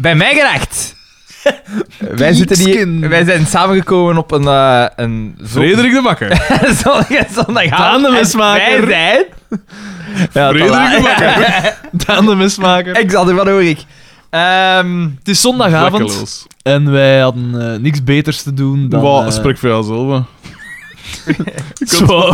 Bij mij gedacht. Wij zijn samengekomen op een Frederik de Bakker. zondagavond. Daan de Mesmaker. Wij zijn... Frederik de Bakker. Daan de Mesmaker. Ik zal ervan hoor ik. Het is zondagavond Vlekkeloos. en wij hadden niks beters te doen dan... Wat, spreek voor jouzelf. Zo,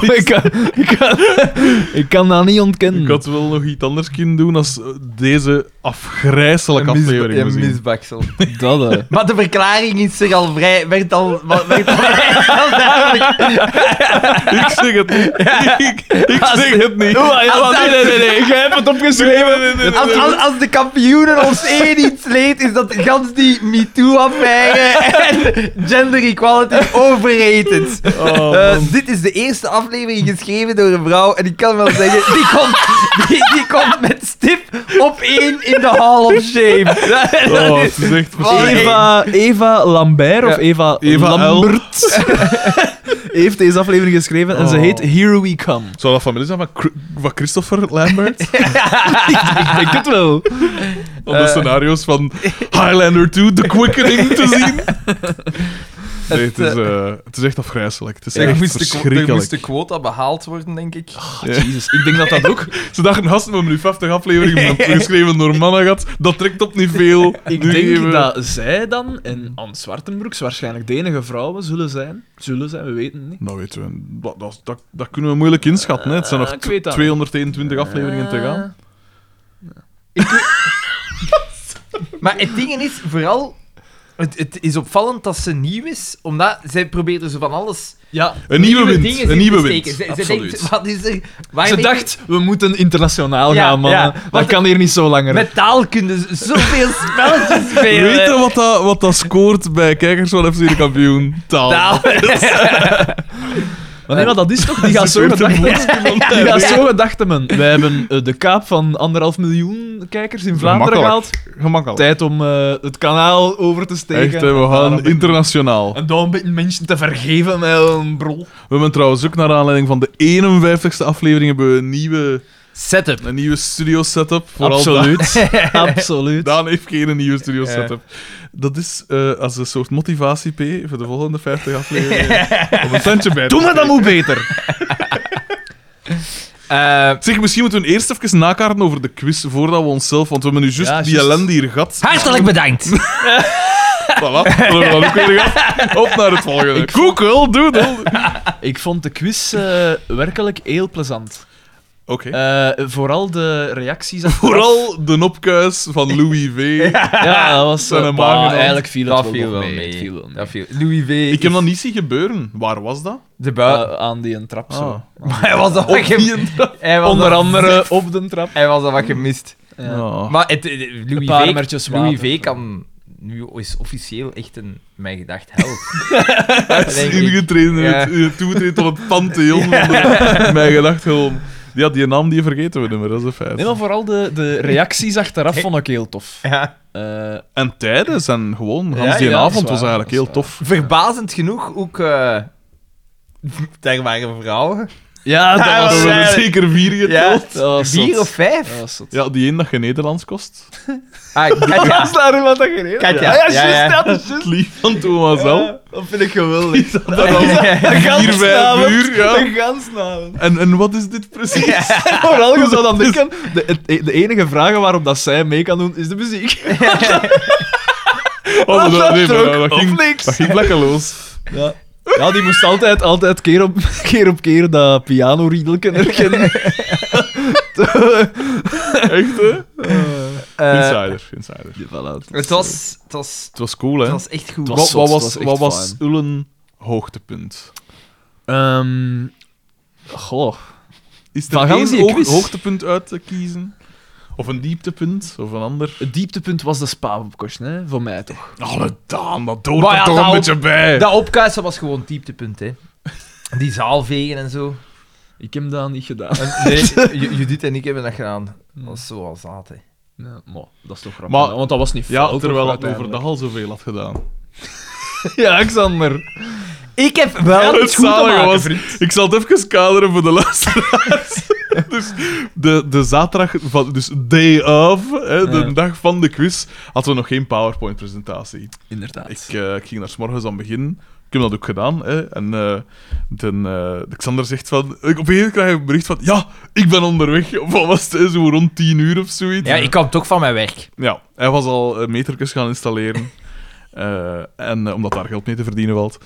ik kan dat niet ontkennen. Ik had wel nog iets anders kunnen doen als deze afgrijzelijke aflevering Een zien. misbaksel. Dat, Maar de verklaring is er al vrij... werd al duidelijk. Ik zeg het niet. Ik zeg het niet. Nee. Jij hebt het opgeschreven. Als de kampioenen ons één iets leed, is dat gans die MeToo-affaire en gender equality overrated. Dit is de eerste aflevering geschreven door een vrouw en ik kan wel zeggen, die komt met stip op 1 in de Hall of Shame. Oh, het is echt Eva Lambert of Eva Eva L. Lambert heeft deze aflevering geschreven en ze heet Here We Come. Zou dat familie zijn van Christopher Lambert? Ik denk het wel. Om de scenario's van Highlander 2, The Quickening te zien? Nee, het is echt afgrijzelijk. Het is echt verschrikkelijk. Er moest de quota behaald worden, denk ik. Jezus, ik denk dat dat ook... Ze dachten, gasten, we hebben nu 50 afleveringen geschreven door mannen gehad. Dat trekt op niet veel. Ik Nu denk geven- dat zij dan en Anne Zwartenbroeks waarschijnlijk de enige vrouwen zullen zijn. We weten het niet. Nou, weten we, dat kunnen we moeilijk inschatten. Hè. Het zijn nog Ik weet dat 221 afleveringen te gaan. Maar het ding is, vooral... Het is opvallend dat ze nieuw is, omdat zij probeert er zo van alles... Ja, Een nieuwe wind. dingen Een in nieuwe te wind. steken. Ze Absoluut. denkt, wat is er... ze waarmee- dacht, we moeten internationaal Ja, gaan, mannen. ja. Dat Want kan hier niet zo langer. Met taal kunnen ze zoveel spelletjes spelen. Weet je wat dat scoort bij kijkers van FC de Kampioen? Taal. Taal. Maar nee, maar dat is toch... Die gaat zo gedacht hebben. Wij hebben de kaap van 1,5 miljoen kijkers in Vlaanderen gehaald. Gemakkelijk. Tijd om het kanaal over te steken. Echt, hè, we gaan internationaal. En dan een beetje mensen te vergeven met een brol. We hebben trouwens ook naar aanleiding van de 51ste aflevering hebben we een nieuwe studio setup. Absoluut. Absoluut. Daan heeft geen nieuwe studio setup. Dat is als een soort motivatie P voor de volgende 50 afleveringen. Om een tandje bij te Doe maar dat steken. moet beter. Zeg, misschien moeten we eerst even nakaarten over de quiz voordat we onszelf... Want we hebben nu juist Ja, die juist. ellende hier gehad. Hartelijk bedankt. Voilà, dat hebben we dan ook weer gehad. Op naar het volgende. Google, doodle. Ik vond de quiz werkelijk heel plezant. Oké. Vooral de reacties. Vooral de opkuis van Louis V. Ja, dat was... Zijn hem aangedaan. eigenlijk viel het Dat wel viel nog wel mee. mee. Het viel wel mee. Dat viel... Louis V. Ik heb dat niet zien gebeuren. Waar was dat? De bui... Aan die een trap zo. Maar hij was al wat Onder andere op de trap. Hij was al wat gemist. Ja. Oh. Maar Louis paar V. mertjes Louis water. V. kan... Nu is officieel echt een, mij gedacht, held. Hij is Denk ik. ingetreden, Ja. toegetreden tot het pantheon van mijn gedacht gewoon. Ja, die naam die vergeten we niet meer, dat is een feit. Nee, maar vooral de reacties achteraf vond ik heel tof. Ja. En tijden zijn gewoon... Hans Ja, die ja, avond dat is was waar, eigenlijk dat is heel tof. Verbazend genoeg ook... daar waren vrouwen. Ja, dat Ja, was... We hebben ja. zeker 4 geteld. dat was 4 zot. of 5? Dat was zot. Ja, die één dat je Nederlands kost. Ah, Katja. Was daar iemand dat gereden? Katja. Ja, Ja, juist, ja. ja, dat is Het juist. lief van Thomas al. Dat vind ik geweldig. Dat was 4, 5 uur, ja. De gansnamen. En wat is dit precies? Vooral, je zou dan denken, de enige vragen waarop dat zij mee kan doen, is de muziek. Oh, maar dat, nee, maar druk dat of ging, niks? dat ging vlekkeloos. Ja. Ja, die moest altijd keer op keer dat pianoriedelken herkennen. Echt, hè? Eh, Insider. het was Het was cool, hè? het was echt goed. Het was Wat zot, was, het was wat echt was fijn. Ullen hoogtepunt? Goh. Is er Van gaan we één die quiz? hoogtepunt uit te kiezen? Of een dieptepunt? Of een ander? Het dieptepunt was de Spa-opkost, hè? Voor mij toch. Alle Daan, dat hoort Maar er ja, toch dat een op- beetje bij. Dat opkuisen was gewoon het dieptepunt, hè. Die zaal vegen en zo. Ik heb dat niet gedaan. Nee, Judith en ik hebben dat gedaan. Dat was zo al zaad, hè. Ja, maar dat is toch grappig. Maar- want dat was niet Ja, fout, terwijl toch, het overdag al zoveel had gedaan. Ja, Xander. Ik heb wel... Het goed te zalige maken, was... vriend. Ik zal het even kaderen voor de luisteraars. Dus de zaterdag, dus day of, de dag van de quiz, hadden we nog geen PowerPoint-presentatie. Inderdaad. Ik ging daar 's morgens aan beginnen. Ik heb dat ook gedaan. En de Xander zegt van... Op een gegeven moment krijg ik een bericht van... Ja, ik ben onderweg. Of wat was het? Zo rond 10:00 of zoiets. Ja, ik kwam toch van mijn werk. Ja, hij was al metertjes gaan installeren. Omdat daar geld mee te verdienen valt.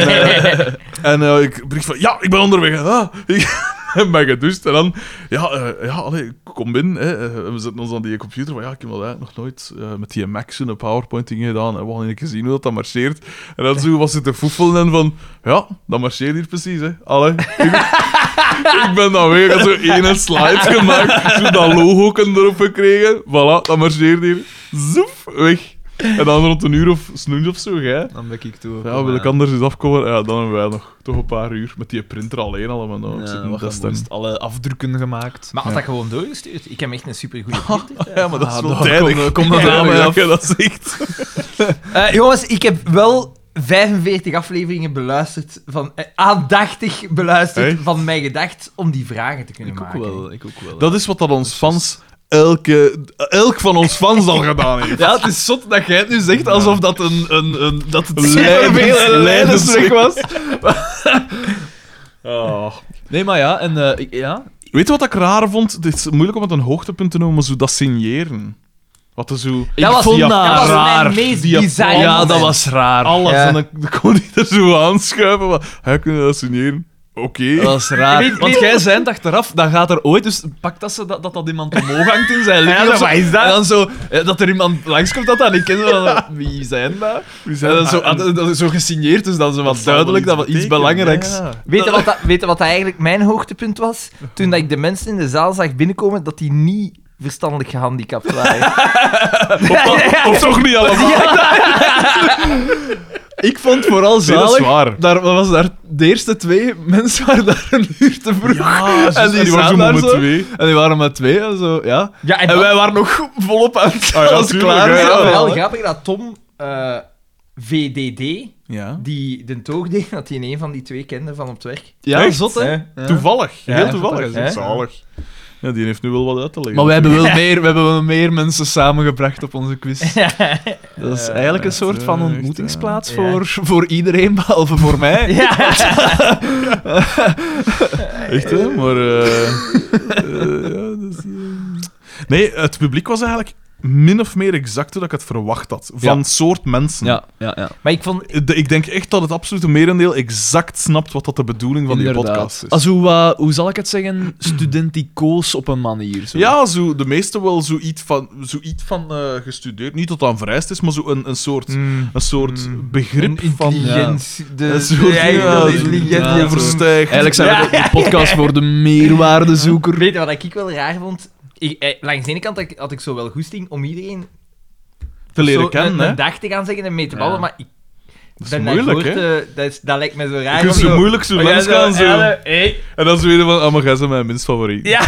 Ik bericht van... Ja, ik ben onderweg. Ik ben gedoucht. En dan... Allee, kom binnen. We zetten ons aan die computer. Van, ik heb dat eigenlijk nog nooit met die Mac een PowerPoint-ding gedaan. We hadden eens gezien hoe dat marcheert. En dan zo was het te foefelen en van... Ja, dat marcheert hier precies, hè. Allee. Ik ben dan weer... Ik had zo één slide gemaakt. Zo dat logo erop gekregen. Voilà, dat marcheert hier. Zoef, weg. En dan rond 1 uur of snoens of zo, hè. Dan ben ik toe. Ja, wil ik anders eens afkomen? Ja, dan hebben wij nog toch een paar uur met die printer alleen allemaal. Alle afdrukken gemaakt. Maar had dat gewoon doorgestuurd? Ik heb echt een supergoeie printer. Ja, maar dat is wel tijdig. Kom er aan mee af. Dat zegt. Jongens, ik heb wel 45 afleveringen beluisterd, aandachtig beluisterd, van mij gedacht om die vragen te kunnen maken. Ik ook wel. Dat is wat dat ons fans... Elk van ons fans al gedaan heeft. Ja, het is zot dat jij het nu zegt alsof dat dat het superveel Leidersweg was. Oh. Nee, maar ja, en ja. Weet je wat ik raar vond? Het is moeilijk om het een hoogtepunt te noemen, maar zo dat signeren. Wat er zo... Dat was raar. Mijn meest bizarre Ja, dat was raar. Alles. Ja. En dan kon hij er zo aanschuiven. Maar, kun je dat signeren? Oké. Dat was raar. Want jij zei het achteraf, dan gaat er ooit... Dus pak dat dat iemand omhoog hangt in zijn leven. Ja, wat is dat? En dan zo... Dat er iemand langskomt dat dat niet kent. Van, wie zijn dat? En dan zo gesigneerd, dus dan zo wat duidelijk dat iets belangrijks... Ja. Weet je wat dat eigenlijk mijn hoogtepunt was? Toen dat ik de mensen in de zaal zag binnenkomen, dat die niet verstandelijk gehandicapt waren. Of toch niet allemaal? Ik vond vooral Nee, dat is zalig... waar. Daar was daar de eerste 2 mensen waren daar 1 uur te vroeg. Ja, en die waren zo daar met zo. 2. En die waren met 2 en zo, ja. Ja, En wij waren nog volop aan het ja, alles tuurlijk, klaar. ja, Het is ja. wel grappig dat Tom VDD, Ja. die de toog deed, dat hij in een van die 2 kende van op het werk. Ja, Echt? zot, hè? Ja. Ja. Toevallig. Ja, Heel toevallig. hè? Zalig. Ja, die heeft nu wel wat uit te leggen. Maar we hebben wel meer mensen samengebracht op onze quiz. Dat is eigenlijk een soort van echt, ontmoetingsplaats ja. voor iedereen, behalve voor mij. Ja. Echt, hè? Maar... ja, dus, Nee, het publiek was eigenlijk min of meer exact hoe dat ik het verwacht had. Van soort mensen. Ja. Maar ik vond... Ik denk echt dat het absolute merendeel exact snapt wat dat de bedoeling van die podcast is. Als hoe zal ik het zeggen? Studenticoos op een manier. Zo. Ja, zo, de meeste wel zoiets van gestudeerd. Niet tot aan vereist is, maar zo een soort begrip van... intelligentie. Een soort intelligentie. overstijgt. Eigenlijk zijn we de podcast voor de meerwaardezoeker. Weet je wat ik wel raar vond? Langs de ene kant had ik zo wel goesting om iedereen te leren zo kennen, hè. een dag te gaan zeggen en mee te babbelen, maar ik Dat is ben moeilijk, daarvoor hè. dat lijkt me zo raar. Je kunt zo moeilijk zo langs gaan, zo. Hey. En dan zo weer van, maar jij bent mijn minst favoriet. Ja.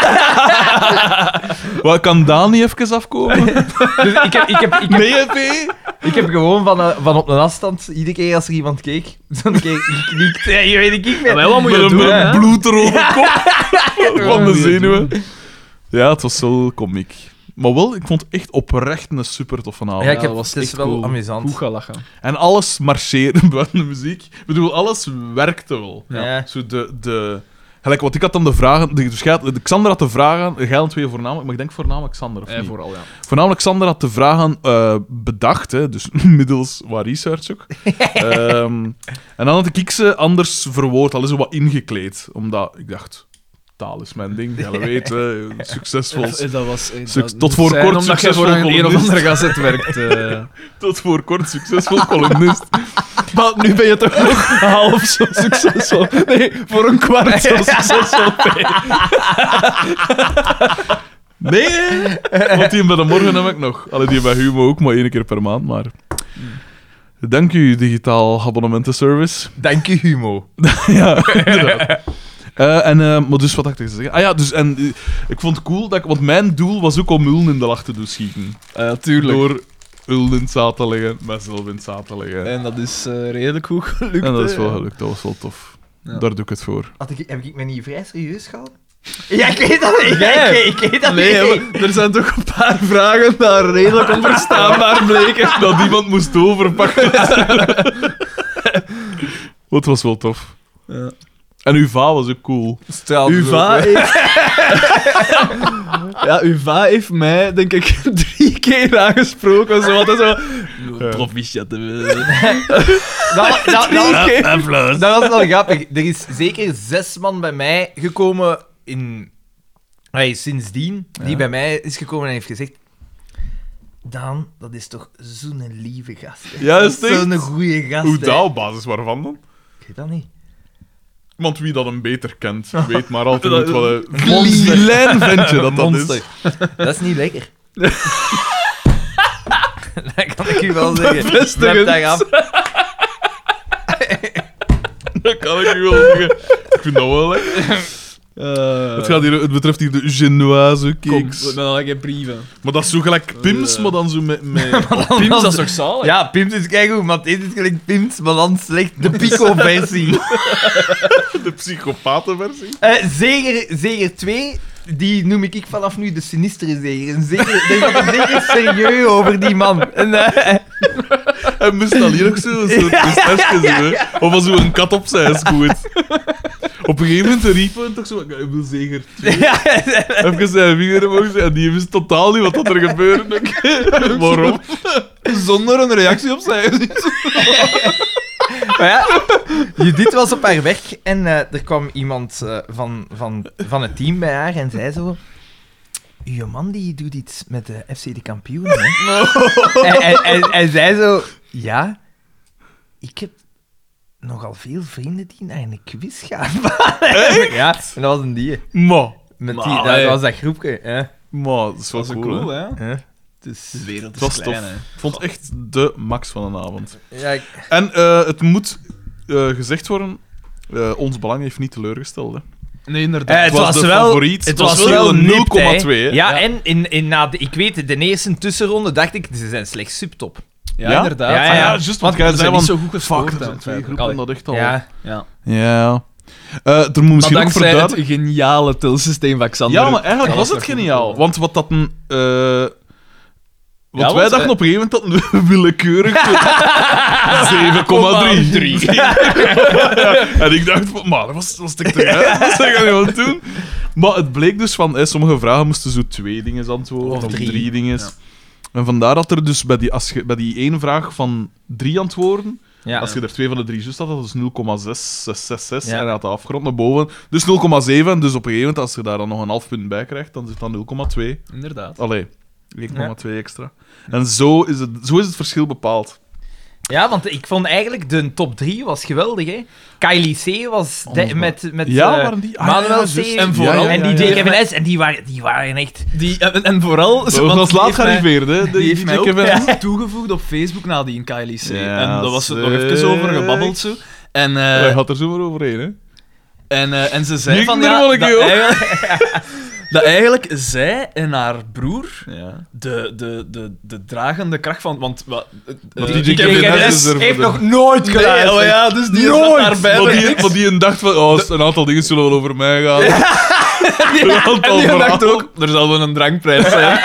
Wat, kan Daan niet even afkomen? Dus Nee, P? ik heb gewoon van op een afstand, iedere keer als er iemand keek, zo'n keer geknikt. Ja, je weet ik meer. Maar wat moet je Met doen, een hè? bloedrode kop van de zenuwen. Ja, het was wel komiek. Maar wel, ik vond het echt oprecht een super toffe avond. Ja, ik heb, dat was het is echt wel cool. amusant. Goed gelachen. En alles marcheerde buiten de muziek. Ik bedoel, alles werkte wel. Ja. Zo gelijk, want ik had dan de vragen... Dus Xander had de vragen... Jij dan 2 voornamelijk, maar ik denk voornamelijk Xander, of niet? Vooral, ja. Voornamelijk Xander had de vragen bedacht, hè, dus middels wat research ook. En dan had ik ze anders verwoord, al zo wat ingekleed. Omdat ik dacht... Taal is mijn ding, jij weet, succesvol. Dat was... Tot voor kort omdat jij succesvol voor een of columnist. andere gazet werkt. Tot voor kort succesvol columnist. Maar nu ben je toch nog half zo succesvol. Nee, voor een kwart zo succesvol. Nee, want die bij de morgen heb ik nog. Allee, die bij Humo ook, maar 1 keer per maand, maar... Dank u, digitaal abonnementenservice. Dank u, Humo. Ja, inderdaad. Maar dus, wat had ik te zeggen? Ah ja, dus, ik vond het cool, want mijn doel was ook om Uln in de lach te doen schieten. Tuurlijk. Door Uln in het zaad te leggen, mijzelf in het zaad te leggen. En dat is redelijk goed gelukt. En dat is hè. wel gelukt, dat was wel tof. Ja. Daar doe ik het voor. Heb ik me niet vrij serieus gehouden? Ja, ik weet dat niet. Ik weet dat Nee, niet. maar er zijn toch een paar vragen dat redelijk onverstaanbaar bleken. Dat iemand moest overpakken. Wat was wel tof. Ja. En uw va was ook cool. Uva heeft... Ja, Uva heeft mij, denk ik, 3 keer aangesproken. Zo, altijd zo... Proficiat. Dat was wel grappig. Er is zeker 6 man bij mij gekomen sindsdien, die bij mij is gekomen en heeft gezegd: Daan, dat is toch zo'n lieve gast. Hè? Ja, Dat is het echt? zo'n goede gast. Hoe hè. dat op basis waarvan dan? Ik weet dat niet. Want wie dat hem beter kent, weet maar altijd Dat- goed wat een Monster. klein ventje dat Monster. is. Dat is niet lekker. Dat kan ik u wel zeggen. Bevestigend. Blijf daar af. Dat kan ik u wel zeggen. Ik vind dat wel lekker. Het betreft hier de Genoise Kom, cakes. met al geen brieven. Maar dat is zo gelijk Pims, maar dan zo met... Pims, dat is toch zalig? Ja, Pims is keigoed, maar dit is gelijk Pims, maar dan slecht. De Pico-versie. de psychopatenversie. Zeger 2, die noem ik vanaf nu de sinistere zeger. Er is een zeker serieus over die man. En moest al hier ook zo'n pistache zo. Of als zo'n kat op zijn schoot. Op een gegeven moment riep hij toch zo... Ik wil zeker 2. Even zijn vinger omhoog zetten. En die wist totaal niet wat er gebeurde. Waarom? Zonder een reactie op zijn gezicht. Maar ja, Judith was op haar weg en er kwam iemand van het team bij haar en zei zo: uw man die doet iets met de FC de kampioenen, hè? En zij zo: ja, ik heb nogal veel vrienden die naar een quiz gaan. Ja, en dat was een die. Maar, Met Maar, die, dat hey. was dat groepje. Hè? dat is wel Dat is cool, cool, hè. hè? Hè? Dus de wereld Het was is klein, tof. hè. Ik vond het echt de max van een avond. Ja, En het moet gezegd worden, ons belang heeft niet teleurgesteld. Hè. Nee, inderdaad. Het was was de wel, favoriet. het Het was was wel een nipt, 0,2, hè. hè. Ja, Ja. en ik weet, de eerste tussenronde dacht ik, ze zijn slechts subtop. Ja, Ja? inderdaad. Ja, ja, Ah, ja. juist, want jij er zijn zei niet van... zo goed gescoord. Fuck, dat zijn 2 groepen, dat echt al... Ja. Ja. Ja. Er moet Maar misschien ook dankzij het verduidelijken... geniale tilsysteem van Xander. Ja, maar eigenlijk Ja, was dat het is nog geniaal. goed. Want wat dat een... want Ja, wij want, dachten op een gegeven moment dat een willekeurig 7,3. En ik dacht van, maar dat was te eruit. Wat zijn we gaan doen? Maar het bleek dus van, sommige vragen moesten zo 2 dingen antwoorden. Of Of 3. 3 dingen. Ja. En vandaar dat er dus bij die 1 vraag van 3 antwoorden, Ja. als je er 2 van de 3 juist had, dat is 0,6666. Ja. En hij had dat afgerond naar boven. Dus 0,7. En dus op een gegeven moment, als je daar dan nog een half punt bij krijgt, dan zit dat 0,2. Inderdaad. Allee, 1,2 extra. En zo is het verschil bepaald. Ja, want ik vond eigenlijk de top 3 was geweldig, hè. Kylie C was met Ja, waren die? Ah, Manuel ja, C. juist. En vooral- en die ja, ja, ja. Kevin S. En die waren echt... En vooral... Dat want was die laat heeft mij- gearriveerd, hè? Die heeft mij ook Kevin. toegevoegd op Facebook nadien, Kylie C. Ja, En daar was het nog sick. even over gebabbeld zo. En, Hij had er zo maar overheen, hè? en ze zei Ik van er ja, wel een keer dat eigenlijk zij en haar broer Ja. de dragende kracht van... Want die Die Kevin Kevin S. S. is er heeft voor de- nog nooit Nee, geluisterd. oh ja, dus die Nooit! is daarbij. Maar die een dacht van, een aantal dingen zullen wel over mij gaan. Een aantal En die dacht verhalen. ook, er zal wel een drankprijs zijn.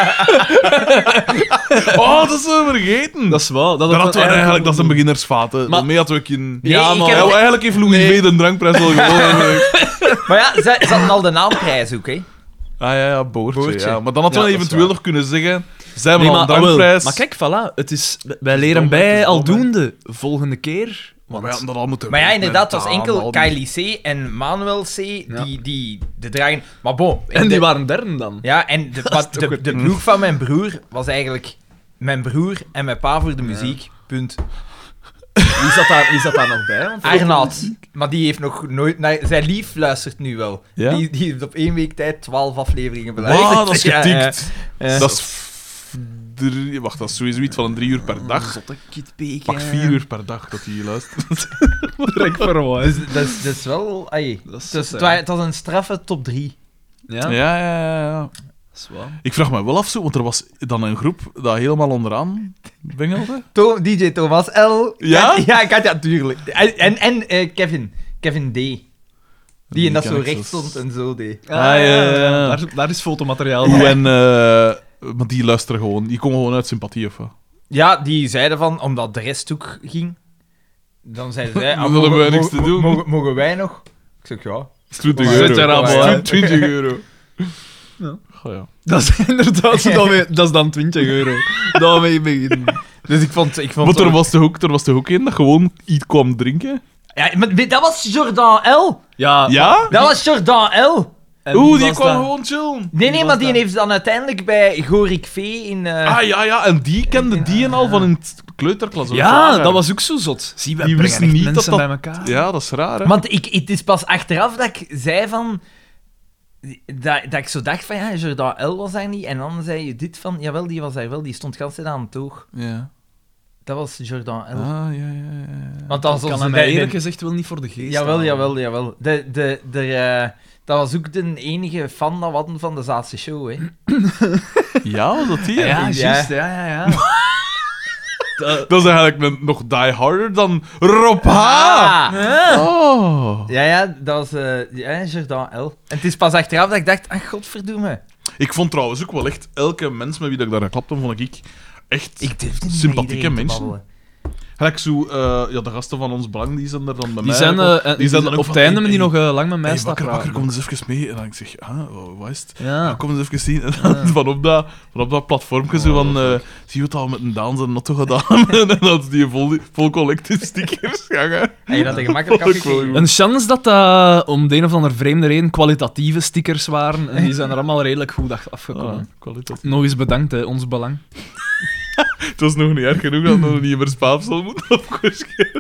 Oh, dat is we vergeten. Dat is wel. Dat hadden we eigenlijk, dat is een beginnersvaten. Maar- Daarmee hadden we een... Ja, ik maar... heb- Ja, eigenlijk heeft Louis V de drankprijs wel gewonnen. Maar ja, ze hadden al de naamprijs ook, hè. Ja, Boortje. Boortje. Ja. Maar dan hadden we Ja, dat is eventueel waar. nog kunnen zeggen, zij hebben Nee, al een maar, ah, wel. drankprijs. Maar kijk, voilà. Het is, wij is leren dom, het bij is dom, aldoende. Volgende keer... Maar wij hadden dat al moeten Maar ja, weten, inderdaad, het was Daan, enkel al die- Kylie C. en Manuel C. die de dragen... Maar bon... En die waren derde dan. Ja, en de ploeg van mijn broer was eigenlijk mijn broer en mijn pa voor de muziek. Punt. Wie zat daar nog bij? Want Arnoud. Maar die heeft nog nooit... zijn lief luistert nu wel. Ja? Die heeft op 1 week tijd 12 afleveringen beluisterd. Wauw, dat is Ja, getikt. ja. Dat is... Wacht, dat is sowieso iets van een 3 uur per dag. Zotte kitbeek. Pak 4 uur per dag dat hij luistert. Direct verwaard. Dus dat is wel... Ai. Dat is Dus zot, hè. het was een straffe top 3. Ja, Ja. dat is wel. Ik vraag me wel af zo, want er was dan een groep dat helemaal onderaan bengelde. DJ Thomas L. Ja? Ja, Katja, tuurlijk. En Kevin. Kevin D. Die en dat ken zo ik recht zelfs. stond en zo deed. ja. Daar is fotomateriaal Hoe van. en... maar die luisteren gewoon. Die komen gewoon uit sympathie, of wat? Ja, die zeiden van, omdat de rest ook ging, dan zeiden zij... Dan hebben wij niks te doen. Mogen wij nog? Ik zeg, ja. 20 Maar- euro. Zet je raam al, hè. 20 euro. Ja. Oh, ja. Dat is inderdaad, dat is dan 20 euro. Daarmee beginnen. Dus ik vond Want er was toch ook één dat gewoon iets kwam drinken? Ja, maar dat was Jordan L. Ja. Ja? Dat was Jordan L. En Oeh, wie die was kwam dat? gewoon chillen. Nee, was maar die dat? heeft dan uiteindelijk bij Gorik V in... Ja, en die kende die en al van in het kleuterklas. of Ja, zwager. dat was ook zo zot. Zie, wij Die brengen wisten echt niet mensen dat bij elkaar. Ja, dat is raar, hè? Want het is pas achteraf dat ik zei van... Dat ik zo dacht van, ja, Jordan L was daar niet. En dan zei je dit van, jawel, die was daar wel. Die stond gans aan het oog. Ja. Dat was Jordan L. Ah, ja. Want dan Ik kan soms hem eerlijk gezegd wel niet voor de geest Jawel. halen. Dat was ook de enige fan dat we hadden van de Zaatse show, hè. Ja, was dat die? Ja, Ja. juist. Ja. Dat is eigenlijk nog die harder dan Rob H. Ah. Oh. Ja, dat was Jordan L. En het is pas achteraf dat ik dacht, ach, godverdomme. Ik vond trouwens ook wel echt elke mens met wie dat ik daar klapte, vond ik echt Ik durfde niet sympathieke met iedereen te mensen. babbelen. Gelijk zo, de gasten van ons belang, die zijn er dan bij Die mij. zijn, die zijn dan ook op van, het einde hey, die nog lang met mij hey, staan wakker, kom praten. eens even mee. En dan zeg ik, wat is het? Ja. Ja, kom eens even zien. En dan van op dat platformje zo van, zie je het al met een Daan zijn notto gedaan? En dan is die vol collective stickers gangen. En je dat er gemakkelijk Vond ik wel afgekregen. Een chance dat dat om de een of andere vreemde reden kwalitatieve stickers waren. En die zijn er allemaal redelijk goed afgekomen. Kwaliteit. Nog eens bedankt, hè, ons belang. Het was nog niet erg genoeg dat nog niet meer spaapsel moet opgeschreven.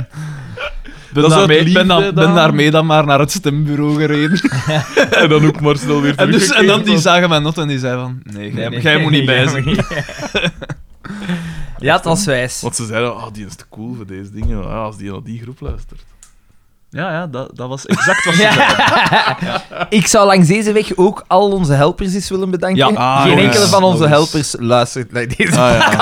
Ben Dat is uit daarmee, liefde, ben Daan. daarmee dan maar naar het stembureau gereden. En dan ook maar snel weer En, dus, en dan teruggekeerd. die zagen mijn not en die zei van... Nee, jij moet niet bij zijn. Ja, het was wijs. Want ze zeiden, die is te cool voor deze dingen. Maar ja, als die naar die groep luistert. Ja, dat was exact wat ze zeiden. Ik zou langs deze weg ook al onze helpers eens willen bedanken. Ja, Geen ja. enkele van onze Logisch. helpers luistert naar deze.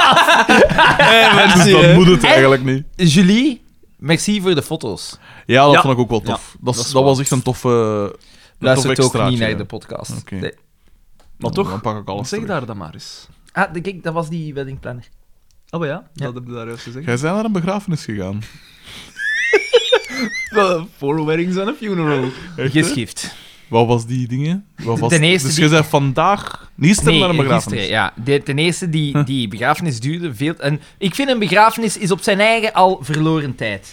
Dus dan moet het En- eigenlijk niet. Julie, merci voor de foto's. Ja, dat Ja. vond ik ook wel tof. Ja, dat dat is was waar. echt een toffe... Luistert ook niet naar de de podcast. Oké. Nee. Maar toch, Dan pak ik alles zeg terug. daar dan maar eens. Kijk, dat was die wedding planner. Oh ja, Ja. dat heb je daar juist gezegd. Jij bent naar een begrafenis gegaan. Four weddings and a funeral. Echt, hè? Geschift. Wat was die dingen? Wat was Ten eerste dus die- je zei vandaag... Gisteren naar een begrafenis. gisteren, ja. Ten eerste, die begrafenis duurde veel... En ik vind een begrafenis is op zijn eigen al verloren tijd.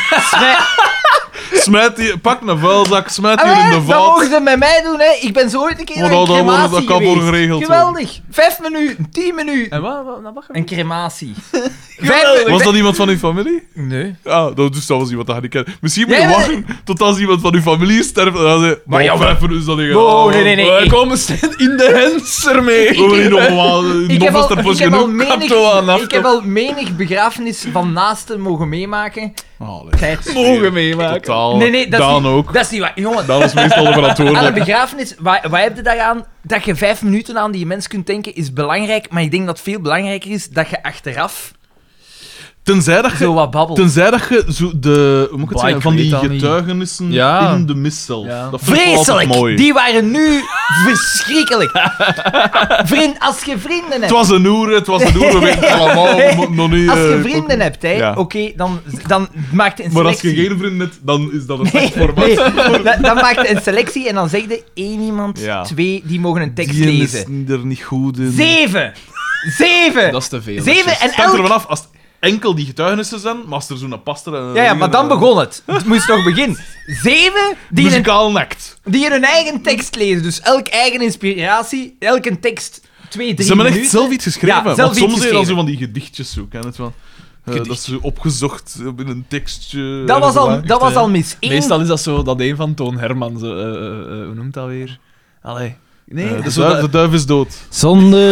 Smijt die... Pak een vuilzak, smijt die in de Dat vaat. mogen ze met mij doen, hè. Ik ben zo ooit een keer Maar naar een dat wordt- crematie dat kan worden geweest. geregeld Geweldig. 5 minuten, 10 minuten. En wat? Een crematie. Was dat iemand van uw familie? Nee. Ja, dus dat was iemand dat je niet kent. Misschien moet je Nee, maar- wachten tot als iemand van uw familie sterft. En dan zeg Maar ja, ja, 5 minuten is dat niet Wow, gedaan. nee. Wij komen in de hens ermee. We hebben niet nog wel Ik heb, nog al, ik, heb al Kapto ik heb al menig begrafenis van naasten mogen meemaken. Tijd. Mogen meemaken. Totaal. Nee, dat is Daan niet, ook. Dat is niet waar. Jongen, Dat was meestal de aan een verantwoordelijk. begrafenis, wat heb je daaraan? Dat je 5 minuten aan die mens kunt denken is belangrijk, maar ik denk dat veel belangrijker is dat je achteraf Tenzij dat je... zo wat babbelt. Tenzij dat je zo de... Hoe moet ik het Bah, zeggen? ik Van weet die dat niet. getuigenissen Ja. in de mis zelf. Ja. Dat vind ik wel altijd Vreselijk! mooi. Die waren nu verschrikkelijk. Als je vrienden hebt... Het was een oer, we weten het allemaal. We moeten nog niet... Als je vrienden hebt, hè, ja. oké, dan maakt je een Maar als selectie. je geen vrienden hebt, dan is dat een Nee, echt format. nee. Dan maakt je een selectie en dan zeg je 1 iemand, Ja. 2, die mogen een tekst Die lezen. is er niet goed in. 7! 7! Dat is te veel. 7 en Het hangt er elk... vanaf als het enkel die getuigenissen zijn, maar als er zo'n pastor en... Ja, maar dan begon het. Het moest nog beginnen. 7 die Muzikaal nekt. in hun eigen tekst lezen. Dus elk eigen inspiratie, elke tekst 2, 3 Ze hebben minuten. echt zelf iets geschreven. Ja, zelf want iets soms zijn dan geschreven. zo van die gedichtjes zo, ken het wel. Dat ze opgezocht in een tekstje. Dat was al mis 1. Meestal is dat zo dat een van Toon Herman, zo, hoe noemt dat weer? Allee. Nee, de, zo duif, dat- de duif is dood. Zonder...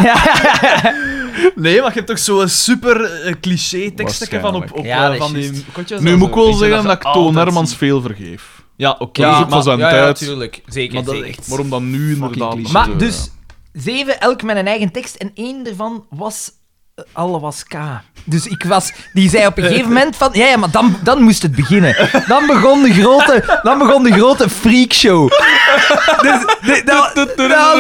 nee, maar je hebt toch zo'n super cliché tekstje van op Ja, dat van is die kotjes. Nu en moet ik zo. wel Weet je, zeggen dat je ik Toon altijd Hermans ziet. veel vergeef. Ja, oké. Ja, ook van zijn tijd. tuurlijk. Zeker, Maar dat zeker. echt- Maar om dan nu Fucking inderdaad... cliché. Maar dus, 7 elk met een eigen tekst en 1 ervan was alle was K. Dus die zei op een gegeven moment van... Ja, maar dan moest het beginnen. Dan begon de grote freakshow. Dus, dat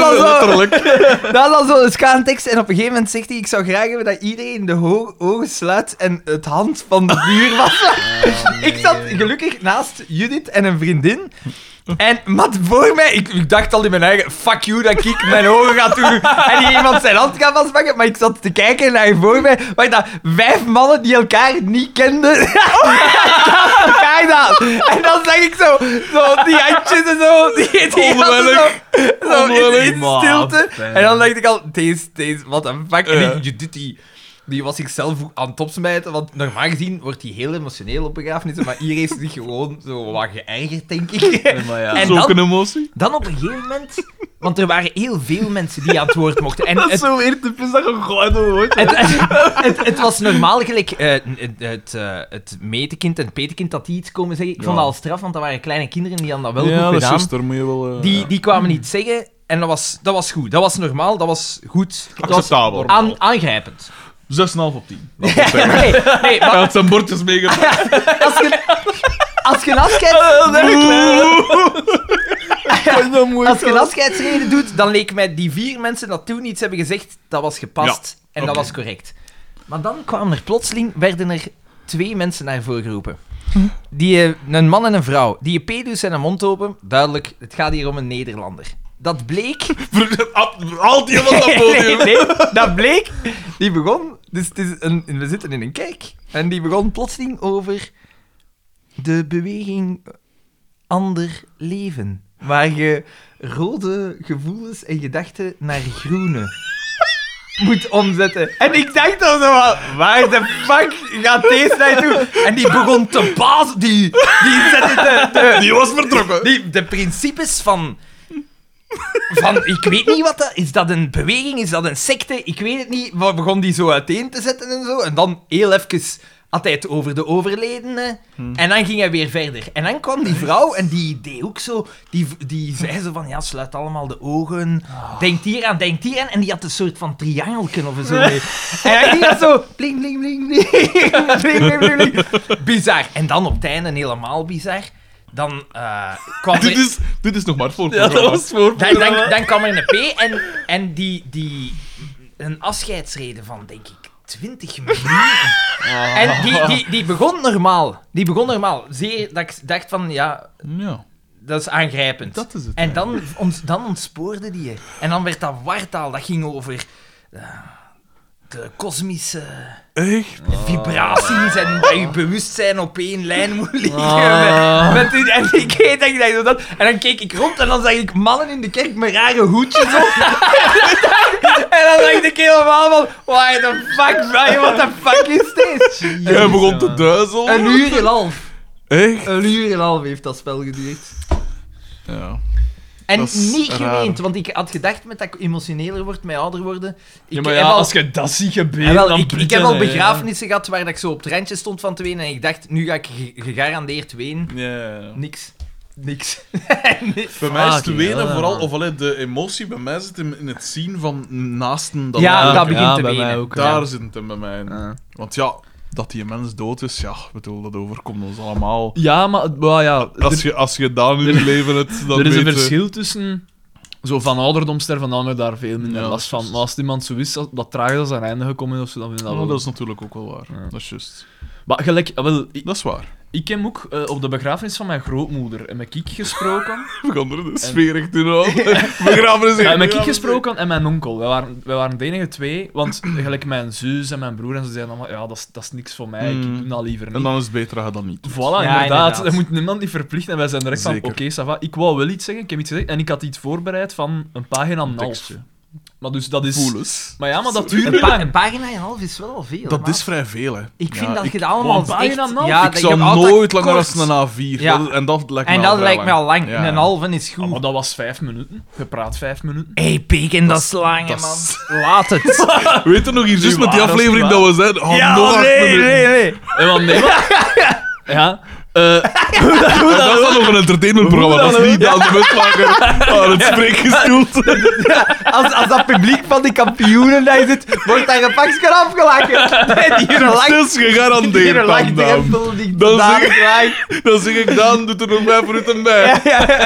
was zo een Ska-tekst. En op een gegeven moment zegt hij... Ik zou graag hebben dat iedereen de ogen sluit en het hand van de buur was. Ik zat gelukkig naast Judith en een vriendin... En Matt voor mij, ik dacht al in mijn eigen, fuck you, dat ik mijn ogen ga doen en die iemand zijn hand gaat vastpakken, maar ik zat te kijken naar voor mij, waar dat 5 mannen die elkaar niet kenden, elkaar gedaan. En dan zag ik zo die handjes en zo, die hadden zo in stilte. En dan dacht ik al, deze, what the fuck. En die was zichzelf aan het opsmijten, want normaal gezien wordt hij heel emotioneel op begrafenissen, maar hier heeft zich gewoon zo wat geërgerd, denk ik. En Zo'n een emotie? dan op een gegeven moment... Want er waren heel veel mensen die aan het woord mochten. En Dat is zo weer typisch dat je gooit hoort. het was normaal gelijk het metekind en het petekind dat die iets komen zeggen. Ik vond dat al straf, want dat waren kleine kinderen die hadden dat wel goed gedaan. Daar moet je wel... Die kwamen niet zeggen en dat was goed. Dat was normaal, dat was goed. Acceptabel. Dat was aangrijpend. 6,5 op 10. Nee, maar Hij had zijn bordjes meegepakt. als je een afscheidsrede doet, dan leek mij die 4 mensen dat toen iets hebben gezegd, dat was gepast en dat was correct. Maar dan werden er 2 mensen naar voren geroepen. Een man en een vrouw. Die P doet zijn mond open. Duidelijk, het gaat hier om een Nederlander. Dat bleek... Altijd iemand op podium. Nee, dat bleek... Die begon... Dus het is we zitten in een kerk. En die begon plotseling over de beweging Ander Leven. Waar je rode gevoelens en gedachten naar groene moet omzetten. En ik dacht dan zo van, waar de fuck gaat deze naartoe? En die begon te bazen. Die zette Die was vertrokken. de principes van, ik weet niet wat dat... Is dat een beweging? Is dat een secte? Ik weet het niet. Maar begon die zo uiteen te zetten en zo. En dan heel even had hij het over de overledene. En dan ging hij weer verder. En dan kwam die vrouw en die deed ook zo... Die zei zo van, ja, sluit allemaal de ogen. Denkt hier aan. En die had een soort van triangelken of zo mee. En dan ging dat zo... Bling, bling, bling, bling. Bling, bling, bling, bling. Bizar. En dan op het einde helemaal bizar. Dan kwam er... Dit is nog maar voor. Ja, dat was voor. Dan kwam er een P en die een afscheidsrede van, denk ik, 20 minuten. En die begon normaal. Zeer, dat ik dacht van, ja, dat is aangrijpend. Dat is het. En dan ontspoorde die. En dan werd dat wartaal. Dat ging over de kosmische vibraties en dat je bewustzijn op één lijn moet liggen. En dan keek ik rond en dan zag ik mannen in de kerk met rare hoedjes op. En dan dacht ik helemaal van, what the fuck is dit? Hij begon te duizelen. 1 uur en half. Echt? 1 uur en half heeft dat spel geduurd. Ja. En Dat is niet raar. geweend, want ik had gedacht met dat ik emotioneler word, met ouder worden. Als je dat ziet gebeuren, dan ik heb al begrafenissen gehad waar ik zo op het randje stond van te wenen en ik dacht, nu ga ik gegarandeerd wenen. Ja. Niks. Bij mij is het wenen vooral, of allee, de emotie bij mij zit in het zien van naasten. Dat Ja, lijken. dat begint te bij wenen. mij ook. Daar zit het hem bij mij in. Ja. Want ja, dat die mens dood is, ja, bedoel, dat overkomt ons allemaal. Ja, maar Als je daar nu leven hebt, dan er is een weet je- verschil tussen... Zo van ouderdom sterven, dan hebben we daar veel minder Ja, last dat van. is Maar als iemand zo is, dat traag als aan einde gekomen is, of zo, dan vind ik dat Ja, wel... dat is natuurlijk ook wel waar. Ja. Dat is juist. Maar gelijk... Dat is waar. Ik heb ook op de begrafenis van mijn grootmoeder heb ik gesproken. We gaan er de sfeer echt in houden. Begrafenis. Heb ik gesproken en mijn onkel. Wij waren de enige 2, want gelijk mijn zus en mijn broer en ze zeiden allemaal, ja, dat is niks voor mij, ik doe dat liever niet. En dan is het beter dat je dat niet doet. Voilà, Ja, inderdaad. inderdaad. Er moet niemand niet verplichten. En wij zijn direct van, Zeker. oké, ça va. Ik wou wel iets zeggen, ik heb iets gezegd. En ik had iets voorbereid van een pagina en een half. Tekstje. Maar dus dat is... Voelens. Maar ja, maar dat Een, duurt een pagina en een half is wel al veel. Dat maar is vrij veel, hè. Ik vind Ja, dat ik- je dat allemaal een pagina en een half? Ja, Ik dat zou je altijd nooit langer kort- dan een A4. Ja. En dat lijkt me En al dat vrij lijkt me al lang. Ja. Een halve is goed. maar dat was 5 minuten. Je praat 5 minuten. Hey, Peken, dat is lang, dat man. is- Laat het. Weet je nog iets juist met die waar, dat is aflevering waar. dat we zeiden? Oh, nog 8 minuten. nee. En wat nee, maar... Ja. Dat was dan nog een entertainmentprogramma. Dat is niet Daan de Witmaker aan het spreekgestoeld. Als dat publiek van die kampioenen daar zit, wordt daar een pakje afgelachen. Die Dat is gegarandeerd dan, Daan. Dan zeg ik, Daan, doet er nog 5 minuten bij.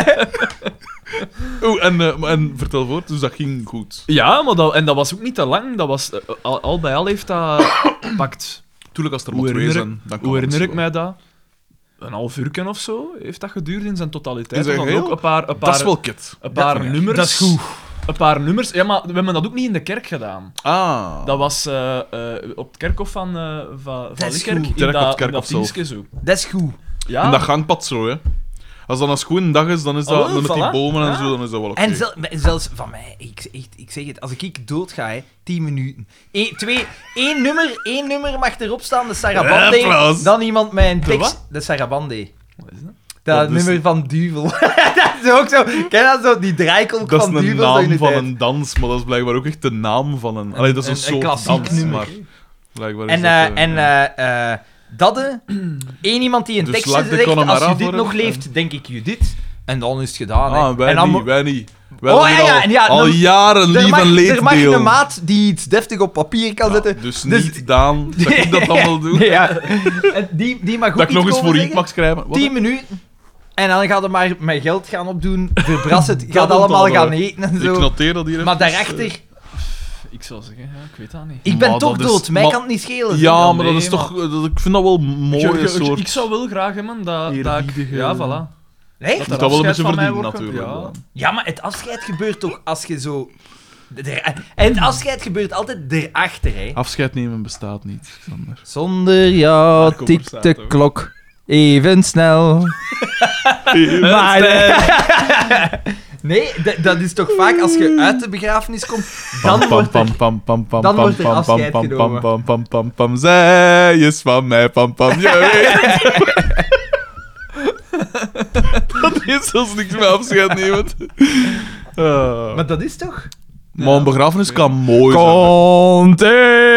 En vertel voort, dus dat ging goed. Ja, maar dat was ook niet te lang. Dat was, al bij al heeft dat pakt. Tuurlijk, als er Hoe maar 2 herinner, zijn, dan kan hoe het herinner ik zo. mij dat? Een half uur of zo heeft dat geduurd in zijn totaliteit. In zijn Dan geheel? ook een paar Dat is wel kut. een paar nummers. Dat is goed. Een paar nummers. Ja, maar we hebben dat ook niet in de kerk gedaan. Ah. Dat was op het kerkhof van is Likkerk. goed. In Direct op het dat kerkhof zelf. dienstje zo. Dat is goed. Ja. En dat gangpad zo, hè. Als dat een schoon dag is, dan is dat Oh, met die voilà. bomen en Ja. zo, dan is dat wel oké. En zelfs van mij, ik zeg het, als ik dood ga, 10 minuten. Één nummer mag erop staan, de Sarabande. Klaas. Dan iemand met een tekst. wat? De Sarabande. Wat is dat? Dat Dat is- nummer van Duvel. Dat is ook zo. Ken je dat zo? Die draaikolk Dat is van een Duvel. zo in naam de van tijd. een dans, maar dat is blijkbaar ook echt de naam van een... Allee, dat is een een soort klassiek dans, nummer. maar... Blijkbaar is dat, één iemand die een Dus tekst laat de zegt, Connemara als Judith voor nog hem. leeft, denk ik Judith. En dan is het gedaan. hè. Ah, wij en dan niet, wij niet. Wij Oh, hebben ja, al, en ja, al dan- jaren er lief mag, en leed er mag deel. een maat die iets deftig op papier kan zetten. Dus niet Daan, dat ik dat dan wel doe. Nee, ja. En die mag ook Dat ik nog iets eens voor komen iets zeggen. mag schrijven. Wat? 10 minuten. En dan gaat het maar met geld gaan opdoen. Verbras het. Gaat komt allemaal allemaal. gaan eten en Ik zo. noteer dat hier Maar even. daarachter... Ik zou zeggen, ja, ik weet dat niet. Ik ben Maar toch dat is- dood. Mij maar- kan het niet schelen. Ja, maar dat nee, is toch... Ik vind dat wel een mooie soort... Ik zou wel graag hebben dat ik... Eerbiedige- Ja, voilà. Nee? Je er moet dat wel een afscheid beetje van mij verdienen, wordt natuurlijk. ja. dan. Ja, maar het afscheid gebeurt toch als je zo... En het afscheid gebeurt altijd erachter, hè. Afscheid nemen bestaat niet, Sander. Zonder jou Marco tikt Borsato. de klok even snel. Maar... Nee, dat is toch vaak als je uit de begrafenis komt, dan wordt er... dan wordt er afscheid genomen. Pam. Zij is van mij, pam. Je weet het. Dat is zelfs niks meer afscheid nemen. Maar dat is toch... Maar een begrafenis kan mooi zijn. Conte!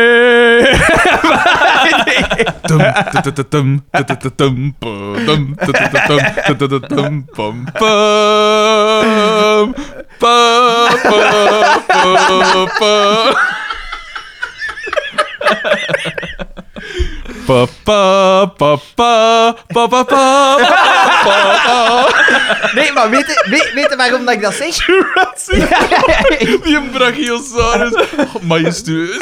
Nee, maar weet je waarom dat ik dat zeg? Die een brachiosaurus. Oh, majestueus.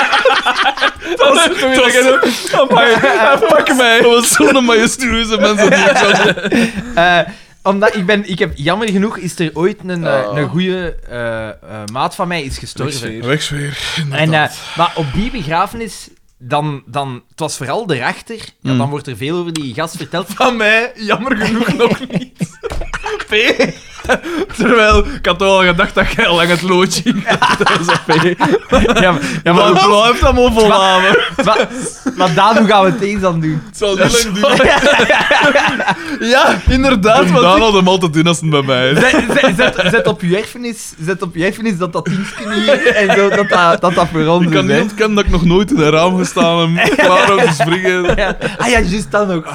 Pak mij. Dat was zo'n majestueuze mensen die ik zag. Omdat ik heb, jammer genoeg, is er ooit een goede maat van mij is gestorven. Wegsfeer. En, maar op die begrafenis, dan, het was vooral erachter, ja, dan wordt er veel over die gast verteld. Van mij, jammer genoeg, nog niet. P. Terwijl, ik had toch al gedacht dat jij al lang het loodje ging. Dat is een P. Ja, maar, Maar blijft allemaal volhouden. maar Daan, hoe gaan we het eens dan doen? Het zal niet lang duren. Ja, inderdaad. En Want Daan had hem altijd in als het bij mij is. Zet op je erfenis dat dienstje hier en zo, dat voor ons Ik kan is, niet ontkennen dat ik nog nooit in een raam gestaan heb. Klaar om te springen. hè. Ah ja, juist dan ook.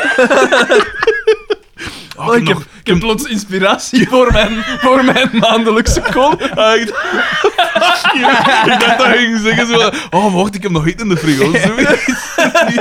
Oh, ik heb plots inspiratie voor mijn maandelijkse call. Ik dacht dat je ging zeggen zo... Oh, wacht, ik heb nog eten in de frigo. Zoiets.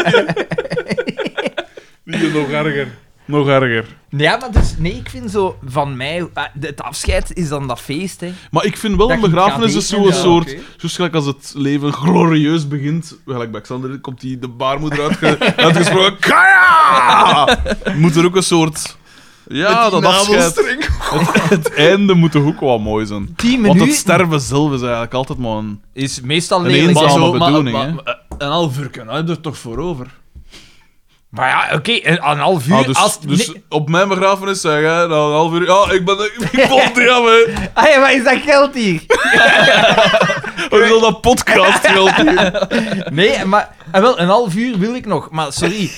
Niet nog erger. Nog erger. Ja, maar dus, nee, ik vind zo van mij... Het afscheid is dan dat feest, hè. Maar ik vind wel Dat een je begrafenis gaat is eten, zo'n ja, soort... oké. Zoals gelijk als het leven glorieus begint. Gelijk bij Xander komt die de baarmoeder uitgesproken. Kaya! Moet er ook een soort... Ja, dat afscheid... Het einde moet toch ook wel mooi zijn. 10 Want het minuten sterven zelf is eigenlijk altijd maar een... is meestal Een lelijk. eenzame Maar, bedoeling, hè. Een half uur, daar heb je er toch voor over? maar ja, oké, een half uur... Ah, dus nee. op mijn begrafenis zeg je, na een half uur... Ja, ik vond het jammer. Ah ja, maar is dat geld hier? Wat is al dat podcast geld hier? Nee, maar... wel, een half uur wil ik nog, maar sorry.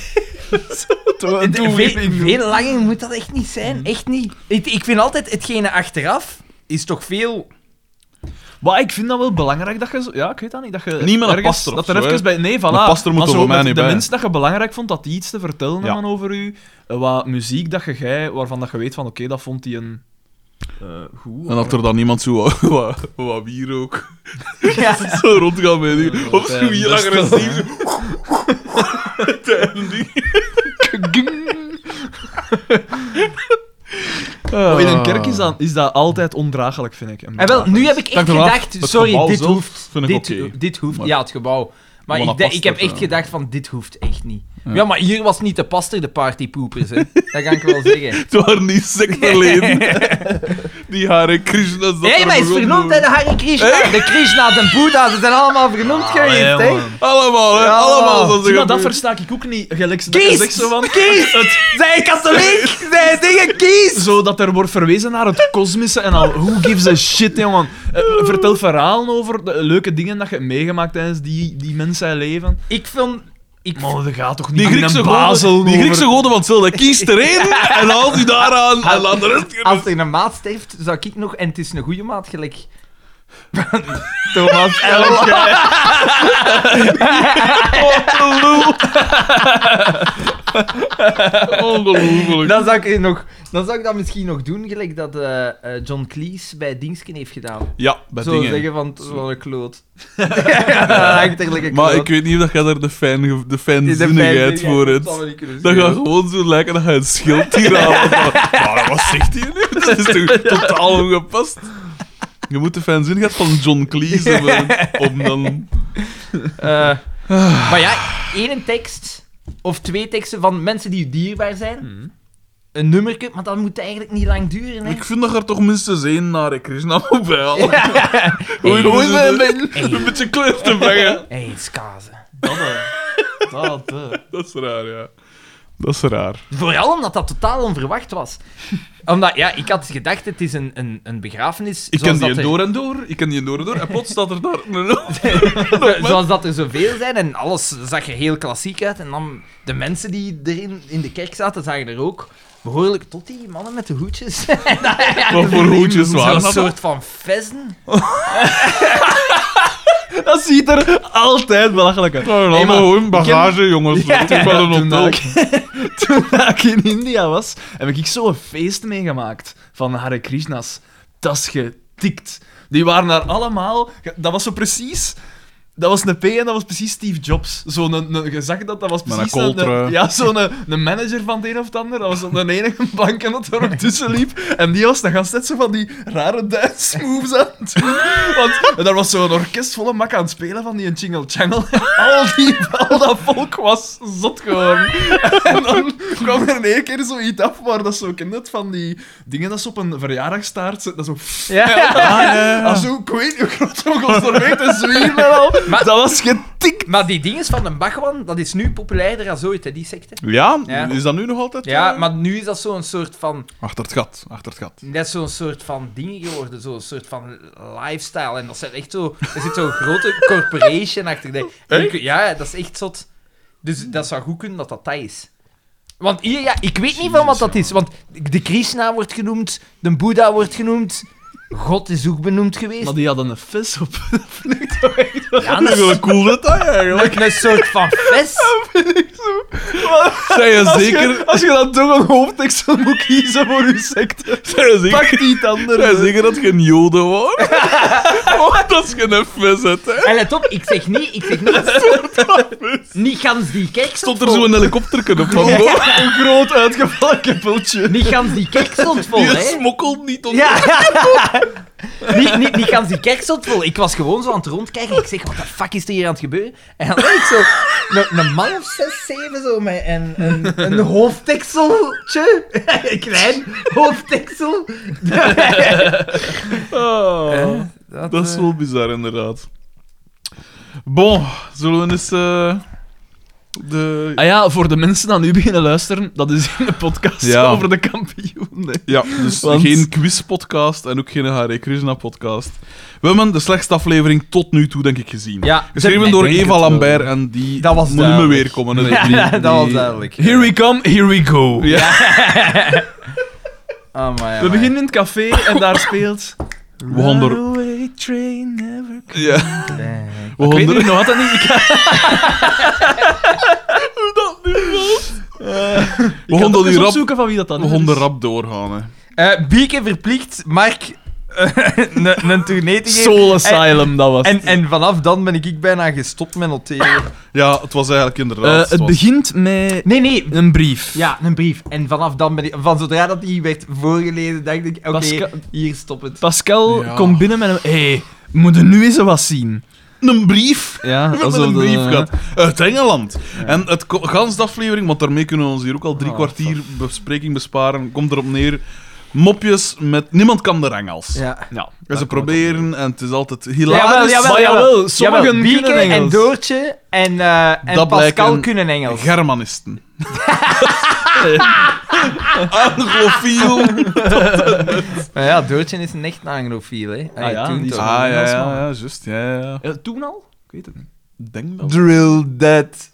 Veel langer moet dat echt niet zijn. Echt niet. Ik vind altijd, hetgene achteraf is toch veel... Maar ik vind dat wel belangrijk dat je... Ja, ik weet dat niet. Dat je Niet met een ergens- pastor Dat of er zo, even bij... Nee, voilà. Een pastor moet Maar er zo voor mij met niet de bij. mensen dat je belangrijk vond, dat die iets te vertellen Ja. hebben over u. Wat muziek dat jij... Waarvan dat je weet van, oké, dat vond hij een... goed. En dat er dan iemand zo wat bier ook Ja. zo rondgaat met die... Of zo heel dat is agressief. Maar in een kerk is dat altijd ondraaglijk, vind ik. En wel, nu heb ik echt Dank u wel. gedacht... Het Sorry, gebouw dit zelf hoeft... vind ik oké. Dit hoeft... Maar- Ja, het gebouw. Maar Maar ik, dat ik heb past echt toch, gedacht van, dit hoeft echt niet. Ja, maar hier was niet de pastor de partypoepers, hè. Dat kan ik wel zeggen. Het waren niet secteleden. Die Hare Krishna's. Hé, maar hij is vernoemd, hè, de Hare Krishna. De Krishna, de Boeddha, ze zijn allemaal vernoemd geweest, ja, hè. man. Allemaal, hè. Ja. Allemaal. Zoals Zie, maar dat gebeurt. versta ik ook niet. Gelijk dat je Kies! zegt zo van... Kies! Zij katholiek! Zij dingen, kies! Zo dat er wordt verwezen naar het kosmische en al, who gives a shit, jongen. Vertel verhalen over de leuke dingen dat je hebt meegemaakt tijdens die mensen zijn leven. Ik vond... Maar dat gaat toch niet Die in Griekse een Basel goden, die over- Griekse goden van hetzelfde. Kies er één en haal die daaraan en laat de rest gaan. Als er een maat sterft, zou ik nog... En het is een goede maat, gelijk... Thomas L. Ongelooflijk. Dan zou ik dat misschien nog doen, gelijk dat John Cleese bij Dingsken heeft gedaan. Ja, bij Zo dingen. zeggen van, het is wel een kloot. Hangt er like een Maar kloot. ik weet niet of jij daar de De fanzinnigheid fijn- voor ja, hebt. dat zou wel kunnen Dat zeggen. gaat gewoon zo lijken dat hij een schild hier haalt. Maar wat zegt hij nu? Dat is toch totaal ongepast? Je moet de fanzinnigheid van John Cleese hebben om dan... Maar ja, één tekst of twee teksten van mensen die dierbaar zijn. Een nummerke, maar dat moet eigenlijk niet lang duren, hè. Ik vind dat er toch minstens één naar Krishna moet bij halen. Hey, Gewoon zo hey. een beetje kleur te brengen. Hey, skazen. Dat is raar, ja. Dat is raar. Vooral omdat dat totaal onverwacht was. Omdat, ja, ik had gedacht, het is een begrafenis. Ik ken zoals die dat door en door. Ik ken die door en door. En plots staat er daar een... Zoals dat er zoveel zijn en alles zag er heel klassiek uit. En dan de mensen die erin in de kerk zaten, zagen er ook behoorlijk tot die mannen met de hoedjes. Wat voor hoedjes waren Zo'n dat? soort van vesten. Dat ziet er altijd belachelijk uit. Nou, Hey, maar gewoon bagage, jongens. Ja, Dat is wel een toen hotel. Toen ik in India was, heb ik zo'n feest meegemaakt van Hare Krishna's. Dat is getikt. Die waren daar allemaal... Dat was zo precies... Dat was een P en dat was precies Steve Jobs. Je zag dat was Met precies een coltre. ja, een manager van het een of het ander. Dat was zo'n enige blanke dat er ook tussen liep. En die was dan gans net zo van die rare dance moves aan het doen. Want daar was zo'n orkest volle mak aan het spelen van die Jingle Jangle. Al dat volk was zot geworden. En dan kwam er in één keer zoiets af waar dat zo kent van die dingen dat ze op een verjaardagstaart zetten. Dat zo... Ja. Zo, ik weet niet hoe groot vogels er mee te zwieren al. Maar- dat was getikt. Maar die dinges van de Bhagwan, dat is nu populairder dan ooit, hè, die secte. Ja? Ja. Is dat nu nog altijd? Ja, maar nu is dat zo'n soort van... Achter het gat. Achter het gat. Net zo'n soort van dingen geworden, zo'n soort van lifestyle. En dat zijn echt zo... Er zit zo'n grote corporation achter. Ja, dat is echt zot. Dus dat zou goed kunnen dat dat is. Want hier, ja, ik weet niet van wat dat is. Want de Krishna wordt genoemd, de Boeddha wordt genoemd, God is ook benoemd geweest. Maar die hadden een vis op. Ja, Dat is wel een cool detail, eigenlijk. een soort van fest. Zijn je Als zeker... als je dan toch een hoofdtekstel moet kiezen voor je secte, Zijn je pak zeker... die het andere. Zijn je zeker dat je een joden wordt? Oh, dat is geen vis, hè. En let op, ik zeg niet niet gans die kerk Stond er zo'n helikopter op van boven? Een groot uitgevallen keppeltje. Niet gans die kerk stond vol, Die hè. smokkelt niet op. Ja. niet gans die kerk stond vol. Ik was gewoon zo aan het rondkijken. Ik zeg, wat de fuck is er hier aan het gebeuren? En dan zag ik zo een man of 6, 7 zo met een hoofdtekseltje. Een klein hoofdteksel. Oh, dat is wel bizar, inderdaad. Bon, zullen we eens... Ah ja, voor de mensen die nu beginnen luisteren, dat is in de podcast Ja. over de kampioen. Ja, dus Want- geen quizpodcast en ook geen Hare Krishna-podcast. We hebben de slechtste aflevering tot nu toe, denk ik, gezien. Ja, Geschreven door ik denk Eva het wel. Lambert en die Dat was moet niet meer duidelijk. weerkomen. Hè. Ja, Die- dat was die- duidelijk. Here we come, here we go. Ja. Oh, maar ja, We beginnen in het café en daar speelt... We gaan er... freight train never comes. Ja. We Ik weet gaan nu nog altijd niet. We gaan dat hier rap, opzoeken van wie dat dan we is. gaan er rap doorgaan. Hè. Bieke verplicht Mark een tournee te geven. Soul Asylum, dat was het. En vanaf dan ben ik bijna gestopt met noteren. Ja, het was eigenlijk inderdaad... Het was- begint met Nee. een brief. Ja, een brief. En vanaf dan ben ik... Van zodra dat die werd voorgelezen, dacht ik... Oké, Pascal- hier, stop het. Pascal Ja. komt binnen met een... Hé, we moeten nu eens wat zien. Een brief. Ja, We hebben een brief gehad. Uit Engeland. En het gans de aflevering, want daarmee kunnen we ons hier ook al 3 kwartier bespreking besparen, komt erop neer. Mopjes met... Niemand kan de Engels. Ja. Ja, En ze proberen en het is altijd hilarisch. Jawel, Maar jawel, sommigen Bieke kunnen Engels. en Doortje en Dat Pascal blijken kunnen Engels. Germanisten. Anglofiel. Maar ja, Doortje is een echt anglofiel, hè. Ah ja, toen die is toch. wel- Ja, juist. Ja. Toen al? Ik weet het niet. Denk dat. Drill that.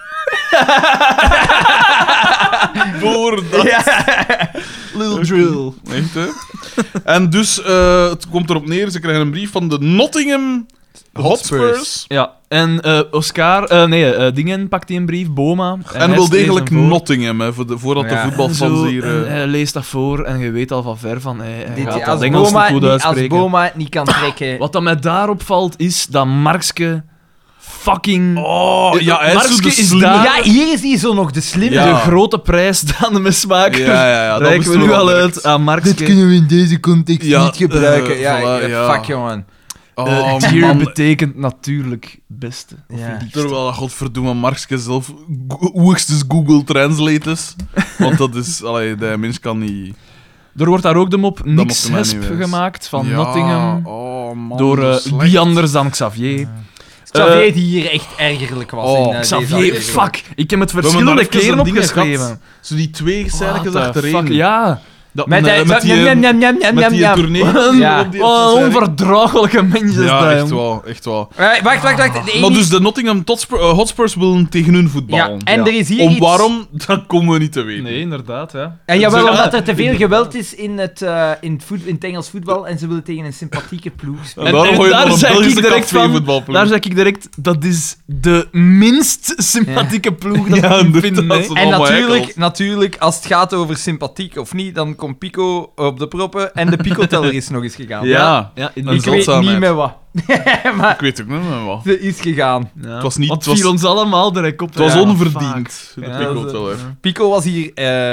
Voor dat. Little drill. Echt, hè? En dus, het komt erop neer, ze krijgen een brief van de Nottingham Hotspurs. Ja, en Oscar... Dingen pakt hij een brief, Boma. En hij wel leest degelijk hem voor. Nottingham, hè, voordat Ja. de voetbalfans Zo, hier... en hij leest dat voor en je weet al van ver van... Hij Dit, gaat als, dat Engels Boma niet goed niet, als uitspreken. Boma het niet kan trekken... Wat dat mij daarop valt, is dat Markske fucking... Oh, ja, hij is zo Markske de is slim- daar Ja, hier is hij zo nog de slimme. Ja. de grote prijs dan met smaak. Ja, dat Reiken moesten we nu wel al direct. uit aan Markske. we in deze context Ja, niet gebruiken. voilà, ja. Fuck, jongen. Oh, Dear man. betekent natuurlijk beste. Of Ja. liefste. Terwijl, godverdomme, Markske zelf hoogstens Google Translate is. Want dat is... Allee, de mens kan niet... Er wordt daar ook de mop mocht niks hem mij hesp niet wezen. gemaakt van Ja, Nottingham. Oh, man, Door zo slecht. wie anders dan Xavier. Xavier die hier echt ergerlijk was Oh, in deze Xavier, aflevering. fuck. Ik heb het We hebben verschillende daar even keren een ding opgeschreven. gehad. Zo die 2 scènes What the achtereen. fuck, ja. Dat, Met, met die... Met die tournee. Ja. op die Wat een serie. onverdraaglijke mens is Ja, dat, echt jong. wel, echt wel. Wacht. De Maar dus de Nottingham Hotspurs willen tegen hun voetballen. Ja, en er is hier Om iets... waarom, dat komen we niet te weten. Nee, inderdaad, ja. En jawel, Ze- omdat er te veel geweld is in het Engels voetbal en ze willen tegen een sympathieke ploeg spelen. En daarom gooi je daar nog een zei ik Belgische direct van, cafévoetbalploeg. daar zei ik direct, dat is de minst sympathieke ploeg dat Ja, ik inderdaad, vind. dat hè. is En allemaal natuurlijk, heikels. natuurlijk, als het gaat over sympathiek of niet, dan komt Pico op de proppen en de Pico-teller is nog eens gegaan. Ja. Ja, Een Ik weet zeldzaamheid. niet meer wat. maar Ik weet ook niet meer wat. ze is gegaan. Ja. Het was niet- Want het was- viel ons allemaal direct op. Het was Ja, onverdiend. fuck. De Ja, Pico dat- teller. Pico was hier...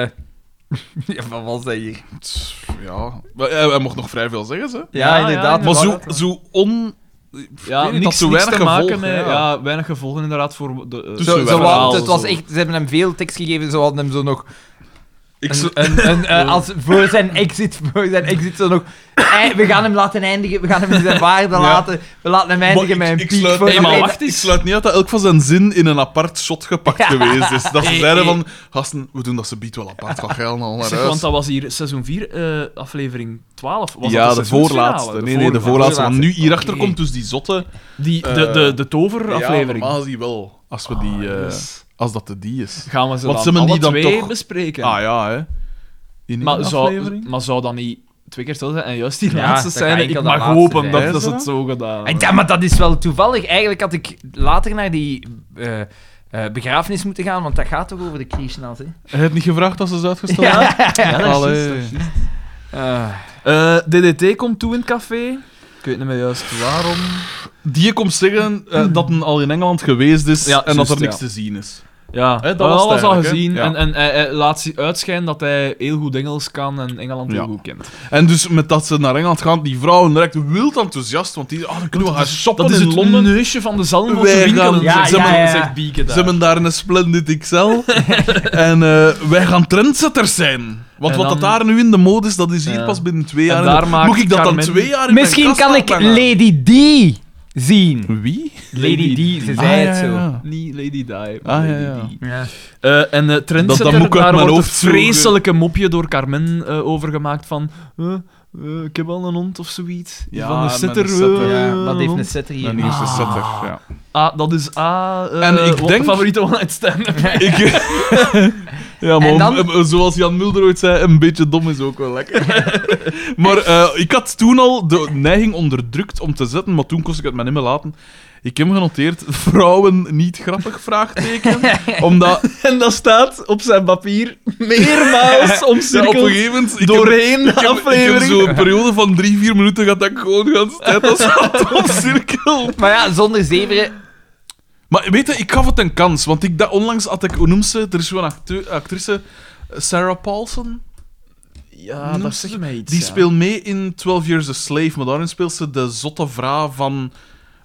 ja, wat was dat hier? Ja. Maar hij mocht nog vrij veel zeggen, ze. Ja, inderdaad. Maar inderdaad. zo on... Ja, weet niet, niks, dat zo niks weinig te maken gevolgen, met... ja. Ja, weinig gevolgen inderdaad voor de... Dus Zo, we zo waren wat- al het was zo. echt, ze hebben hem veel tekst gegeven, ze hadden hem zo nog Ik zo- als voor zijn exit zo nog. We gaan hem laten eindigen, we gaan hem in zijn waarde laten. We laten hem eindigen met een ik piek. sluit, voor nee, nog maar één- wacht eens. Ik sluit niet uit dat elk van zijn zin in een apart shot gepakt geweest is. Dat ze zeiden van, gasten, we doen dat ze biedt wel apart van geil al naar Zeg, huis. want dat was hier seizoen 4, aflevering 12. Was Ja, dat de seizoensfinale? voorlaatste. Nee, de voorlaatste. Want nu hierachter komt dus die zotte... De toveraflevering. Ja, normaal zie wel. Als we die... yes. Als dat de die is. Gaan we ze Want dan ze hebben alle die dan twee toch- bespreken? Ah ja, hè. In één maar, aflevering? zou dat niet 2 keer stil zijn? En juist die Ja, laatste dat gaat scène, enkel ik de mag laatste hopen zijn. dat, Is dat ze dat? het zo gedaan hebben. Ja, maar dat is wel toevallig. Eigenlijk had ik later naar die begrafenis moeten gaan, want dat gaat toch over de Krishna's, hè? Hij heeft niet gevraagd als ze is uitgesteld? Ja. Ja, dat is Allee. juist, dat is juist. DDT komt toe in het café. Ik weet niet meer juist waarom. Die komt zeggen dat hij al in Engeland geweest is Ja, en dat er juist, niks ja. te zien is. Ja, Hè, dat dat was het was al eigenlijk, hè? gezien. Ja. En hij laat uitschijnen dat hij heel goed Engels kan en Engeland heel Ja. goed kent. En dus met dat ze naar Engeland gaan, die vrouwen direct wild enthousiast, want die dan kunnen we gaan shoppen Dat is in het Londen. neusje van de Zalmbosse Wij winkel. gaan- Ja, ze ja, hebben- ja. Zegt Bieke Ze daar. hebben daar een Splendid XL. En wij gaan trendsetters zijn. Want En wat dan- dat daar nu in de mode is, dat is hier Ja. pas binnen 2 jaar. En in de- daar maakt Moet ik dat Carmen- dan 2 jaar in Misschien mijn kast kan ik ophangen? Lady D zien. Wie? Lady D, ze Ah, zei ja, het zo. ja. Niet Lady Di. Ah, ja, ja. Ja. En Dat Trendsetter, moet ik uit daar mijn wordt hoofd het zoeken. vreselijke mopje door Carmen overgemaakt van... ik heb al een hond of zoiets. Ja, van een met setter. een setter. Ja, wat heeft een hond. setter hier? En hier is de setter, ja. Dat is En ik denk- favoriete one-night stand. Ik, Ja, maar En dan- zoals Jan Mulder ooit zei, een beetje dom is ook wel lekker. Maar ik had toen al de neiging onderdrukt om te zetten, maar toen kon ik het me niet meer laten. Ik heb genoteerd, vrouwen niet grappig, vraagteken. Omdat En dat staat op zijn papier meermaals ja, omcirkeld op een gegeven moment... doorheen de Ik heb aflevering. zo'n periode van 3-4 minuten gehad dat ik gewoon de hele tijd als wat omcirkel. Maar ja, zonder zeveren... Maar weet je, ik gaf het een kans, want onlangs had ik, hoe noemt ze? Er is zo'n actrice, Sarah Paulson. Ja, Noem dat ze- zegt mij iets. Die ja. speelt mee in 12 Years a Slave, maar daarin speelt ze de zotte vrouw van...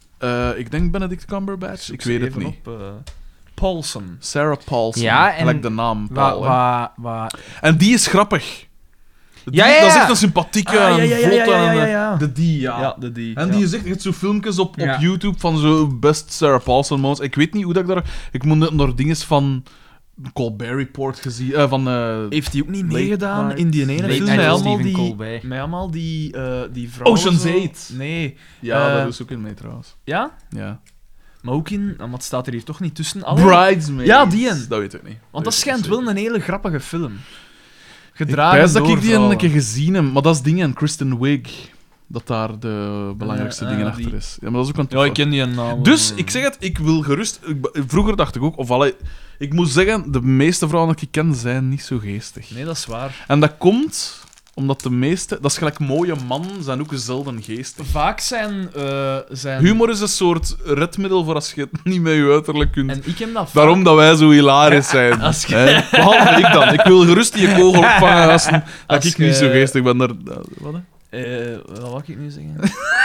ik denk Benedict Cumberbatch, ik weet het Even niet. op, Paulson. Sarah Paulson, Ja, en- gelijk de naam Paul. hè. En die is grappig. Ja, ja, Dat is ja. echt een sympathieke, Ah, ja, ja, een ja, vlotte... ja, ja, ja, en, ja. De die, ja. Ja, de die. En ja. die is echt zo filmpjes op Ja. YouTube van zo best Sarah Paulson moments. Ik weet niet hoe dat ik daar... Ik moet net naar dingen van Colbert Report gezien... Heeft hij ook niet Late meegedaan Night. in die ene Late film Night met with allemaal Stephen die... Colbert. Met allemaal die vrouwen... Ocean's zo? 8. Nee. Ja, Eh, daar is ook in mee trouwens. Ja? Ja. Maar ook in... Maar het staat er hier toch niet tussen? Allee. Bridesmaids. Ja, die een. Dat weet ik niet. Want dat schijnt weet ik wel een hele grappige film. Ik Gedragen pijs dat door ik die vrouwen. een keer gezien heb, maar dat is dingen, Kristen Wiig. Dat daar de belangrijkste Ja, dingen ja, achter die. is. Ja, maar dat is ook een Ja, toffe. ik ken die een naam. Dus, ik zeg het, ik wil gerust... Vroeger dacht ik ook, ik moet zeggen, de meeste vrouwen die ik ken zijn niet zo geestig. Nee, dat is waar. En dat komt omdat de meeste... Dat is gelijk mooie mannen, zijn ook zelden geestig. Vaak zijn... Humor is een soort redmiddel voor als je het niet met je uiterlijk kunt. En ik heb dat vaak... Daarom dat wij zo hilarisch zijn. als je- Hè? Behalve ik dan. Ik wil gerust die kogel opvangen gasten, dat Als ik je- niet zo geestig ben. Wat, hè? Wat wil ik nu zeggen?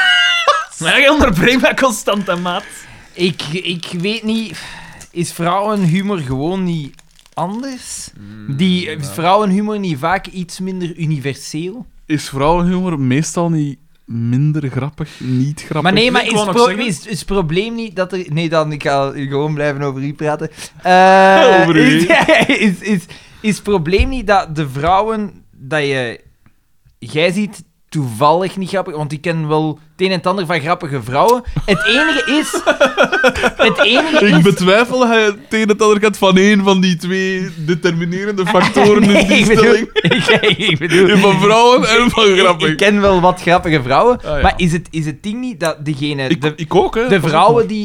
Maar je onderbreekt mij constant, hè, maat. Ik weet niet... Is vrouwenhumor gewoon niet anders? Is vrouwenhumor niet vaak iets minder universeel? Is vrouwenhumor meestal niet minder grappig, niet grappig? Maar nee, maar Ik is wou het nog zeggen- is het probleem niet dat er... Nee, dan, ik ga gewoon blijven over u praten. Over u. Is het probleem niet dat de vrouwen dat jij ziet toevallig niet grappig, want ik ken wel het een en het ander van grappige vrouwen. Het enige Ik is... betwijfel dat je het een en het ander gaat van één van die twee determinerende factoren in die ik stelling. ik bedoel... Van vrouwen en van grappig. Ik ken wel wat grappige vrouwen, Ah, ja. maar is het ding niet dat degene... Ik ook, hè. De Pas op. vrouwen die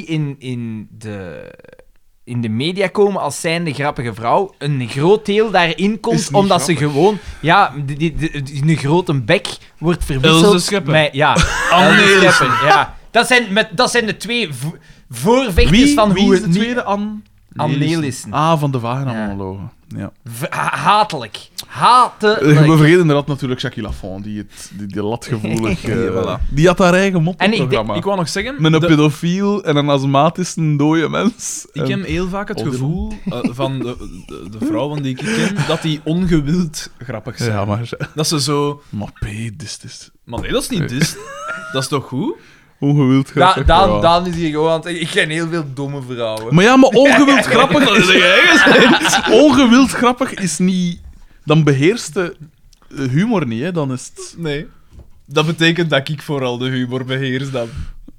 in de media komen als zijnde grappige vrouw, een groot deel daarin Is komt niet omdat ze grappig. gewoon... Ja, een grote bek wordt Else verwisseld Schepper. met... Ja, Anne Else Nelissen. Schepper, ja. Dat zijn de twee voorvechters van Wie hoe is het de niet... tweede? Anne Nelissen. Ah, van de vagina-monologen. Ja. Hatelijk. We Hatelijk. vergeten inderdaad natuurlijk Jackie Lafont, die latgevoelig... Ja, voilà. Die had haar eigen En ik moppenprogramma. Ik wou nog zeggen... Met een de- pedofiel en een astmatische dode mens. Ik heb heel vaak het Alderman. gevoel van de vrouwen die ik ken, dat die ongewild grappig zijn. Ja, maar... Dat ze zo... Maar P, dit is Maar nee, dat is niet dis. Dat is toch goed? ongewild grappig. ja. Daan is hier gewoon aan het zeggen, ik ken heel veel domme vrouwen. Maar ja, maar ongewild grappig... Dat is ongewild grappig is niet... Dan beheerst de humor niet, hè. Dan is het... Nee. Dat betekent dat ik vooral de humor beheers dan.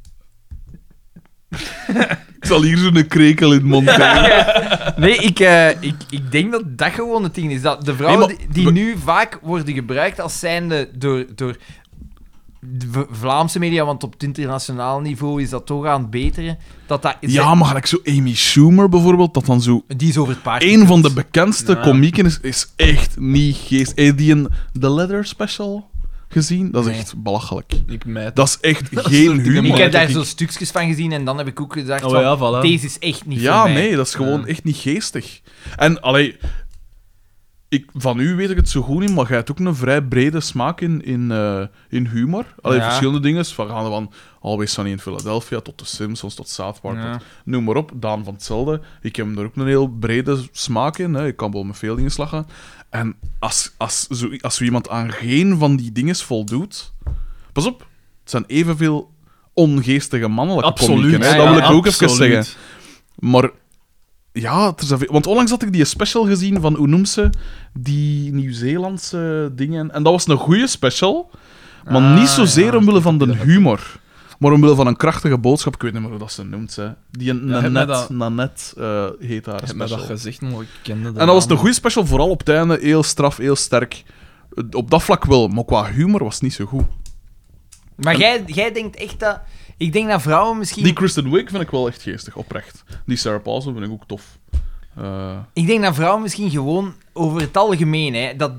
Ik zal hier zo'n krekel in het mond hebben. Nee, ik denk dat dat gewoon het ding is. Dat de vrouwen Nee, maar- die nu vaak worden gebruikt als zijnde door de Vlaamse media, want op het internationaal niveau is dat toch aan het beteren, dat Ja, maar gelijk zo Amy Schumer bijvoorbeeld, dat dan zo... die is over het paard. Een van de bekendste Ja. komieken is echt niet geest. Heb je die in The Leather Special gezien? Dat is Nee. echt belachelijk. Ik mijt. Dat is echt is geen soort dingen, Ik humor. heb daar Ik- zo stukjes van gezien en dan heb ik ook gedacht Oh van, ja, voilà. deze is echt niet Ja, voor mij. nee, dat is gewoon Ja. echt niet geestig. En, allee... Van u weet ik het zo goed niet, maar jij hebt ook een vrij brede smaak in humor. Allee, Ja. verschillende dingen. Van Always Sunny in Philadelphia tot The Simpsons, tot South Park, Ja. tot, noem maar op. Daan van hetzelfde. Ik heb er ook een heel brede smaak in. Hè. Ik kan wel met veel dingen slag gaan. En als zo iemand aan geen van die dingen voldoet... Pas op, het zijn evenveel ongeestige mannelijke Absoluut. komieken. Hè. Ja, Dat ja, wil ik ook even absoluut. zeggen. Maar... Ja, er zijn want onlangs had ik die special gezien van, hoe noemt ze, die Nieuw-Zeelandse dingen. En dat was een goede special, maar niet zozeer omwille van de humor. Maar omwille van een krachtige boodschap, ik weet niet meer hoe dat ze noemt, hè. Die Nanette heet haar Ik heb mij dat special. gezegd, maar ik kende En dat was een goede special, vooral op het einde. Heel straf, heel sterk. Op dat vlak wel, maar qua humor was het niet zo goed. Maar jij denkt echt dat... Ik denk dat vrouwen misschien... Die Kristen Wiig vind ik wel echt geestig, oprecht. Die Sarah Paulson vind ik ook tof. Ik denk dat vrouwen misschien gewoon over het algemeen, hè, dat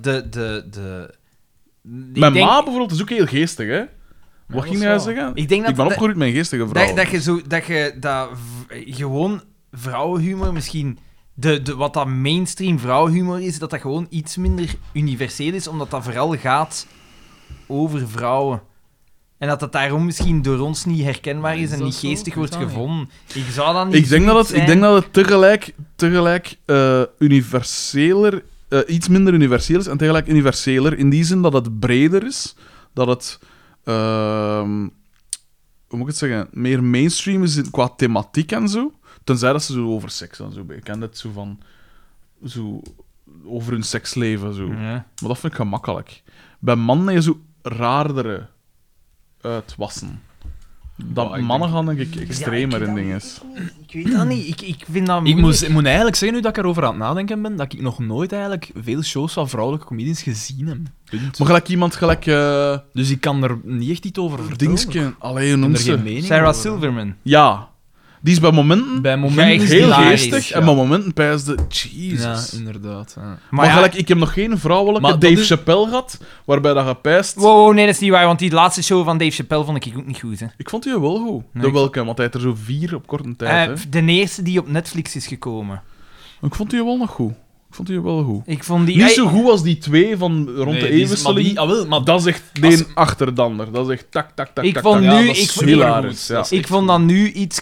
Mijn ma bijvoorbeeld is ook heel geestig, hè? Wat dat ging is jij waar. zeggen? Ik denk dat Ik ben opgegroeid met een geestige vrouw. dat gewoon vrouwenhumor misschien... wat dat mainstream vrouwenhumor is, dat gewoon iets minder universeel is, omdat dat vooral gaat over vrouwen. En dat dat daarom misschien door ons niet herkenbaar is Is en dat niet zo? geestig Ik wordt weet dat gevonden. Ik zou dat niet Ik denk zijn. dat het tegelijk universeler, iets minder universeel is en tegelijk universeler in die zin dat het breder is, dat het, hoe moet ik het zeggen, meer mainstream is qua thematiek en zo. Tenzij dat ze zo over seks en zo. Ik ken het zo van, zo over hun seksleven zo. Ja. Maar dat vind ik gemakkelijk. Bij mannen is zo raardere uitwassen. Dat ik mannen gaan denk ik extremer in dingen. Ik weet dat niet. Ik vind dat Ik moeilijk. moet eigenlijk zeggen, nu dat ik erover aan het nadenken ben, dat ik nog nooit eigenlijk veel shows van vrouwelijke comedians gezien heb. Punt. Maar gelijk iemand, Dus ik kan er niet echt iets over vertellen. dingetje, allee, hoe Ik heb noemt er geen ze? mening Sarah over. Silverman. Ja. Die is bij momenten Bij momenten is heel hilarisch, geestig ja. en bij momenten pijsde, Ja, Jesus. inderdaad. Ja. Maar ja, gelijk, ik heb nog geen vrouwelijke Maar dat Dave is- Chappelle gehad, waarbij dat gepijst... Wow, nee, dat is niet waar, want die laatste show van Dave Chappelle vond ik ook niet goed. Hè. Ik vond die wel goed. Nee, De ik- welke, want hij had er zo 4 op korte tijd. Hè. De eerste die op Netflix is gekomen. Ik vond die wel nog goed. Ik vond die wel goed. Ik vond die... Niet zo goed als die 2 van rond Nee, de die is- eeuwwisseling. maar die- maar dat is echt de als- een achter de ander. Dat is echt tak, tak, tak, Ik tak, vond tak. nu- Ja, dat ik is vond- hilarisch, ja. Dat is Ik echt vond dat nu iets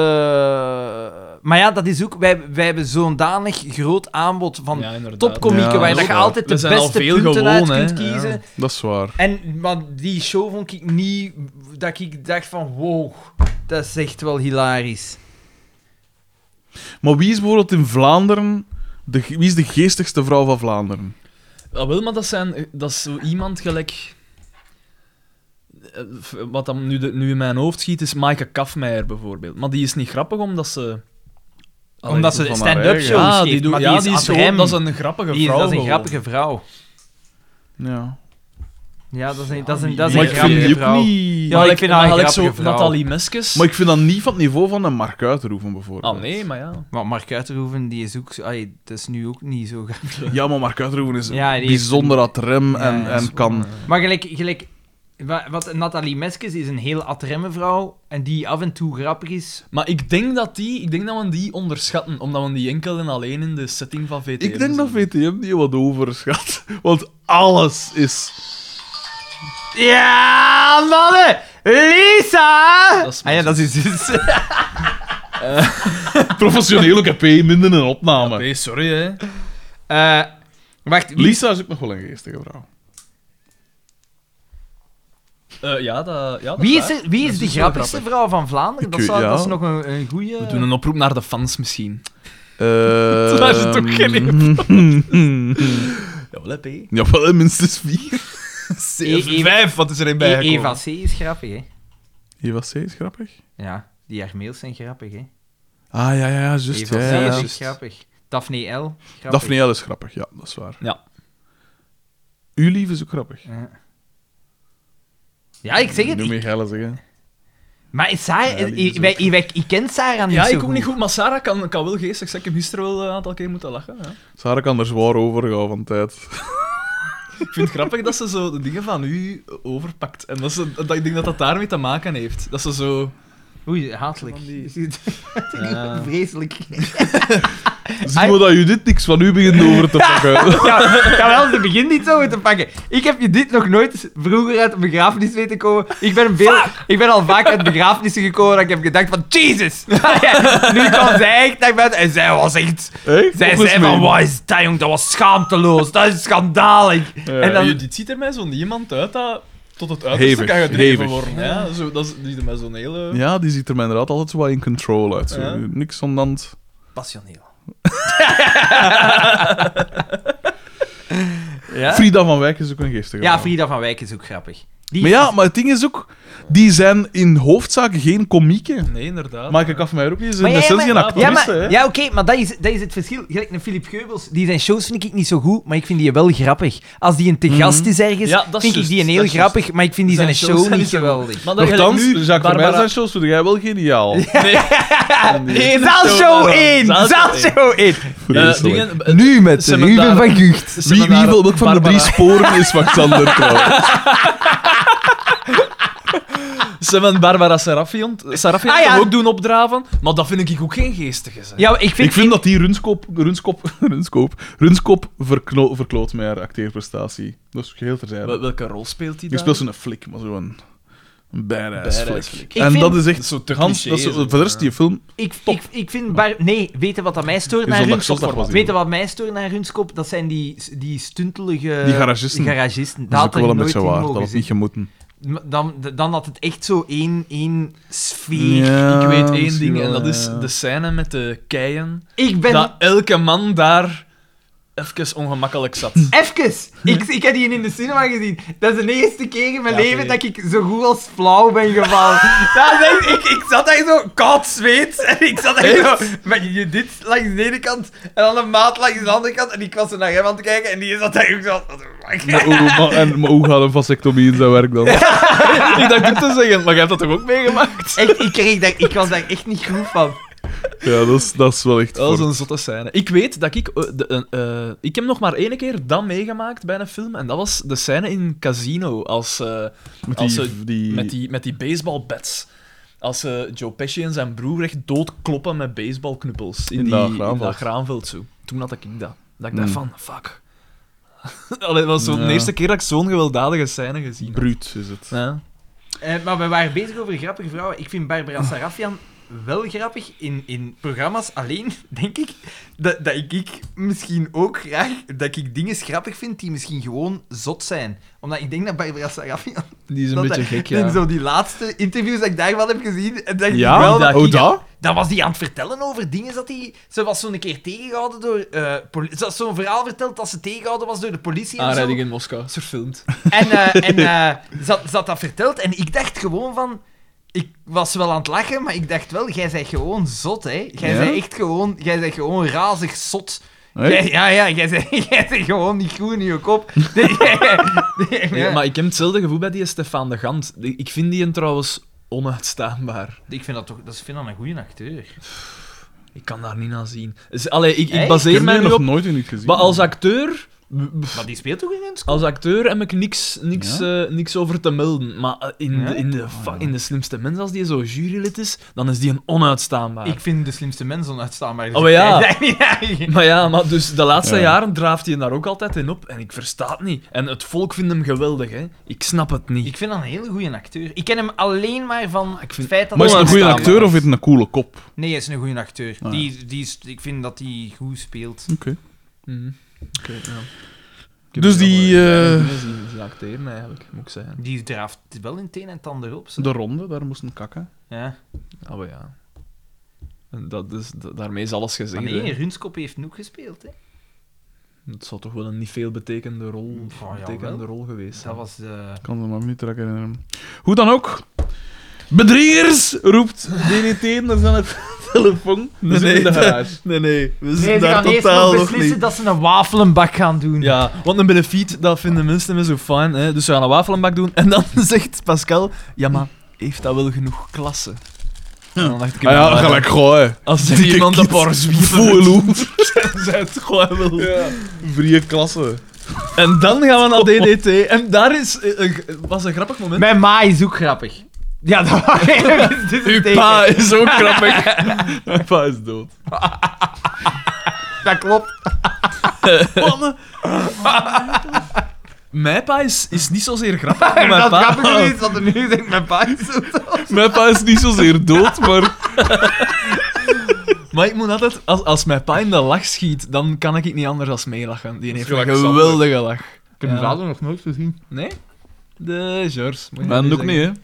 maar ja, dat is ook... Wij hebben zo'n danig groot aanbod van Ja, inderdaad. topkomieken Ja, waar dat je is waar. altijd de We zijn al beste veel punten uit gewoon, kunt hè. kiezen. Ja. Dat is waar. Maar die show vond ik niet... Dat ik dacht van, wow, dat is echt wel hilarisch. Maar wie is bijvoorbeeld in Vlaanderen... Wie is de geestigste vrouw van Vlaanderen? Ah, wel, maar dat is zo iemand gelijk... Wat dan nu in mijn hoofd schiet, is Maaike Kafmeijer bijvoorbeeld. Maar die is niet grappig omdat ze... Omdat ze van stand-up haar eigen. shows Ja, geeft, die, doet, maar ja, die die is is ad gewoon... rem. Dat is een grappige Dat is vrouw. een gewoon. grappige vrouw. Ja. Ja, dat is een Maar ik grappige vind die ook vrouw. niet... Ja, ik vind haar een gelijk grappige zo vrouw. Nathalie Meskes. Maar ik vind dat niet van het niveau van een Mark Uiterhoeven, bijvoorbeeld. Ah, nee, maar ja. Maar Mark Uiterhoeven, die is ook... dat is nu ook niet zo... Ja, maar Mark Uiterhoeven is Ja, die heeft bijzonder ad rem en, Ja, en kan... Maar gelijk wat Nathalie Meskes is een heel adremme vrouw en die af en toe grappig is. Maar ik denk dat we die onderschatten, omdat we die enkel en alleen in de setting van VTM Ik denk dat zien. VTM die wat overschat. Want alles is... Ja, mannen! Lisa! Dat is Ah ja, dat is dus... Professioneel ook, heb minder een opname. Nee, sorry, hè. Wacht, Lisa is ook nog wel een geestige vrouw. Ja, dat wie waar. is de Dat grappigste wel vrouw van Vlaanderen? Ik weet- ja. Dat is nog een goede... We doen een oproep naar de fans misschien. Daar zit ook geen Jawel, hè, P. Ja, wel minstens 4. Vijf, wat is er in bijgekomen? Eva C. is grappig, hè? Eva C is grappig. Ja, die haar mails zijn grappig, hè? Ah, ja, juist. Eva Ja, C. is ja. echt grappig. Daphne L. Grappig. Daphne L is grappig, ja, dat is waar. Ja. Uw lief is ook grappig. Ja, ik zeg het. Noem je geile zeggen. Maar is Sarah... Ja, die is ik ken Sarah niet Ja, zo ik ook niet goed, maar Sarah kan wel geestig zijn. Ik heb gisteren wel een aantal keer moeten lachen. Ja. Sarah kan er zwaar over gaan van tijd. Ik vind het grappig dat ze zo de dingen van u overpakt. En dat ik denk dat dat daarmee te maken heeft. Dat ze zo... Oei, hatelijk. Ja. Vreselijk. Zie maar dat je dit niks van u begint over te pakken. Ja, wel, ze begint niet zo te pakken. Ik heb je dit nog nooit vroeger uit een begrafenis weten komen. Ik ben al vaak uit begrafenissen gekomen dat ik heb gedacht van, Jesus! Nu kwam zij echt naar buiten en zij was echt... Echt? Zij Volgens zei van, mij. wat is dat, jong? Dat was schaamteloos. Dat is schandalig. En dan... Dit ziet er mij zo iemand uit dat tot het uiterste Hevig, kan gedreven hevig. worden. Ja, zo, die ziet er mij zo'n hele... Ja, die ziet er mij inderdaad altijd zo wat in control uit. Zo. Ja. Niks aan de hand. Passioneel. Ja? Frida van Wijk is ook een geestige Ja, vrouw. Frida van Wijk is ook grappig. Die Maar ja, maar het ding is ook... die zijn in hoofdzaak geen komieken. Nee, inderdaad. Michael Kaffmeijer is Maar in ja, essentie een maar- actrice, hè. Ja, oké, maar dat is het verschil. Gelijk een Philip Geubels, die zijn shows vind ik niet zo goed, maar ik vind die wel grappig. Als die een te gast is ergens, Ja, dat is vind ik die juist, een dat heel is juist. grappig, maar ik vind die zijn Zijn show shows zijn niet niet zo geweldig. Maar dat Nochtans, gelijk nu, Jacques Vermeijs Barbara... zijn shows vind jij wel geniaal. Nee, Zaalshow 1! Zaalshow 1! Vreselijk. Nu met Ze Ruben hebben van Gucht. Welk van de 3 sporen is van Xander trouwens? Ze hebben Barbara Serafian Ah, ja. ook doen opdraven, maar dat vind ik ook geen geestige. Zeg. Ja, ik vind Dat die Runskop verkloot met haar acteerprestatie. Dat is geheel terzijde. Welke rol speelt hij Die daar? speelt zo'n flik, maar zo'n badass Badass flik. flik. Ik En vind- dat is echt... zo te Hans, cliché, dat is, zo. voor de rest, die film... Ik vind... Nee, weet je wat dat mij stoort Die naar Zondag Runskop? was die. Weet je wat mij stoort naar Runskop? Dat zijn die stuntelige... Die garagisten. garagisten. Dat is ook wel een nooit beetje in waar. mogen Dat had zitten. niet gemoeten. Dan had het echt zo één sfeer. Ja, Ik weet één misschien ding, en wel, dat is ja. de scène met de keien. Ik ben... Dat elke man daar even ongemakkelijk zat. Even! Ik heb die in de cinema gezien. Dat is de eerste keer in mijn Ja, leven oké. dat ik zo goed als flauw ben gevallen. Dat is echt- ik zat daar zo koud zweet. En ik zat daar zo met dit langs de ene kant en dan een maat langs de andere kant. En ik was zo naar hem aan het kijken en die zat daar ook zo... Maar hoe gaat een vasectomie in zijn werk dan? Ik dacht dit te zeggen, maar jij hebt dat toch ook meegemaakt? Echt, ik was daar echt niet goed van. Ja, dat is wel echt... Dat is fort. een zotte scène. Ik weet dat ik heb nog maar één keer dat meegemaakt bij een film, en dat was de scène in Casino, als met die baseballbats. Als Joe Pesci en zijn broer echt doodkloppen met baseballknuppels in dat graanveld zo. Toen had ik dat. Dat ik dacht van, fuck. Allee, dat was zo de eerste keer dat ik zo'n gewelddadige scène gezien heb. Bruut is het. Ja. Maar we waren bezig over grappige vrouwen. Ik vind Barbara Sarafian wel grappig in programma's. Alleen denk ik dat ik misschien ook graag dat ik dingen grappig vind die misschien gewoon zot zijn. Omdat ik denk dat Barbara Sarafian... Die is een dat beetje dat- gek, In ja. zo die laatste interviews dat ik daarvan heb gezien, en dacht ik Ja? wel dat Oh, ik- dat? Dan was die aan het vertellen over dingen dat hij... Ze was zo'n keer tegengehouden door... Ze had zo'n verhaal verteld dat ze tegengehouden was door de politie en Aanrijding zo. in Moskou, is verfilmd. Ze had dat verteld en ik dacht gewoon van... Ik was wel aan het lachen, maar ik dacht wel, jij bent gewoon zot, hè. Jij bent gewoon razig zot. Hey? Jij bent gewoon niet goed in je kop. Ja, maar ik heb hetzelfde gevoel bij die Stefan de Gant. Ik vind die trouwens onuitstaanbaar. Ik vind dat een goede acteur. Ik kan daar niet naar zien. Dus, allee, ik Ik heb baseer mij die nu nog op... nooit niet gezien. Maar als acteur... Maar die speelt toch in een Als acteur heb ik niks over te melden. Maar in de slimste mens, als die zo jurylid is, dan is die een onuitstaanbaar. Ik vind de slimste mens onuitstaanbaar. Dus Oh, ja. ik kijk daar Maar ja, maar dus de laatste Ja. jaren draaft hij daar ook altijd in op. En ik versta het niet. En het volk vindt hem geweldig, hè. Ik snap het niet. Ik vind dat een hele goede acteur. Ik ken hem alleen maar van vind- het feit dat Maar is hij... het een goede Onuitstaanbaar. acteur of is het een coole kop? Nee, hij is een goede acteur. Ah. Ik vind dat hij goed speelt. Oké. Mhm. Oké, ja. Dus die, die acteren eigenlijk, moet ik zeggen. Die draaft wel in het een en het ander op. Zo. De ronde, daar moesten kakken. Ja. Ah, maar ja. En daarmee is alles gezegd. Maar nee, hè. Runskop heeft nog gespeeld, hè. Het zal toch wel een niet veel betekende jawel. rol geweest zijn. Dat was... Ik kan ze maar niet herinneren. Hoe dan ook. Bedriegers, roept DDT naar zijn telefoon. We zitten in de garage. Nee, we Nee, ze gaan eerst nog beslissen dat ze een wafelenbak gaan doen. Ja, want een benefiet, dat vinden mensen niet zo fijn. Hè? Dus ze gaan een wafelenbak doen. En dan zegt Pascal, ja, maar heeft dat wel genoeg klasse? En dan dacht ik, Ah ja, gelijk gooien. als er iemand een paar zwiepen Voeloe. zei het gewoon wel. Ja. Vrije klasse. En dan gaan we naar DDT. En daar was een grappig moment. Mijn ma is ook grappig. Ja, dat was even Uw pa is ook grappig. Mijn pa is dood. Dat klopt. Mijn pa is niet zozeer grappig, maar mijn Dat pa... grappige is dat er nu zegt, mijn pa is zo dood. Mijn pa is niet zozeer dood, maar... Maar ik moet altijd... Als mijn pa in de lach schiet, dan kan ik niet anders dan meelachen. Die heeft een gelijk geweldige lach. Ik heb Ja. die vader nog nooit gezien. Nee? De George. moet je Ben ook zeggen. niet, hè.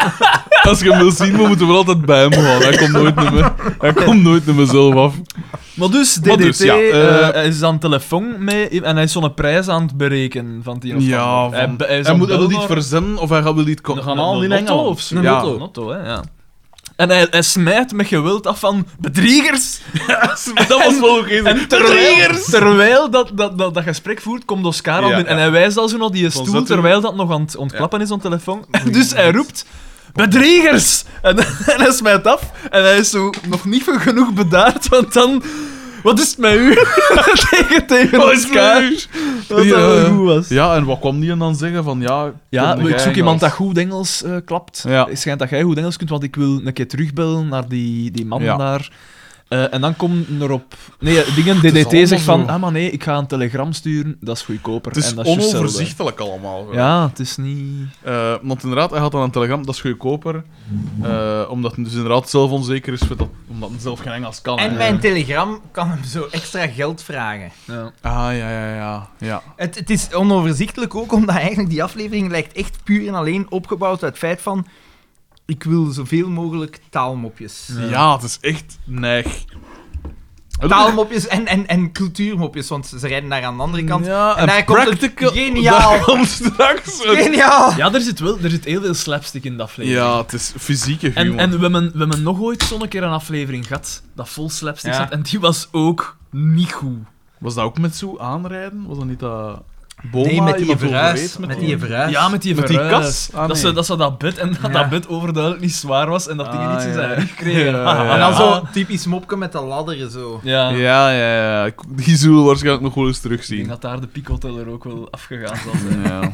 Als je hem wil zien, we moeten wel altijd bij hem gaan. Hij komt nooit meer zelf af. Maar dus, Maar DDT dus, ja, hij is aan de telefoon mee en hij is zo'n prijs aan het berekenen van die Ja, hij moet dat niet verzinnen of hij wil iets gaan halen in Engeland. of zo. Ja. Een Lotto, hè, ja. En hij smijt met geweld af van bedriegers. Dat was wel oké. En terwijl dat gesprek voert, komt Oscar al binnen. En hij wijst al zo naar die stoel, terwijl dat nog aan het ontklappen is aan de telefoon. Dus hij roept... Bedriegers! En hij smijt af. En hij is zo nog niet genoeg bedaard, want dan... Wat is het met u? tegen Oscar. Wat dat wel goed was. Ja, en wat kwam die dan zeggen? Van ja, Ja, kun ik jij zoek iemand dat Engels? goed Engels klapt. Ja. Het schijnt dat jij goed Engels kunt, want ik wil een keer terugbellen naar die man Ja. daar. En dan komt er op... Nee, dingen, is DDT allemaal zegt van... zo. Ah, maar nee, ik ga een telegram sturen. Dat is goedkoper. Het is en dat juist hetzelfde. onoverzichtelijk allemaal. Ja, het is niet... Want inderdaad, hij had dan een telegram, dat is goedkoper. Omdat hij dus inderdaad zelf onzeker is, omdat hij zelf geen Engels kan. En hè. mijn telegram kan hem zo extra geld vragen. Ja. Ah, ja. Het is onoverzichtelijk ook, omdat eigenlijk die aflevering lijkt echt puur en alleen opgebouwd uit het feit van... Ik wil zoveel mogelijk taalmopjes. Ja, het is echt neig. Taalmopjes en cultuurmopjes, want ze rijden daar aan de andere kant. Ja, en daar komt het practical... geniaal. Daar komt straks... Geniaal! Ja, er zit heel veel slapstick in de aflevering. Ja, het is fysieke humor. En we hebben nog ooit zo'n keer een aflevering gehad dat vol slapstick Ja. zat. En die was ook niet goed. Was dat ook met zo aanrijden? Was dat niet dat... Boma, Nee, met die iemand verhuis. overreed Met die verhuis. Ja, met die Met die verhuis. kas? Ah, dat, nee. ze dat bed en dat Ja. dat bed overduidelijk niet zwaar was en dat dingen iets in zijn rug kregen. Ja. En dan zo typisch mopje met de ladderen zo. Ja. Ja. Die zullen we waarschijnlijk nog wel eens Ik denk terugzien. dat daar de piekhoteller ook wel afgegaan zal zijn. Ja.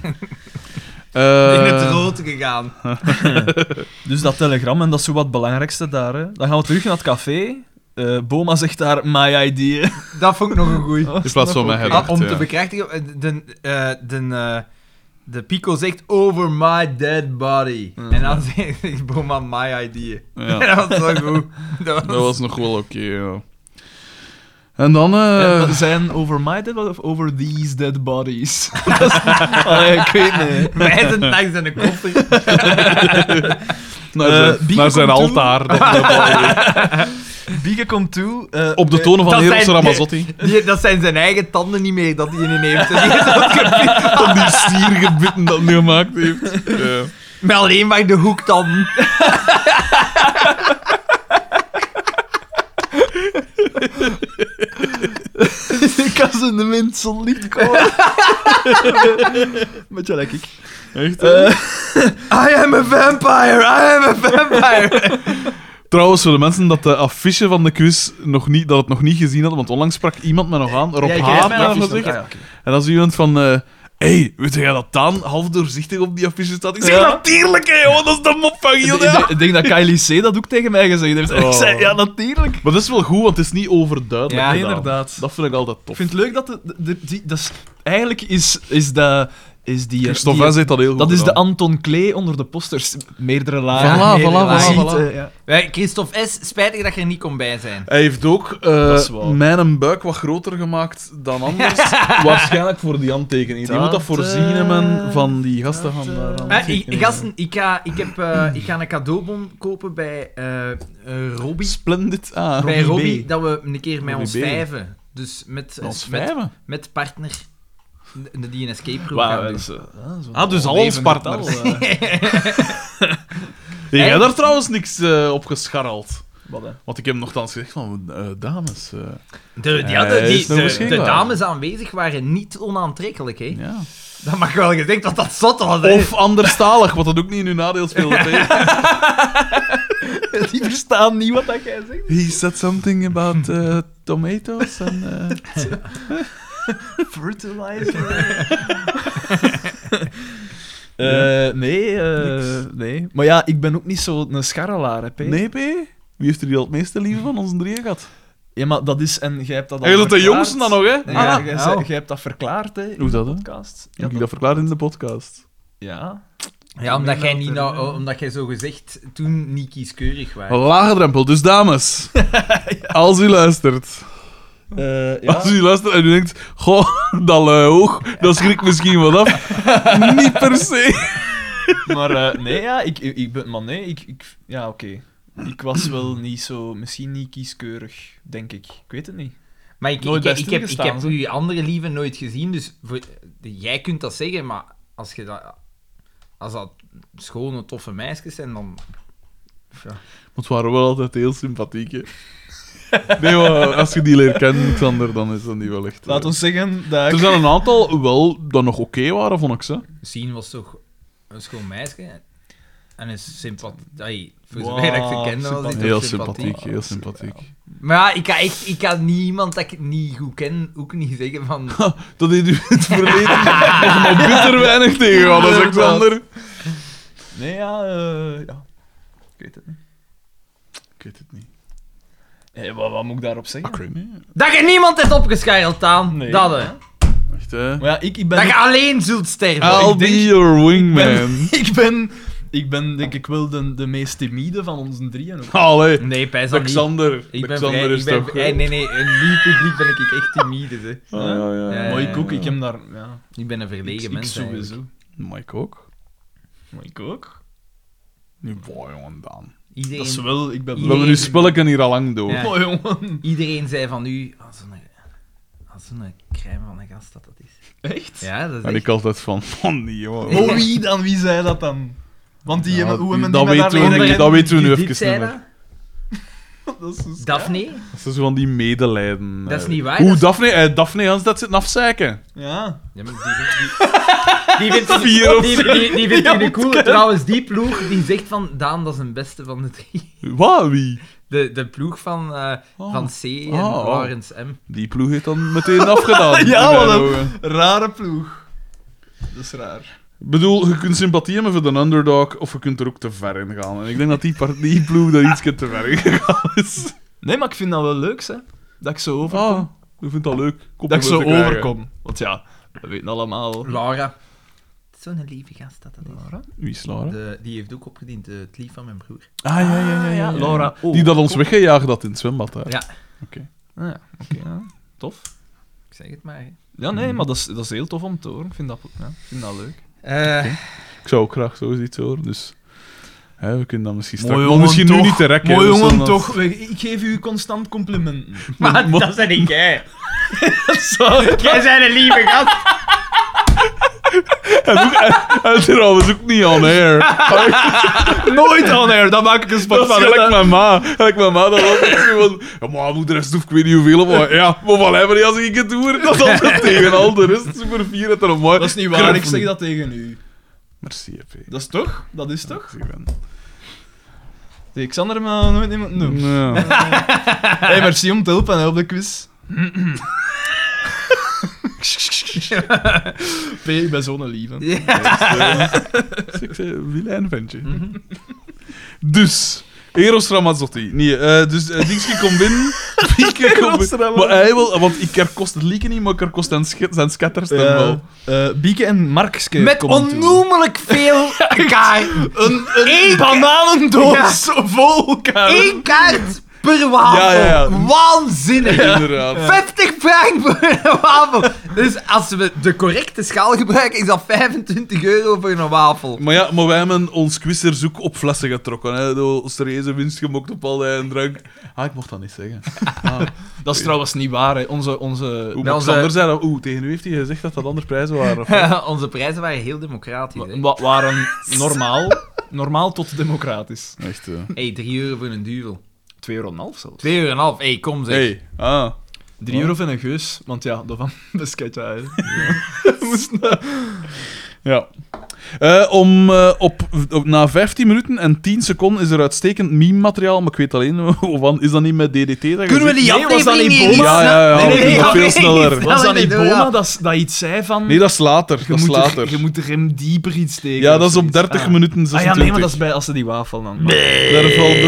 In het rood gegaan. Dus dat telegram, en dat is zo wat het belangrijkste daar. Hè. Dan gaan we terug naar het café. Boma zegt daar, my idea. Dat vond ik nog een goeie. In plaats van mij gedacht, Om te ja. bekrachtigen, de Pico zegt over my dead body. En dan zegt Boma my idea. Ja. Dat was zo goed. Dat was nog wel oké, ja. En dan... Zijn over my dead body of over these dead bodies? Ik weet niet. Wijzend naar zijn koffer. naar zijn komt toe. altaar. Bieke komt toe. Op de tonen van Dat Eros zijn- Ramazzotti. Dat zijn zijn eigen tanden niet meer dat hij in heeft. Van die stiergebitten dat hij gemaakt heeft. Ja. Met alleen maar de hoektanden. Ik kan ze in de wind zonlicht komen. Beetje lekker. Echt? I am a vampire, I am a vampire. Trouwens, voor de mensen dat de affiche van de quiz dat het nog niet gezien hadden, want onlangs sprak iemand me nog aan, Rob Ja, ik Haat heb me mijn nog affiche gezegd. ook, En dan is iemand van... hey, weet jij dat dan half doorzichtig op die affiche staat? Ik zeg, Ja. natuurlijk, hè, jongen, dat is de mop van Gilda. Ik denk dat Kylie C. dat ook tegen mij gezegd heeft. En Oh. ik zei, ja, natuurlijk. Maar dat is wel goed, want het is niet overduidelijk Ja, gedaan. inderdaad. Dat vind ik altijd Ik tof. vind het leuk dat eigenlijk is die... Christophe Vens heeft dat heel goed dat is de gedaan. Anton Klee onder de posters. Meerdere lagen. Ja, Voilà, meerdere lagen. Ziet, ja. Wij, Christophe S., spijtig dat je er niet kon bij zijn. Hij heeft ook is waar. mijn buik wat groter gemaakt dan anders. Waarschijnlijk voor die handtekening. Die moet dat voorzien hebben van die gasten van Gasten, ik ga een cadeaubon kopen bij Robbie. Splendid. Ah, Bij Robbie Robbie, B. dat we een keer met Robbie ons B. vijven. Dus met Ons vijven? met partner die een escape room gaan Wauw, doen. Dus al ons partners. Jij hebt daar trouwens niks op gescharreld. Wat, hè? Want ik heb nogthans gezegd van, dames... De is nog de beschikbaar. dames aanwezig waren niet onaantrekkelijk, hè. ja. Dat mag wel gezegd, want dat zot was, hè. Of anderstalig, wat dat ook niet in uw nadeel speelde. Die verstaan niet wat dat jij zegt. He said something about tomatoes and... Fertilizer. Nee. Maar ja, ik ben ook niet zo'n scharrelaar, hè, P. Nee, P? Wie heeft er die al het meeste liefde van ons drieën gehad? Ja, maar dat is... En jij hebt dat al En je bent de verklaard. jongste dan nog, hè? Ja, Ah, jij hebt dat verklaard, hè, in Hoe dat, de hè? podcast. heb ik dat verklaard in de podcast? Ja. Ja, omdat jij, niet omdat jij zo gezegd toen niet kieskeurig was. Lage drempel. Dus dames, als u luistert... Als u luistert en u denkt, goh, dat lui hoog, dat schrikt misschien wat af. Niet per se. Maar nee, ja, ik ben... Maar nee, ja, oké. Ik was wel niet zo... Misschien niet kieskeurig, denk ik. Ik weet het niet. Maar ik Nooit bij heb stilgestaan, hè? uw andere lieven nooit gezien, dus jij kunt dat zeggen, maar als dat schone, toffe meisjes zijn, dan... Ja. Maar het waren wel altijd heel sympathiek, hè. Nee, maar als je die leert kennen, Xander, dan is dat niet wel echt... Laat ons zeggen dat Er ik... zijn een aantal wel dat nog oké waren, vond ik ze. Zien was toch een schoon meisje en is sympathiek. Voor Wow, zover dat ik ze kende, was hij Heel toch sympathiek, heel sympathiek. Maar ja, ik kan niemand dat ik niet goed ken ook niet zeggen van... Dat heeft u in het verleden nog maar bitter weinig tegen gehad, als Xander. Nee, ja... Ik weet het niet. Ik weet het niet. Hey, wat moet ik daarop zeggen? Ik weet niet. Dat je niemand hebt opgescharreld aan. Nee. Dat, hè. Echt, hè? Maar ja, ik ben... Dat je alleen zult sterven. I'll ik denk- be your wingman. Ik ben denk ik wel de meest timide van ons drieën. Ook. Allee, Nee, pijs dat niet. Xander. Ik ben Xander vrij, is ik ben toch... vrij, nee, een nieuw publiek ben ik echt timide. Hè. Ah, ja. Ja, Maar ik ook, ik heb daar... Ja, Ik ben een verlegen ik mens. eigenlijk. sowieso. Mike ook. Maar ik ook. Nu, boy, jongen, Daan. Iedereen, Dat is wel... Ik ben We Iedereen- hebben nu spelletje hier al lang door. Ja. Oh, jongen. iedereen zei van u, als een crème van een gast dat is. Echt? Ja, dat is En echt... ik altijd van nee, jongen. Oh, wie dan? Wie zei dat dan? Want die Ja, hebben... Hoe hebben dat die me weten we daar niet. leren Dat weten we nu Dit even zei niet meer. dat? Dat is zo Daphne? Dat is zo van die medelijden. Dat is niet waar, Hoe, dat is- Daphne Hans dat zitten afzeiken. Ja. Ja, maar die vindt Vier of die vindt jullie cool. Trouwens, die ploeg die zegt van Daan, dat is een beste van de drie. Wat? Wie? De ploeg van C en Laurens M. Die ploeg heeft dan meteen afgedaan. Ja, in mijn wat ogen. een rare ploeg. Dat is raar. Ik bedoel, je kunt sympathie hebben voor de underdog, of je kunt er ook te ver in gaan. En ik denk dat die ploeg daar iets te ver in gegaan is. Nee, maar ik vind dat wel leuk, hè. Dat ik zo overkom. Ah, ik vind dat leuk. Dat ik zo Complimenten krijgen. overkom. Want ja, we weten allemaal... Laura. Zo'n lieve gast dat is. Wie is Laura? Die heeft ook opgediend het lief van mijn broer. Ah, ja. Laura. Oh, Die dat ons weggejaagd had in het zwembad. Hè. Ja, Oké. Ah, ja, oké, ja. Tof. ik zeg het maar. Hè. Ja, nee, maar dat is heel tof om te horen. Ik vind dat leuk. Ik zou ook graag zoiets horen, dus... Hè, we kunnen dat misschien straks... Mooi Maar jongen, misschien nu toch. niet te rekken. Mooi dus jongen, dan- toch. Ik geef u constant complimenten. Maar dat zijn niet jij. Sorry. Jij bent een lieve gast. En trouwens ook niet on air. Nooit on air, dan maak ik een spot Dat is van. gelijk mijn ma. Gelijk mijn ma, dat was ook zo van... Ja, maar moeder is ik weet niet hoeveel, maar ja, maar van hem niet als ik het doe. Dat is altijd tegen al de rest. Super fier dat er op mooi... Dat is niet waar, ik zeg dat tegen u. Merci, EP. Dat is toch? Dat is toch? Merci, Nee, Xander heeft me nooit iemand noemt. Ja. Hey, merci om te helpen hè, op de quiz. P, ik ben zo'n lieve. Ik zei, Wilijn ventje. Dus, Eros Ramazzotti. Nee, dus Dingske komt binnen. Bieke komt Eros binnen. Ramazzotti. Maar hij wil, want ik herkost het lieken niet, maar ik herkost zijn scatterstem wel. Bieke en Markske Met komen toe. onnoemelijk veel kaart. Een Eén- bananendoos vol kaart. 1 kaart per wafel. Ja. Waanzinnig. Inderdaad. 50 frank voor een wafel. Dus als we de correcte schaal gebruiken, is dat €25 voor een wafel. Maar ja, maar wij hebben ons quizers ook op flessen getrokken. Hè. Door serieuze winst gemokt op allerlei drank. Ah, ik mocht dat niet zeggen. Ah. Dat is trouwens niet waar, hè. Onze... Hoe Bij Max onze- Anders zei dat... Oeh, tegen u heeft hij gezegd dat dat andere prijzen waren. Of wat? Onze prijzen waren heel democratisch. Hè. waren normaal tot democratisch. Echt, Hey, €3 voor een duvel. €2,5 zelfs. €2,5. Hey, kom zeg. Hey, ah. €3 en een geus, want ja, dat van Besketje. Hè. Ja. Na 15 minuten en 10 seconden is er uitstekend meme-materiaal, maar ik weet alleen van, is dat niet met DDT? Dat Kunnen we die Nee, was dat aflevering niet niet... Boma? Ja, Nee, we doen dat veel nee, sneller. nee. Was dat niet Ja. Boma dat iets zei van... Nee, dat is later. Dat is later. Je moet er hem dieper iets tegen. Ja, of dat is op zoiets. 30 minuten Ah 26. ja, nee, maar dat is bij als ze die wafel dan... Daar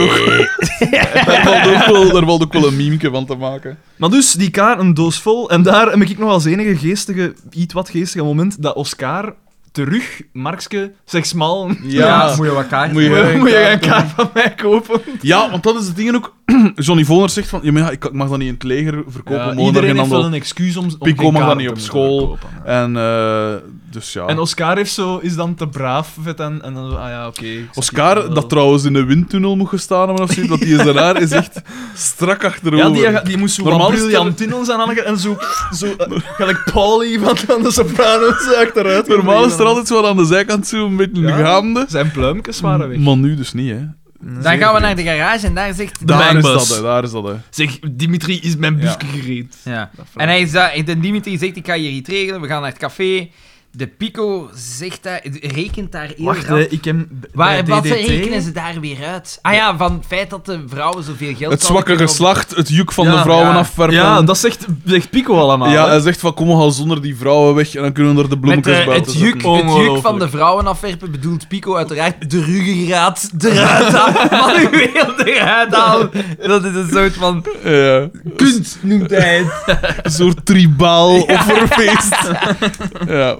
valt ook wel een memeke van te maken. Maar dus, die kaart, een doos vol. En daar heb ik nog als enige iets wat geestige moment dat Oscar terug, Markske, zeg smal... Ja, moet je wat kaart moet je- Moet je een kaart van mij kopen? Ja, want dat is het ding ook. Johnny Voners zegt van, ja, maar ja, ik mag dat niet in het leger verkopen. Ja, mogen iedereen geen heeft wel handel. een excuus om Pico geen mag dat kaart niet te op moeten school. verkopen, En dus ja. En Oscar is dan te braaf, vet, en dan zo, oké. Oscar, dat trouwens in een windtunnel moet gestaan hebben of zoiets, want die is haar is echt strak achterover. Ja, die moest zo Normaal van is briljantinnels aan en zo gelijk Paulie van de Sopranos achteruit. Normaal is er altijd zo aan de zijkant zo een beetje gaande. Zijn pluimkes waren weg. Maar nu dus niet, hè. Dan gaan we naar de garage en daar zegt... Daar is Mangbus. dat, hè. Daar is dat, hè. Zeg, Dimitri is mijn busje gereed. Ja. En hij is de Dimitri zegt, ik ga hier iets regelen, we gaan naar het café. De Pico zegt daar, rekent daar heel Wacht, rap. ik heb... Wat DDT? rekenen ze daar weer uit? Ah ja, van het feit dat de vrouwen zoveel geld Het zouden zwakke kunnen geslacht, het juk van de vrouwen ja. afwerpen. Ja, dat zegt Pico allemaal. Ja, hè. hij zegt van, kom, we gaan zonder die vrouwen weg en dan kunnen we er de Met bloemetjes buiten het juk zetten. van de vrouwen afwerpen bedoelt Pico uiteraard de ruggengraat eruit halen. Manueel eruit halen. Dat is een soort van Ja. kunst, noemt hij het. Een soort tribaal offerfeest. Ja.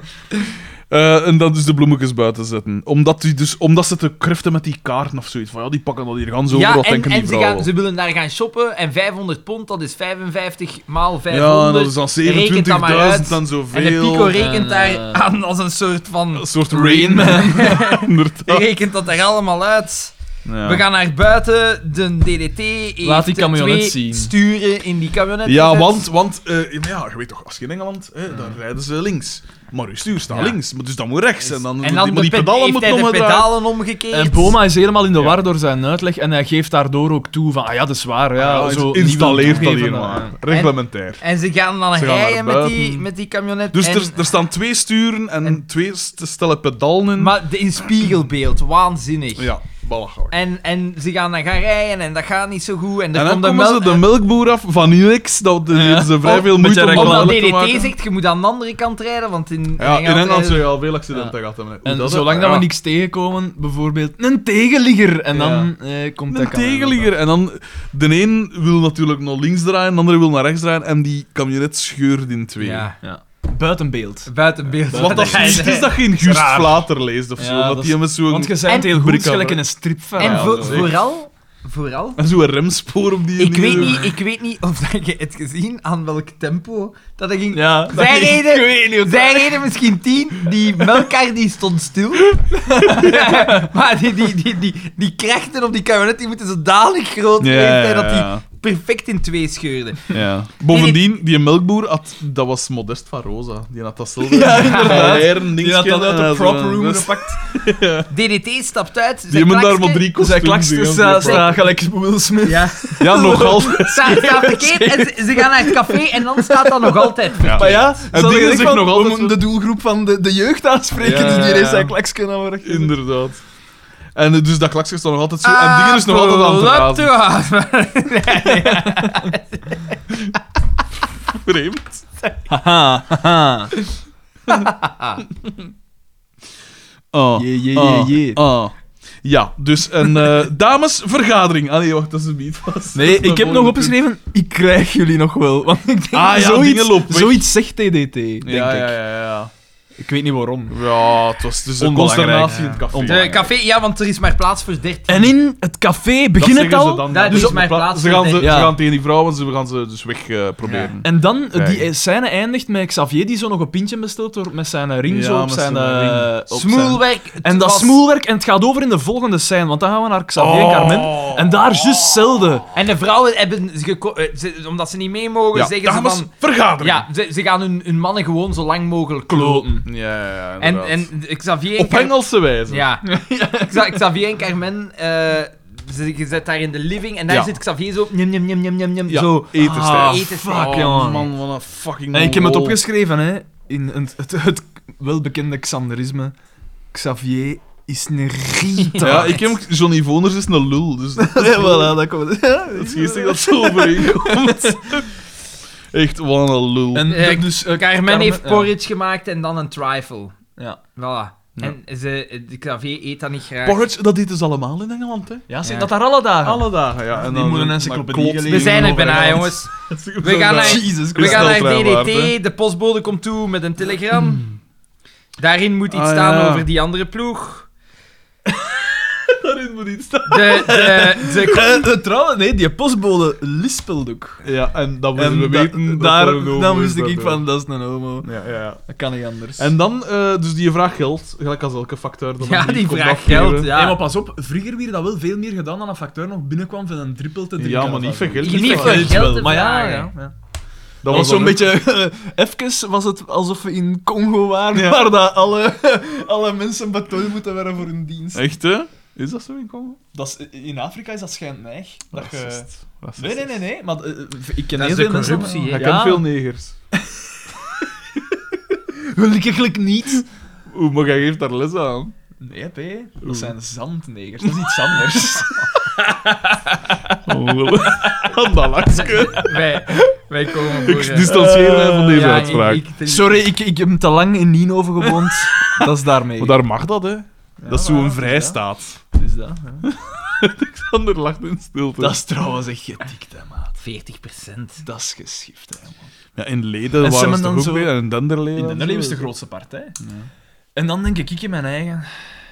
En dan dus de bloemetjes buiten zetten. Omdat ze te kreften met die kaarten of zoiets. Van ja, die pakken dat hier gans over, Ja, wat denken die en vrouwen. ze willen daar gaan shoppen en 500 pond, dat is 55 maal 500. Ja, en dat is dan Rekent dat maar 27.000 uit. en zoveel. En de Pico rekent En, daar aan als een soort van... Een soort Rain Man. Inderdaad. rekent dat er allemaal uit. Ja. We gaan naar buiten, de DDT heeft Laat die camionet 2 zien. sturen in die camionet Ja, gezet. want ja, je weet toch, als je in Engeland, dan rijden ze links. Maar je stuur staat Ja. links, maar dus dat moet rechts. En dan En dan die pedalen heeft moeten hij de omgedraaid. pedalen omgekeerd. En Boma is helemaal in de Ja. war door zijn uitleg en hij geeft daardoor ook toe van, dat is waar. Ja, zo installeert niet dat willen hier toegeven, maar. Reglementair. En ze gaan dan Ze gaan rijden naar met buiten. met die camionet. Dus en, er staan 2 sturen en 2 stellen pedalen in. Maar in spiegelbeeld, waanzinnig. Ja, belachelijk. En ze gaan dan gaan rijden en dat gaat niet zo goed. En, er En dan komt een komen ze de melkboer af van Inex. Dat heeft ze vrij veel moeite om beetje Omdat melk te maken. DDT zegt, je moet aan de andere kant rijden, want in Ja, in Engeland rijden- zou je al veel accidenten gehad hebben. Hoe En dat, zolang hè? dat we Ja. niks tegenkomen, bijvoorbeeld een tegenligger, en dan komt Een tegenligger. En dan, de een wil natuurlijk naar links draaien, de andere wil naar rechts draaien. En die camionet scheurt in 2. Ja, Ja. Buiten beeld. buiten beeld. Want dat is, het is dat geen Gust Raar. Vlater leest of zo. Ja, dat dat die hem met zo'n... Want je zei het En- heel goed, Brikka- gelijk in een stripverhaal. En Ja, dat is echt- vooral... En zo'n remspoor op die... Ik weet niet of dat je het gezien aan welk tempo dat ik ging. Ja, Zij ik reden, weet niet hoe zij reden misschien 10, die melkkar die stond stil. Maar die krachten op die camionet die moeten zodanig groot geweest zijn dat die perfect in 2 scheurden. Ja. Bovendien, die melkboer had... Dat was Modest van Rosa. Die had datzelfde... Ja, inderdaad. Die Die had dat uit de prop room Dus, gepakt. DDT stapt uit. die zijn hebben daar klakske- maar 3 kostuums. Zijn klakster staat gelijk Will Smith. Ja, Ja, nog altijd. staat verkeerd en ze gaan naar het café en dan staat dat nog altijd verkeerd. Maar ja, En ze dingen hadden zich van, nog we altijd moeten zo- de doelgroep van de jeugd aanspreken, Ja, dus die ja, heeft ja. zijn klaksken naar rechts. Inderdaad. En dus dat klakje staat nog altijd zo. En dingen is nog altijd aan het razen. Vreemd. Haha, haha. Oh. Jee. Ja, dus een damesvergadering. Ah nee, wacht, dat is een beat vast. Nee, ik heb nog opgeschreven, ik krijg jullie nog wel. Want ik denk, Ah ja, dingen lopen weg. zoiets zegt TDT, denk Ja, ik. ja. Ik weet niet waarom. Ja, het was dus een Onbelangrijk. consternatie in het café. De café, ja, want er is maar plaats voor 13. En in het café Dat begint het zeggen ze al. dan. Dat Dus is op mijn de plaats Ze gaan, voor Ja. ze gaan tegen die vrouwen, ze gaan ze dus weg proberen. En dan, die Krijgen. scène eindigt met Xavier die zo nog een pintje bestelt door, met zijn ring Ja, zo op met zijn... zijn ring. op zijn- Smoelwerk. En dat smoelwerk, en het gaat over in de volgende scène, want dan gaan we naar Xavier en Carmen. En daar juist hetzelfde. En de vrouwen hebben, omdat ze niet mee mogen, Ja, zeggen ze dames, van... vergadering. Ja, ze gaan hun mannen gewoon zo lang mogelijk kloten. Ja, En inderdaad. Xavier... Op Engelse wijze. Ja. Xavier en Carmen... je zit daar in de living en daar Ja. zit Xavier zo... Njam, Ja, zo. etenstijl. etenstijl. fuck, Oh, jongen. man, wat een fucking En ik heb het Mongool. opgeschreven, hè. In het welbekende Xanderisme. Xavier is een riet. Ja, ik heb Johnny Voners is een lul, dus dat Ja, voilà, dat komt het. Ja, is geestig dat zo overeenkomt. Echt, wat een lul. En dus Carmen heeft ja. porridge gemaakt en dan een trifle. Ja. Voilà. Ja. En Xavier eet dat niet graag. Porridge, dat eten ze allemaal in Engeland, hè? Ja, zeg Ja. dat daar alle dagen. Alle dagen, ja. En Die dan moeten een maar encyclopedie klopt. gelezen We zijn er over bijna, Engeland. jongens. We We gaan naar, Jesus we gaan naar Sneltreinvaart, hè. DDT. De postbode komt toe met een telegram. Daarin moet iets Ah, staan ja. over die andere ploeg. daarin moet iets staan. Trouwens, nee, die postbode lispelde ook. Ja, en dan moeten En we weten daar, dat er een homo dan is wist ik daarbij. van, dat is een homo. Ja. Dat kan niet anders. En dan, dus die vraagt geld, gelijk als elke facteur. Dat Ja, dan niet die komt vraagt afgeven. geld, ja. Hey, maar pas op, vroeger werd dat wel veel meer gedaan dan een facteur nog binnenkwam van een trippel te drinken. Ja, maar niet voor geld. Niet voor voor geld. geld te Maar ja, vragen. ja. Dat was zo'n dan beetje... even was het alsof we in Congo waren, Ja. waar dat alle mensen betaald moeten worden voor hun dienst. ook- Echt, hè? Is dat zo in Congo? Dat is, in Afrika is dat schijnt neig. Dat je... Racist. Nee. Maar ik ken Dat heel is de veel mensen... corruptie, hè. Hij Ja, kent veel negers. gelukkig niet. Oeh, maar jij geeft daar les aan. Nee, P. Dat zijn zandnegers. Dat is iets anders. Aan dat lakske. Wij komen voor... Ik distancieer mij van deze ja, uitspraak. Sorry, ik heb te lang in Nienhoven gewoond. Dat is daarmee. Maar daar mag dat, hè? Dat is zo'n maar, vrijstaat. is dat. Ja. Alexander lacht in stilte. Dat is trouwens echt getikt, hè, maat. 40%. Dat is geschift, hè, man. Ja, in Leden En ze waren hebben ze dan toch ook zo- weer, en in Denderleeuwen. In en Denderleeuwen is zo. de grootste partij. En dan denk ik in mijn eigen...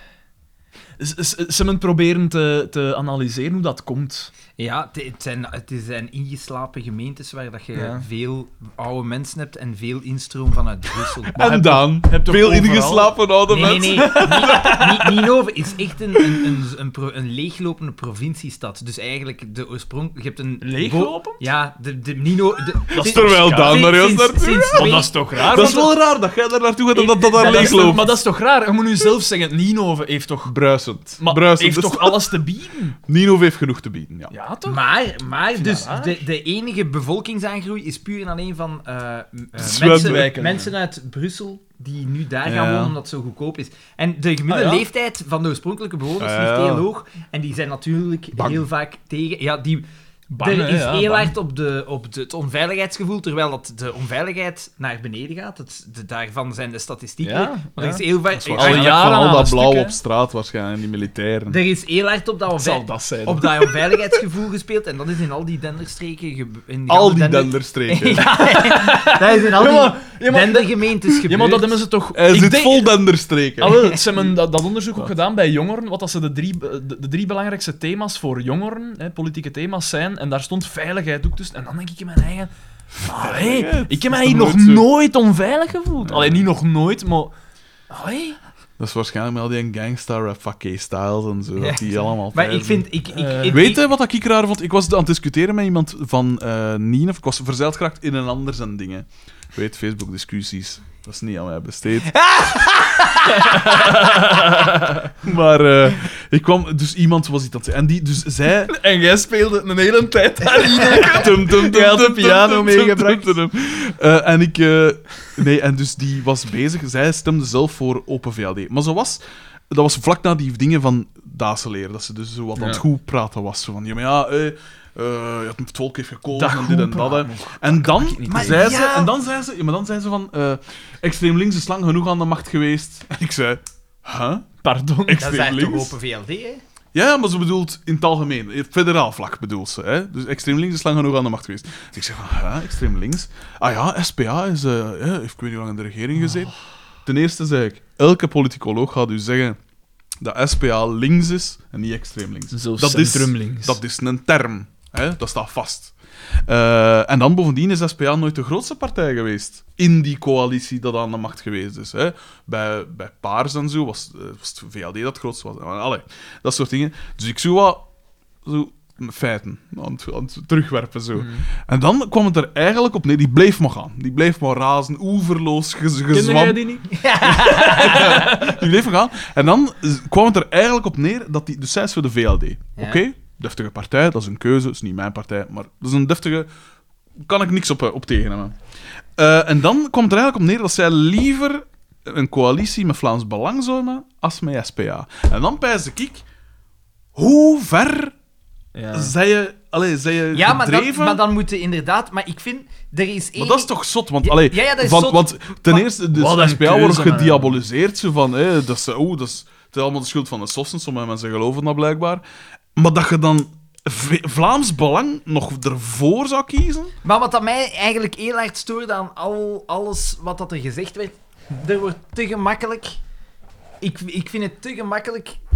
Ze hebben proberen te analyseren hoe dat komt. Ja, het zijn ingeslapen gemeentes waar dat je Ja. veel oude mensen hebt en veel instroom vanuit Brussel. En dan, hebt toch veel overal- ingeslapen oude Nee, mensen. Nienhoven is echt een leeglopende provinciestad. Dus eigenlijk de oorsprong... Je hebt een... Leeglopen? Ja, de Nino... Dat is terwijl Daan daar juist naartoe. Maar dat is toch raar? Dat is want- wel raar dat jij daar naartoe gaat en dat daar maar dat is toch- leegloopt. maar dat is toch raar? Je moet nu zelf zeggen, Nienhoven heeft toch... Bruisend. Maar Bruisend. heeft toch alles te bieden? Nino heeft genoeg te bieden, ja. Ja, toch? Maar vind dus dat raar. de enige bevolkingsaangroei is puur en alleen van Zwemwijken, mensen uit Brussel die nu daar gaan Ja. wonen omdat het zo goedkoop is. En de gemiddelde Ah, ja? leeftijd van de oorspronkelijke bewoners Ja, ligt ja. heel hoog. En die zijn natuurlijk Bang. heel vaak tegen... Ja, die... Bang, er hè, is ja, heel bang. hard op het onveiligheidsgevoel, terwijl dat de onveiligheid naar beneden gaat. Daarvan zijn de statistieken. Ja, maar ja. er is heel vaak... Dat is Al waarschijnlijk jaren van al aan dat een blauw stuk, op straat waarschijnlijk, die militairen. Er is heel hard op dat, Zal dat zijn? op dat onveiligheidsgevoel gespeeld. En dat is in al die denderstreken... in Al die dender- denderstreken. Dat is in al Ja, die maar- dendergemeentes gebeurd. Ja, maar dat hebben ze toch... Hij Ik zit denk- vol denderstreken. Ah, wel, ze hebben dat onderzoek ook gedaan bij jongeren, wat dat ze de drie belangrijkste thema's voor jongeren, politieke thema's zijn, en daar stond veiligheid ook tussen. En dan denk ik in mijn eigen... Allee, ik heb mij hier nog nooit onveilig gevoeld. Ja. Alleen niet nog nooit, maar... Allee. Dat is waarschijnlijk met al die gangster rap styles en zo. Ja. Dat die allemaal Maar fijn ik vind... Eh, Weet je wat ik raar vond? Ik was aan het discussiëren met iemand van Nien, of ik was verzeild geraakt in een ander zijn dingen. Weet, Facebook-discussies. Dat is niet aan mij besteed. Maar ik kwam... Dus iemand was iets aan het zeggen. En die... Dus zij... En jij speelde een hele tijd daar hier. Tum, tum, tum, Jij had de tum, piano tum, meegebracht. tum, tum, tum. En ik... nee, en dus die was bezig. Zij stemde zelf voor Open VLD. Maar dat was vlak na die dingen van Daseleer. Dat ze dus zo wat aan het goed praten was. Zo van, ja, maar ja... het volk heeft gekozen en dit en dat. Hè. En dan zei ze... ja. En dan zei ze... Ja, maar dan zei ze van... extreem links is lang genoeg aan de macht geweest. En ik zei... Huh? Pardon. Dat is Extreem eigenlijk toch links? open VLD, hè? Ja, maar ze bedoelt in het algemeen. In het federaal vlak bedoelt ze. Hè? Dus extreem links is lang genoeg aan de macht geweest. Dus ik zeg van, extreem links? Ah ja, SPA is, heeft ik weet niet lang in de regering gezeten. Ten eerste zei ik, elke politicoloog gaat u zeggen dat SPA links is en niet extreem links. Zo Dat is, centrum-links. dat is een term. Hè? Dat staat vast. En dan bovendien is SPA nooit de grootste partij geweest in die coalitie dat aan de macht geweest is. Hè? Bij Paars en zo was het VLD dat het grootste was. Allee, dat soort dingen. Dus ik zo wat feiten aan het terugwerpen. Zo. En dan kwam het er eigenlijk op neer. Die bleef maar gaan. Die bleef maar razen, oeverloos Kende gezwam. jij die niet? Die bleef maar gaan. En dan kwam het er eigenlijk op neer dat die... Dus zij is voor de VLD. Ja. Oké? Deftige partij, dat is een keuze. Dat is niet mijn partij, maar dat is een deftige... Kan ik niks op tegen hebben. En dan kwam het er eigenlijk op neer dat zij liever een coalitie met Vlaams Belang zou hebben als met SPA. En dan pijs ik... Hoe ver Ja. zij je Ja, gedreven? maar dan moeten inderdaad... Maar ik vind, er is één... Maar dat is toch zot? Want, Ja, allee, ja, dat is van, zot. want ten Maar- eerste, dus Wat een SPA wordt keuze, man. gediaboliseerd. Zo van, dat is het is allemaal de schuld van de Sossen. Sommige mensen geloven dat blijkbaar. Maar dat je dan Vlaams Belang nog ervoor zou kiezen... Maar wat dat mij eigenlijk heel hard stoorde aan alles wat dat er gezegd werd, er wordt te gemakkelijk... Ik vind het te gemakkelijk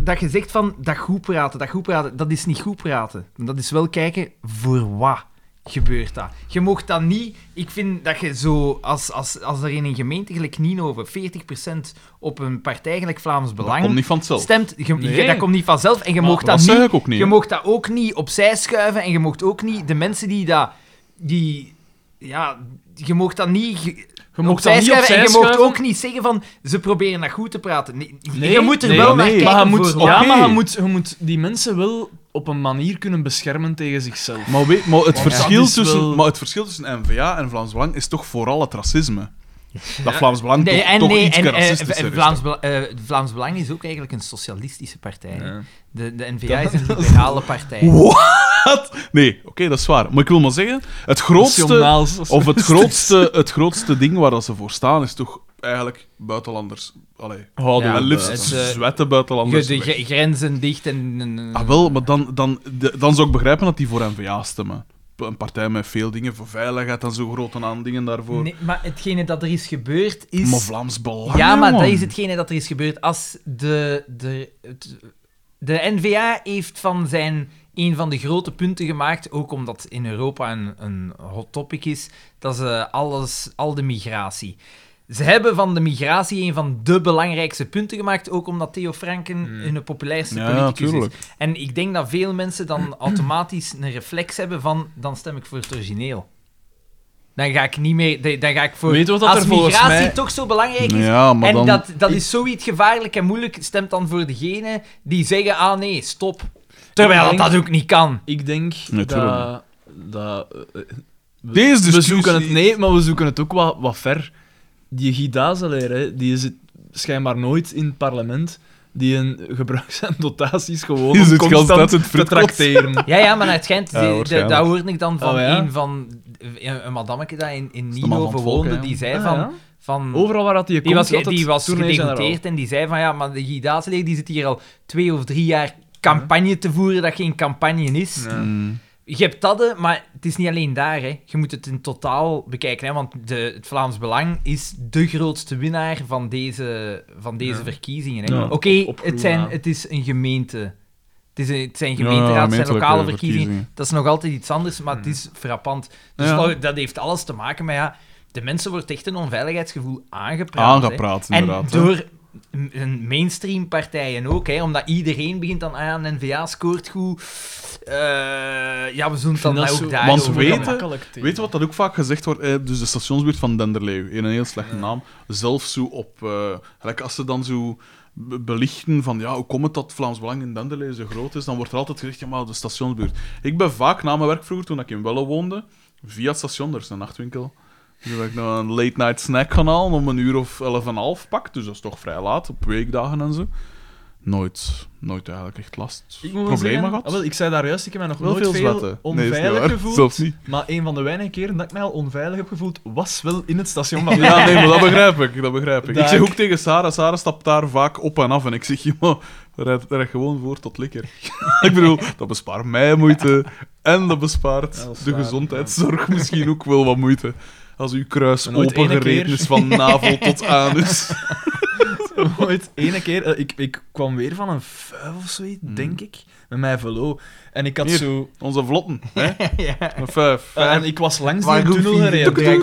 dat je zegt van dat goed praten, dat is niet goed praten. Dat is wel kijken voor wat gebeurt dat. Je mocht dat niet... Ik vind dat je zo... Als er in een gemeente gelijk Nienhoven 40% op een partij gelijk Vlaams Belang Dat komt niet van hetzelfde. stemt, Nee. dat komt niet vanzelf. En je Maar mocht Dat dat zeg niet... ik ook niet. Je hè. mocht dat ook niet opzij schuiven en je mocht ook niet... De mensen die dat... Ja, je mocht dat niet... Je mocht opzij dat niet schuiven en opzij je mocht schuiven. ook niet zeggen van... Ze proberen dat goed te praten. Nee, Nee, je moet er nee, wel naar nee. kijken Maar je moet, voor ja, Oké. maar je moet die mensen wel op een manier kunnen beschermen tegen zichzelf. Maar, het verschil tussen N-VA en Vlaams Belang is toch vooral het racisme. Dat Vlaams Belang toch iets racistischer is. Vlaams Belang is ook eigenlijk een socialistische partij. Ja. De N-VA is een liberale partij. Wat? Nee, oké, dat is waar. Maar ik wil maar zeggen, het grootste... Nationaal- Of het grootste ding waar dat ze voor staan is toch eigenlijk buitenlanders. Allee, Houden Ja, en we liefst bij. zwette buitenlanders. De grenzen dicht en... Ah, wel, maar dan zou ik begrijpen dat die voor N-VA stemmen. Een partij met veel dingen voor veiligheid en zo grote dingen daarvoor. Nee, maar hetgene dat er is gebeurd is... Maar Vlaams Belang, Ja, maar man. dat is hetgene dat er is gebeurd. Als de N-VA heeft van zijn... Een van de grote punten gemaakt, ook omdat het in Europa een hot topic is, dat is al de migratie. Ze hebben van de migratie een van de belangrijkste punten gemaakt, ook omdat Theo Franken hun populairste Ja, politicus tuurlijk. is. En ik denk dat veel mensen dan automatisch een reflex hebben van, dan stem ik voor het origineel. Dan ga ik niet meer... Dan ga ik voor... Weet je wat dat als er volgens migratie mij- toch zo belangrijk is, Ja, maar en dan... dat is zoiets gevaarlijk en moeilijk, stemt dan voor degene die zeggen, ah nee, stop. Terwijl Ik dat denk- ook niet kan. Ik denk Nee, dat... Deze we discussie... zoeken het... Nee, maar we zoeken het ook wat ver. Die Guy Dazelaar, hè, die zit schijnbaar nooit in het parlement. Die gebruikt zijn dotaties gewoon Die om zit constant constant in het te fruitkot. trakteren. Ja, maar het schijnt, Ja, waarschijnlijk. dat hoorde ik dan van Oh, ja? een van... Een madammeke dat in de man van Nienhoven het volk, woonde, hè. die zei Ah, van... ja? van Overal waar dat die die komt, was, die was tournee-generaal. gedeputeerd en die zei van, ja, maar de Guy Dazelaar, die zit hier al 2 of 3 jaar campagne te voeren dat geen campagne is. Ja. Mm. Je hebt dat, maar het is niet alleen daar. Hè. Je moet het in totaal bekijken. Hè, want het Vlaams Belang is de grootste winnaar van deze Ja. verkiezingen. Hè. Ja, Oké, op het groen, is een gemeente. Het zijn Ja, gemeenteraad, het zijn gemeentelijke lokale verkiezingen. verkiezingen. Dat is nog altijd iets anders, maar het is frappant. Dus Ja. dat heeft alles te maken met... Ja, de mensen wordt echt een onveiligheidsgevoel aangepraat. Hè. Aangepraat, En inderdaad. hè. door een mainstream partijen ook, hè, omdat iedereen begint dan, een N-VA scoort goed. Ja, we zullen het dan Dat is ook zo- daar want over we weten- hebben. Weet je wat dat ook vaak gezegd wordt? Dus de stationsbuurt van Denderleeuw, in een heel slechte naam. Zelf zo op... gelijk als ze dan zo belichten van ja, hoe komt het dat Vlaams Belang in Denderleeuw zo groot is, dan wordt er altijd gezegd, ja, maar de stationsbuurt. Ik ben vaak na mijn werk vroeger, toen ik in Welle woonde, via het station, er is een nachtwinkel, dus ben ik nog een late night snack gaan halen om 11:30 pak, dus dat is toch vrij laat, op weekdagen en zo. Nooit eigenlijk echt last. Ik moet wel Problemen zeggen, gehad. wel, ik zei daar juist, ik heb mij nog Wel nooit veel veel zwetten. onveilig Nee, is niet waar. gevoeld. Zelfs niet. Maar een van de weinige keren dat ik mij al onveilig heb gevoeld, was wel in het station van Ja, nee, maar dat begrijp ik. Dat begrijp ik. Daar- Ik zeg ook tegen Sarah stapt daar vaak op en af. En ik zeg, joh, rijd gewoon voor tot lekker. Ik bedoel, dat bespaart mij moeite. En dat bespaart Ja, dat is de waar, gezondheidszorg misschien ook wel wat moeite. Als uw kruis Nooit ene opengereden keer. is van navel tot anus. Ooit ene keer, ik kwam weer van een vuif of zoiets, denk ik, met mijn velo. En ik had Hier. zo... Onze vlotten, hè? Ja. Een 5. en ik was langs die Waar tunnel Goofy gereden.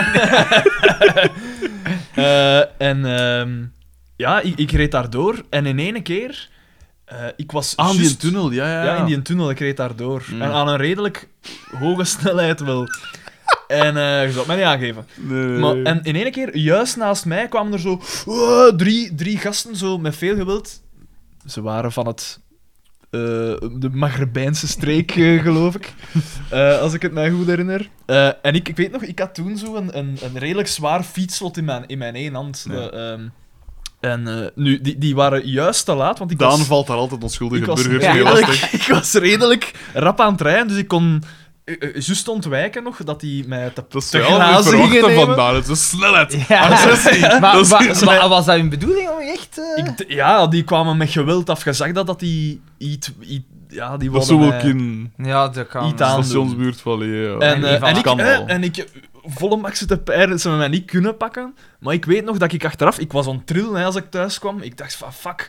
de Ja, ik reed daardoor en in ene keer... ik was Aan die juist- tunnel, ja. Ja, in die tunnel, ik reed daardoor. Mm. En aan een redelijk hoge snelheid wel. En je zou het mij niet aangeven. Nee. Maar, en in ene keer, juist naast mij, kwamen er zo drie gasten zo met veel geweld. Ze waren van de Maghrebijnse streek, geloof ik. Als ik het mij goed herinner. En ik weet nog, ik had toen zo een redelijk zwaar fietslot in mijn één hand. Ja. Nu, die waren juist te laat, want ik Daan was... valt daar altijd onschuldige Ik was, burgers ja, heel redelijk, lastig. ik was redelijk rap aan het rijden, dus ik kon juist ontwijken nog dat hij mij te Dat is te wel niet glazen gingen verwachten nemen. vandaan. Het is een snelheid. Ja. Agressie. Maar Dat is- was dat hun bedoeling om je echt... Ja, die kwamen met geweld af. Je zag dat die iets... Ja, die Dat is wilden zo ook mij in Ja, dat kan. Iets de aan- stationsbuurt van Lee. En ik volle max te pijren, ze hebben mij niet kunnen pakken. Maar ik weet nog dat ik achteraf... Ik was aan het trillen hè, als ik thuis kwam. Ik dacht van, fuck...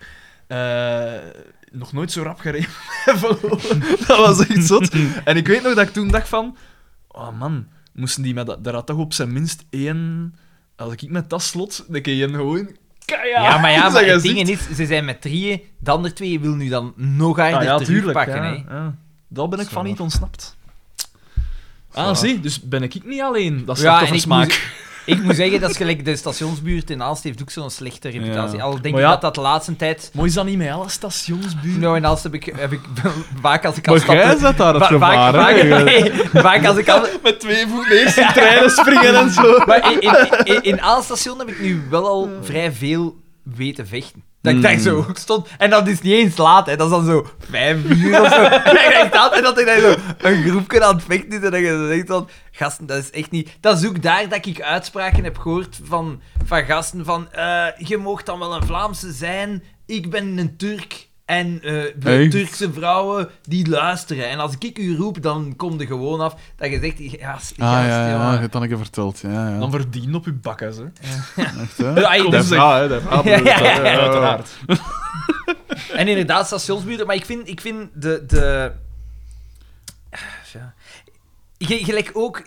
nog nooit zo rap gereden dat was echt zot. En ik weet nog dat ik toen dacht van... Oh man, moesten die met dat... Daar had toch op zijn minst 1... Als ik met dat slot, dan kun je hem gewoon... Ja, maar dat het je ding ziet. is, ze zijn met 3, de andere 2 wil nu dan nog harder terugpakken. Hè. Ja. Daar ben ik van niet ontsnapt. Zwaar. Zie, dus ben ik niet alleen. Dat is Ja, toch en een smaak. Ik moet zeggen, dat is gelijk de stationsbuurt in Aalst heeft ook zo'n slechte reputatie. Ja. Al denk Maar ik ja. dat de laatste tijd... Mooi is dat niet met alle stationsburen? Nou, in Aalst heb ik vaak als ik al Maar jij zet daar het gevaar, hè? vaak als ik al... Met 2 voeten eerst in treinen springen en zo. Maar in Aalst station heb ik nu wel al vrij veel weten vechten. Dat ik daar zo ook stond. En dat is niet eens laat, hè. Dat is dan zo 5 uur of zo. En dat ik daar zo een groepje aan het vechten is. En dat je denkt van... Gasten, dat is echt niet... Dat is ook daar dat ik uitspraken heb gehoord van gasten van... je mag dan wel een Vlaamse zijn. Ik ben een Turk. En de Echt? Turkse vrouwen, die luisteren. En als ik u roep, dan kom je gewoon af. Dat je zegt... Gast, Ja, je hebt dat een keer verteld. Ja. Dan verdien op je bakkes, hè. Echt, hè? Ja, ik- Dat hè? Dat Uiteraard. En inderdaad, stationsbuurten, maar ik vind de ja. Gelijk ook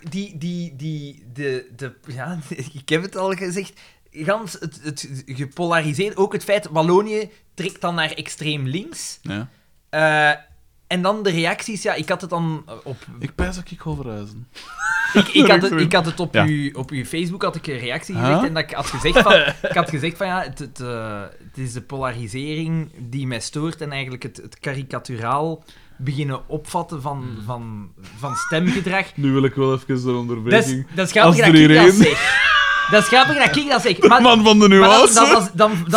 ja, ik heb het al gezegd, gans het gepolariseerd, ook het feit, Wallonië trekt dan naar extreem links. Ja. En dan de reacties, ja, ik had het dan op... Ik pijs dat ik wil verhuizen. Ik had het op, Ja. op uw Facebook had ik een reactie Huh? gezegd en dat ik had gezegd van ja, het is de polarisering die mij stoort en eigenlijk het karikaturaal beginnen opvatten van stemgedrag. Nu wil ik wel even een onderbreking. Dat is grappig Als dat er ik hier dat één- zeg. Dat is grappig dat ik dat zeg. Maar, Man van de maar nuance.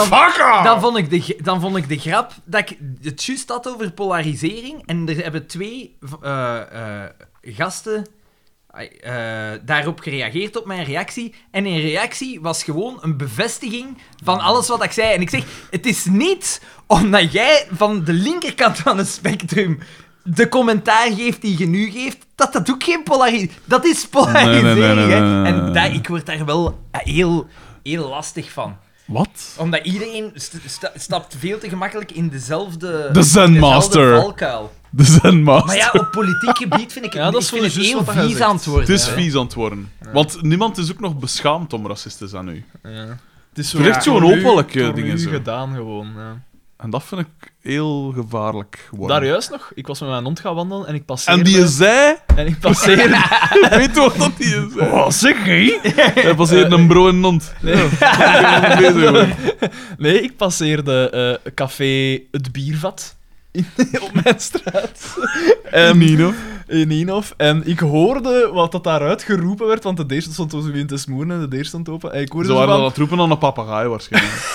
dan vond ik de grap dat ik het juist had over polarisering en er hebben 2 gasten daarop gereageerd op mijn reactie. En in reactie was gewoon een bevestiging van alles wat ik zei. En ik zeg, het is niet omdat jij van de linkerkant van het spectrum de commentaar geeft die je nu geeft, dat ook geen polarisering... Dat is polarisering, hè. En ik word daar wel heel, heel lastig van. Wat? Omdat iedereen stapt veel te gemakkelijk in dezelfde... De Zen-master. dezelfde valkuil. De Zenmaster. Maar ja, op politiek gebied vind ik het, Ja, dat is ik vind voor het juist heel wat je vies zegt. aan het worden. Het is hè. vies aan het worden. Want niemand is ook nog beschaamd om racist te zijn nu. Ja. Het is Het is echt zo'n door u- openlijke door dingen u zo. gedaan gewoon, ja. En dat vind ik heel gevaarlijk worden. Daar juist nog, ik was met mijn hond gaan wandelen en ik passeerde... En die zei... En ik passeerde... Weet je wat dat die zei? Oh, zeg, hé! Hij passeerde een bro en een hond. Ja. Nee, ik passeerde café Het Biervat op mijn straat. Nino. In Nienhof. En ik hoorde wat dat daaruit geroepen werd, want de deur stond zo in te smoeren en de deur stond open. En ik hoorde Ze zo waren van... aan het roepen aan een papegaai waarschijnlijk.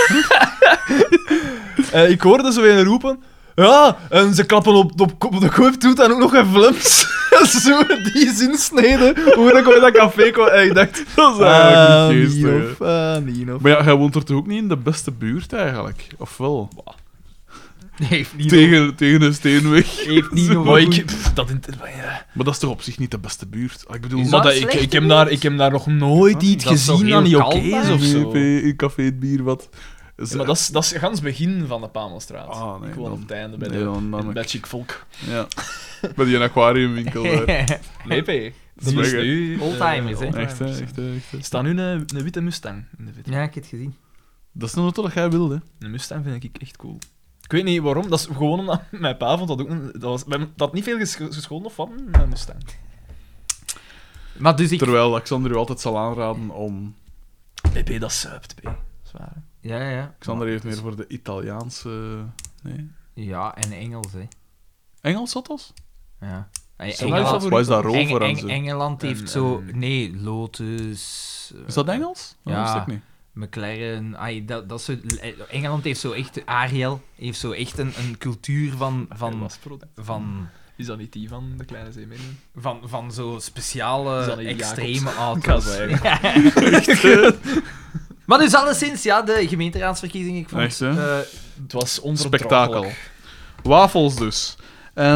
Ik hoorde zo een roepen... Ja, en ze klappen op de kop toe en ook nog een Vlaams. Zo die zinsnede, hoe ik ooit dat café kwam. En ik dacht... Dat is eigenlijk niet geestig, hè. Nienhof. Maar ja, jij woont er toch ook niet in de beste buurt eigenlijk? Of wel? Heeft niet Tegen een steenweg. Heeft niet Zo. nog Maar goed. Maar dat is toch op zich niet de beste buurt? Ik bedoel, Is Maar dat dat, slecht, ik heb daar nog nooit iets Dat is toch gezien heel dat niet oké kalm, is of zo. in café het bier wat. Ja, maar dat is gans begin van de Pamelstraat. Ah, nee, ik woon dan- op het einde bij, nee, dan bij ik- Chic Volk. Ja. Bij die aquariumwinkel daar. Nee, P. Dat is weg, hè. nu... Oldtimers, hè. Echt, hè, echt, hè, echt. hè. Er staat nu een witte Mustang in de witte. Ja, ik heb het gezien. Dat is nog wat dat jij wil, hè? Een Mustang vind ik echt cool. Ik weet niet waarom, dat is gewoon omdat mijn pa vond dat ook... Dat had niet veel gescholden of wat, een Mustang. Maar dus ik... Terwijl Alexander u altijd zal aanraden om... P, dat zuipt, P. Zwaar. Ja. Alexander heeft meer voor de Italiaanse... Nee? Ja, en Engels, hè. Engels, zat dat? Ja. Is dat Engeland, wel favoriet? Wat is dat rover en zo? Engeland heeft En- zo... en- Nee, Lotus... Is dat Engels? Ja. Dat wist ik niet. McLaren... dat soort, Engeland heeft zo echt... Ariel heeft zo echt een cultuur van Is dat niet die van de kleine zeemeermin? van zo Is speciale, dat niet extreme Jacobs? auto's. Kan Maar dus alleszins, ja, de gemeenteraadsverkiezingen, ik vond Echt, hè? Het was Spektakel. onverdraaglijk. Wafels dus. En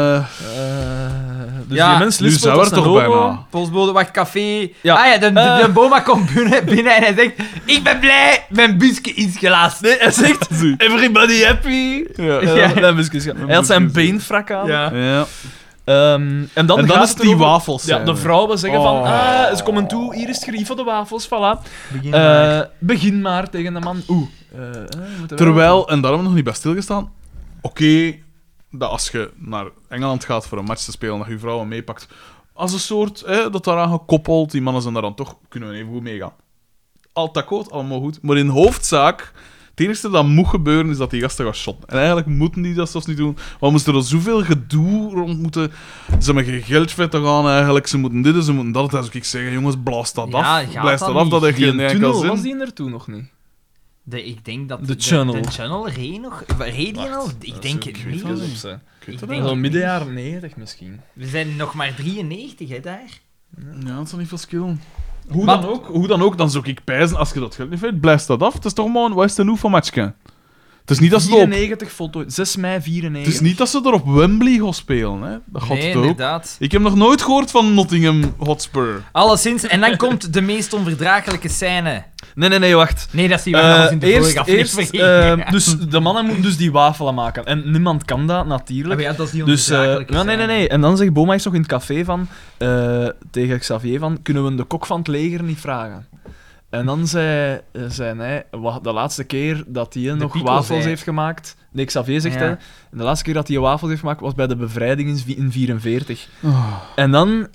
Dus Ja, die mens nu lispelt zou als er een toch homo. bijna. Postbode, wacht, café. Ja. Ah ja, de Boma komt binnen en hij zegt... Ik ben blij, mijn busje is gelast. Nee, hij zegt... Everybody happy. Ja. Hij had zijn beenfrak aan. Ja. Ja. En dan, En dan gaat is het het die erover- wafels. Ja, de vrouwen zeggen Oh. van... ze komen toe, hier is het gerief van de wafels, voilà. Begin maar tegen de man. Terwijl, en daar hebben we nog niet bij stilgestaan, oké, dat als je naar Engeland gaat voor een match te spelen, dat je vrouwen meepakt, als een soort, dat daaraan gekoppeld, die mannen zijn daar dan toch, kunnen we even goed meegaan. Al akkoord, allemaal goed. Maar in hoofdzaak, het enige dat moet gebeuren, is dat die gasten gaan shotten. En eigenlijk moeten die dat zelfs niet doen, want moesten er zoveel gedoe rond moeten. Ze hebben geen geld voor te gaan eigenlijk, ze moeten dit en ze moeten dat. Dan zou ik zeggen, jongens, blaas dat Ja, af. gaat Blaas dat dat af, niet. dat heeft Die geen enkel tunnel, zin. was die er toen nog niet? Ik denk dat... De Channel. De Channel reed nog... Reed die nog? Ik denk het niet. Op zijn. Ik weet Ik het denk niet. Wel het midden niet. jaren 90 misschien. We zijn nog maar 93, hè, daar. Ja, dat is niet veel skill. Maar- Hoe dan ook, dan zou ik pijzen, als je dat geld niet vindt, blijf dat af. Het is toch maar een, wat is het nu van matchje? Het is niet dat ze het op, 94 voltooid. 6 mei 94. het is niet dat ze er op Wembley gaan spelen, hè. Dat gaat Nee, het ook. inderdaad. Ik heb nog nooit gehoord van Nottingham Hotspur. Alleszins, en dan komt de meest onverdraaglijke scène. Nee, wacht. Nee, dat is die waar was in de vorige Eerst, aflevering. dus de mannen moeten dus die wafelen maken. En niemand kan dat, natuurlijk. Ja, dat is die Dus, onverdraaglijke ja, scène. nee. En dan zegt Boma eens nog in het café van, tegen Xavier van, kunnen we de kok van het leger niet vragen? En dan zei hij, de laatste keer dat hij nog Pico wafels zei. heeft gemaakt... Nee, Xavier zegt Ja. hij, de laatste keer dat hij wafels heeft gemaakt was bij de bevrijding in 1944. En dan...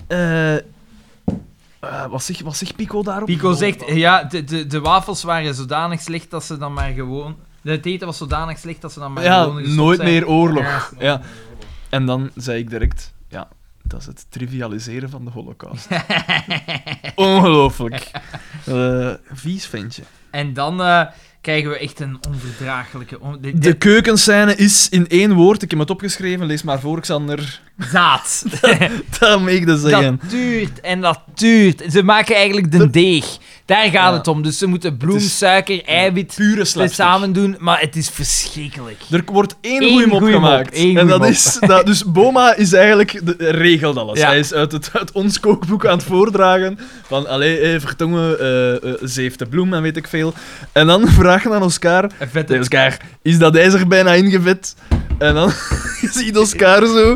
wat zegt Pico daarop? Pico zegt, ja, de wafels waren zodanig slecht dat ze dan maar gewoon... Het eten was zodanig slecht dat ze dan maar Ja, gewoon gestopt nooit zijn. meer oorlog. Ja. Ja. En dan zei ik direct, ja, dat is het trivialiseren van de Holocaust. Ongelooflijk. Vies ventje. En dan krijgen we echt een onverdraaglijke... De keukenscène is in 1 woord, ik heb het opgeschreven, lees maar voor, Xander. zaad. Dat mag ik dus zeggen. Dat duurt en dat duurt. Ze maken eigenlijk de deeg. Daar gaat Ja. het om. Dus ze moeten bloem, Het is- suiker, eiwit Pure slapstick. samen doen, maar het is verschrikkelijk. Er wordt één Eén goeie mop goeie mop, gemaakt. één En goeie dat mop. is... Dus Boma is eigenlijk... regelt alles. Ja. Hij is uit ons kookboek aan het voordragen. Van, allee, vertongen, zeefde bloem en weet ik veel. En dan vragen aan Oscar... Een vette... Nee, Oscar, is dat ijzer bijna ingevet? En dan ziet Oscar zo...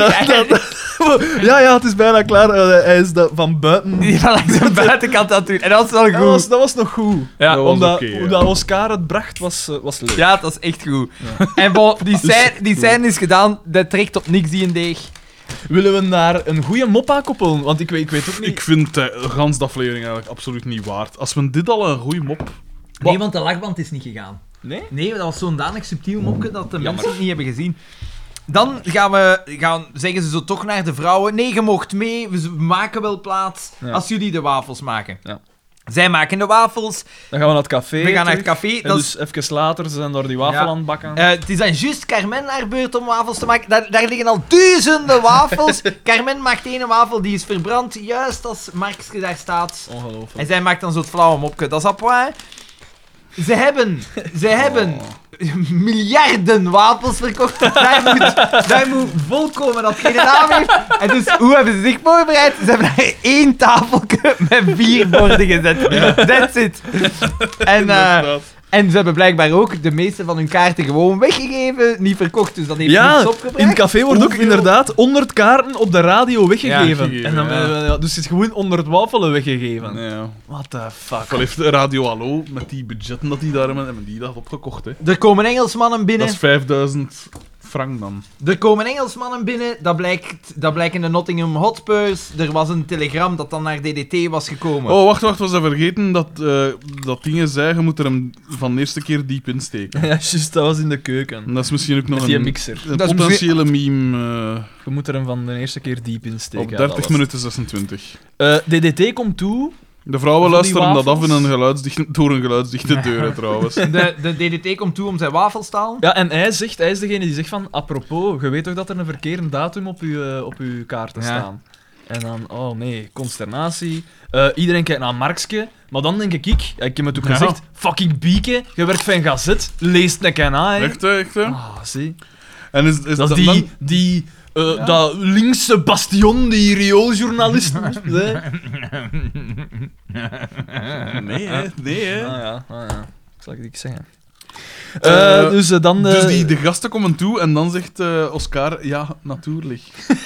Ja, het is bijna klaar. Hij is van buiten... Die van langs de buitenkant aan het doen. En dat is wel goed. Dat was nog goed. Ja, dat was Omdat oké, ja. hoe dat Oscar het bracht, was leuk. Ja, dat is echt goed. En bon, die scène is gedaan, dat trekt op niks die een deeg. Willen we daar een goede mop aan koppelen? Want ik weet ook niet... Ik vind de gans de aflevering eigenlijk absoluut niet waard. Als we dit al een goede mop... Nee, want de lachband is niet gegaan. Nee? Nee, dat was zo'n danig subtiel mopje dat de Jammer. mensen het niet hebben gezien. Dan zeggen ze zo toch naar de vrouwen. Nee, je mocht mee, we maken wel plaats Ja. als jullie de wafels maken. Ja. Zij maken de wafels, Dan gaan we naar het café. we gaan naar het terug. café. En Dat dus even later zijn ze door die wafel Ja. aan het bakken. het is dan juist Carmen haar beurt om wafels te maken. Daar liggen al duizenden wafels. Carmen maakt ene wafel, die is verbrand, juist als Markske daar staat. En Ongelooflijk. zij maakt dan zo het flauwe mopje. Dat is apwaar. Ze hebben miljarden wafels verkocht. Daar moet volkomen dat geen naam heeft. En dus, hoe hebben ze zich voorbereid? Ze hebben daar 1 tafeltje met 4 borden gezet. That's it. En ze hebben blijkbaar ook de meeste van hun kaarten gewoon weggegeven, niet verkocht, dus dat heeft Ja, niets opgebracht. in het café wordt ook Hoeveel? inderdaad 100 kaarten op de radio weggegeven. Ja, en dan, ja. dus het is gewoon 100 wafelen weggegeven. Ja. What the fuck? Wel heeft Radio Hallo, met die budgetten dat die daar hebben die dat opgekocht, hè. Er komen Engelsmannen binnen. Dat is 5000 frank dan. Er komen Engelsmannen binnen, dat blijken de Nottingham Hotspurs. Er was een telegram dat dan naar DDT was gekomen. Oh, wacht, was dat vergeten dat dingen zei, je moet er hem van de eerste keer diep insteken. Ja, juist, dat was in de keuken. En dat is misschien ook nog Met die een mixer. een Dat is potentiële meme Je moet er hem van de eerste keer diep insteken. op ja, 30 dat was minuten 26. het. DDT komt toe. De vrouwen Van die luisteren dat af wafels? door een geluidsdichte deur, trouwens. De DDT komt toe om zijn wafels te halen. Ja, en hij is degene die zegt van, apropos, je weet toch dat er een verkeerde datum op uw kaarten Ja. staan? En dan, oh nee, consternatie. Iedereen kijkt naar Markske, maar dan denk ik heb het ook Ja. gezegd, fucking Bieke, je werkt van een gazet, leest een keer na, hè. Echt, hè? Ah, zie. En is Dat is dat linkse bastion, die riooljournalist. Nee, Nee. Ah ja. Zal ik niks zeggen. Dus dan... Dus de gasten komen toe en dan zegt Oscar, ja, natuurlijk.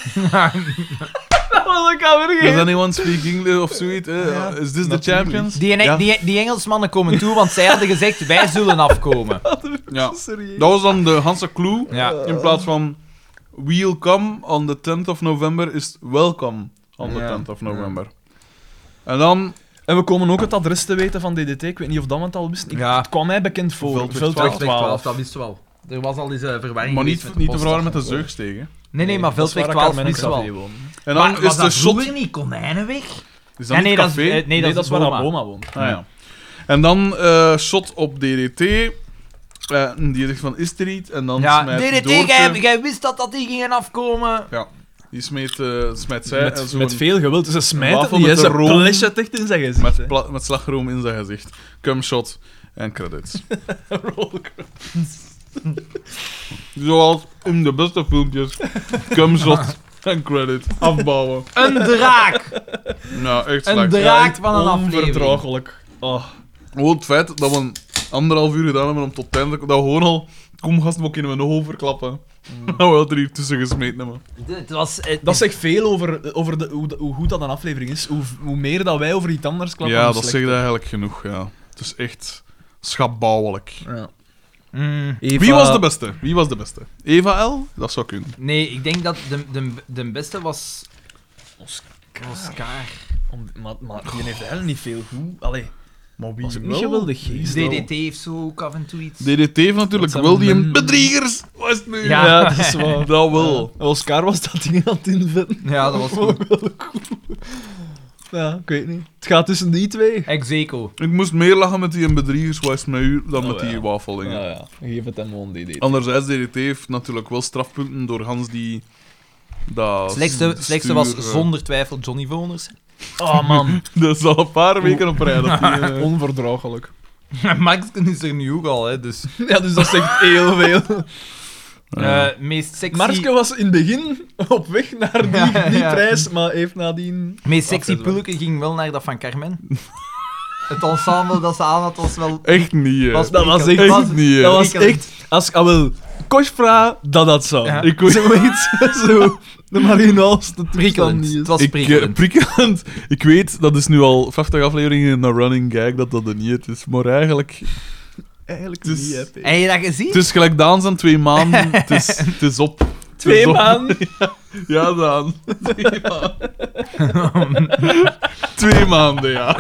ik kan weer Does anyone speak English of zoiets? Is this the champions? Die Engelsmannen komen toe, want zij hadden gezegd, wij zullen afkomen. Ja. Dat was dan de Hanse clue. Ja. In plaats van we'll come on the 10th of November is welcome on the Ja. 10th of November. En dan... En we komen ook het adres te weten van DDT. Ik weet niet of dat we het al wisten. Ja. Het kwam mij bekend voor. Veldweg Veldweg 12. dat wisten we wel. Er was al eens verwarring Maar geweest niet met de te verwarren met de postdag. zeugsteeg, hè. Nee, maar dat is Veldweg waar 12 ik wisten we Café wel. woon. En dan Maar is was de dat shot... vroeger niet Konijnenweg? Is dat Ja, niet nee, dat is, café? Nee, dat is waar Boma. Aboma woont. Ah, ja. En dan shot op DDT. Die zegt van, is er iets? En dan Ja, smijt DDT, Doortje- jij wist dat die gingen afkomen. Ja, die smijt zij en zo Met veel geweld. Ze smijten wafel het niet, met hè. de Ze room. plashen het echt in zijn gezicht. hè. met slagroom in zijn gezicht. Cumshot en credits. Zoals in de beste filmpjes. Cumshot en credit. Afbouwen. Een draak! Nou, echt Een slecht. draak van een aflevering. Onverdraaglijk. Oh. Gewoon het feit dat we 1,5 uur gedaan hebben om tot het einde te komen. Dat we gewoon al... Kom gasten, we kunnen we nog overklappen. Dat we wel 3 uur tussen gesmeten hebben. Het was... Dat zegt veel over hoe goed dat een aflevering is. Hoe meer dat wij over iets anders klappen. Ja, hoe dat slechter. zegt eigenlijk genoeg, ja. Het is echt schabouwelijk. Ja. Wie was de beste? Eva L? Dat zou kunnen. Nee, ik denk dat de beste was... Oscar. Maar die heeft eigenlijk niet veel goed. Allee, Maar wie was ook niet geweldig geest. DDT heeft zo ook af en toe iets. DDT heeft natuurlijk Dat wel zijn die men- bedriegers. Wat is het nu? Ja. Ja, dat is waar. Dat wel. Oscar was dat ding aan het invetten. Ja, dat was goed. Ja, ik weet niet. Het gaat tussen die twee. Execo. Ik moest meer lachen met die bedriegers, wat is het met u, dan Oh, met die ja. wafeldingen. Ja. Geef het hem gewoon DDT. Anderzijds, DDT heeft natuurlijk wel strafpunten door Hans die... Dat Slechtste was stuur, zonder twijfel Johnny Voners. Oh man, Dat is al een paar weken op rij. Dat die, onverdraaglijk. Max is er nu ook al, hè, dus... Ja, dus dat zegt heel veel. Meest sexy... Marske was in het begin op weg naar die Ja. prijs, maar heeft nadien... Meest sexy Afgezwakt. pulleke ging wel naar dat van Carmen. Het ensemble dat ze aan had was wel... Echt niet, hè. Was Dat was echt... Echt was- niet, hè. Dat was prikkelend. echt... Als ik wil Koshvra, dat zou. Ja. Ik weet... Zoiets, zo... De marginaalste toestand Prikkelend. niet Het is. was Ik, prikkelend. prikkelend. Ik weet, dat is nu al 50 afleveringen in een running gag dat dat er niet is. Maar eigenlijk... Eigenlijk Het is- niet, hè, P. Heb je dat gezien? Het is gelijk Daan zijn 2 maanden. Het is op. Het is 2 op. maanden. Ja, Daan. 2 maanden. 2 maanden, ja.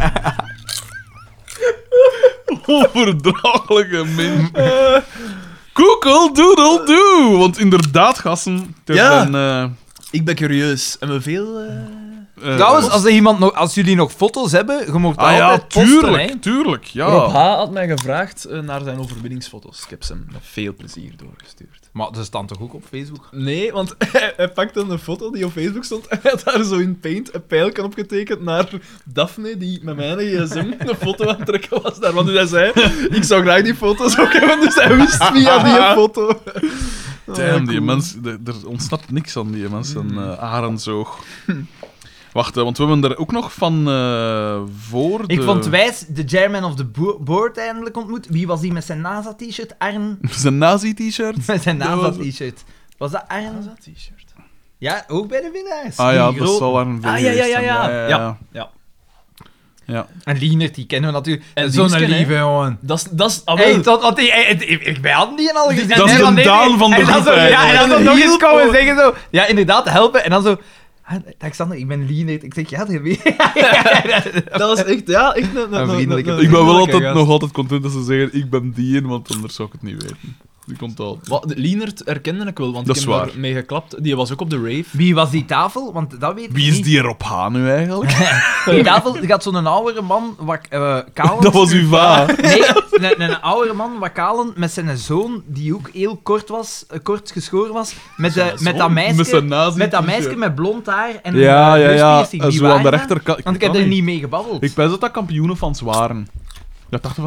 Overdraaglijke mens. Google doodle do. Want inderdaad, gasten. Er Ja. zijn, Ik ben curieus. En we veel... Trouwens, als jullie nog foto's hebben, je mocht Ah ja, altijd posten, tuurlijk. hè. Tuurlijk, ja. Rob H. had mij gevraagd naar zijn overwinningsfoto's. Ik heb ze hem met veel plezier doorgestuurd. Maar ze staan toch ook op Facebook? Nee, want hij pakte een foto die op Facebook stond en hij had daar zo in Paint een pijltje op getekend naar Daphne, die met mijn gsm een foto aan het trekken was daar. Want hij zei, ik zou graag die foto's ook hebben, dus hij wist via die foto. Damn, die cool. mens... Er ontsnapt niks aan die mensen. Arendzoog. Wacht, want we hebben er ook nog van voor Ik de... vond Wijs de chairman of the board eindelijk ontmoet. Wie was die met zijn NASA-t-shirt? Arn? Zijn nazi-t-shirt. Met zijn Dat was- NASA-t-shirt. Was dat Arn? dat t-shirt? Ja, ook bij de winnaars. Ah ja, Die dat grote- zal een Ah, ja. Ja. En Lienert, die kennen we natuurlijk. En Zo'n Dienstken, hè? lieve jongen. Dat is... Hey, wij hadden die al gezien. Dat is Nee, de maar nee, Daan nee. van de En dan groep zo- Ja, en dan zo eigenlijk. nog eens Heel komen cool. zeggen zo... Ja, inderdaad, helpen. En dan zo... Alexander, ik ben Lienert. Ik zeg, ja, dat weet Dat was echt, ja, echt een vriendelijke- Ik ben wel altijd, gast. nog altijd content dat ze zeggen, ik ben die een, want anders zou ik het niet weten. Die komt al. Wat, Lienert herkende ik wel, want Dat ik is heb waar. daar mee geklapt. Die was ook op de rave. Wie was die tafel? Want dat weet ik Wie is niet. die Rob H. nu eigenlijk? Die tafel, er gaat zo'n oudere man, kalend... Dat was uw va. Nee, een oudere man, wat kalend, met zijn zoon, die ook heel kort geschoren was, met dat Met meisje... zijn nazi Met dat meisje met blond haar en Ja. neuspiercing. Die Zo aan de waren dat? rechterkant. Want ik heb er niet mee gebabbeld. Ik weet dat dat kampioenen van waren. Dat dacht van...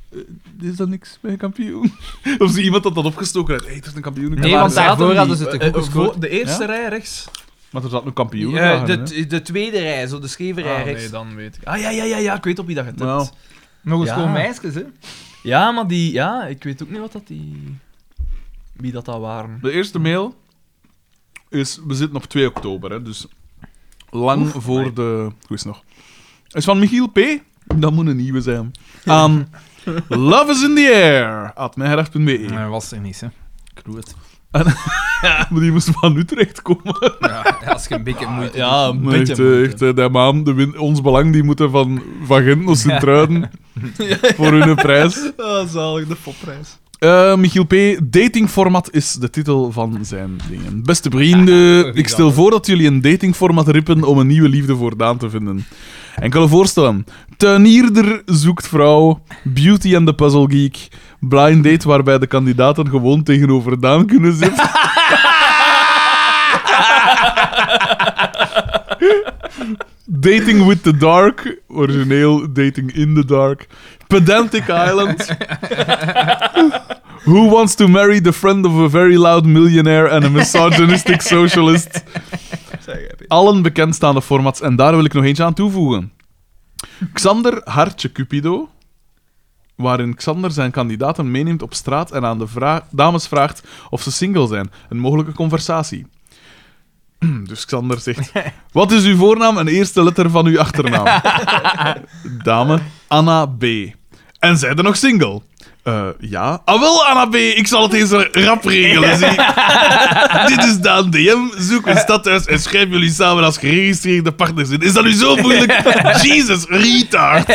is dat niks bij een kampioen? Of zie iemand dat opgestoken heeft? Hey, er is een kampioen. Nee, want daarvoor hadden ze te goed gescoord. De eerste Ja? rij rechts. Maar er zat een kampioen. De tweede rij, zo de scheve rij rechts. Nee, dan weet ik. Ja, ik weet op wie dat het Nou. hebt. Nog eens Ja. gewoon meisjes, hè? Ja, maar die... Ja, ik weet ook niet wat dat die... Wie dat waren. De eerste mail is... We zitten op 2 oktober, hè, dus lang voor de quiz nog. Is van Michiel P. Dat moet een nieuwe zijn. Aan Love is in the air. @mijgedacht.be. Nee, was er niet, hè? Kloot. Maar die moest van Utrecht komen. Ja, als je een beetje moeite Ja, een Maar beetje. echt, die man, ons belang, die moeten van Gent naar Sint-Truiden voor hun prijs. Ah, zalig, de popprijs. Michiel P. Datingformat is de titel van zijn dingen. Beste vrienden, ik stel voor dat jullie een datingformat rippen om een nieuwe liefde voor Daan te vinden. Enkele voorstellen. Tuinierder zoekt vrouw, Beauty and the Puzzle Geek, blind date waarbij de kandidaten gewoon tegenover Daan kunnen zitten. Dating with the Dark, origineel Dating in the Dark. Pedantic Island. Who wants to marry the friend of a very loud millionaire and a misogynistic socialist? Allen bekendstaande formats en daar wil ik nog eentje aan toevoegen. Xander Hartje Cupido, waarin Xander zijn kandidaten meeneemt op straat en aan de dames vraagt of ze single zijn. Een mogelijke conversatie. Dus Xander zegt... Wat is uw voornaam en eerste letter van uw achternaam? Dame, Anna B. En zij er nog single? Ja. Ah, wel, Anna B. Ik zal het eens rap regelen, zie. Dit is Daan DM. Zoek een stadhuis en schrijf jullie samen als geregistreerde partners in. Is dat nu zo moeilijk? Jesus, retard.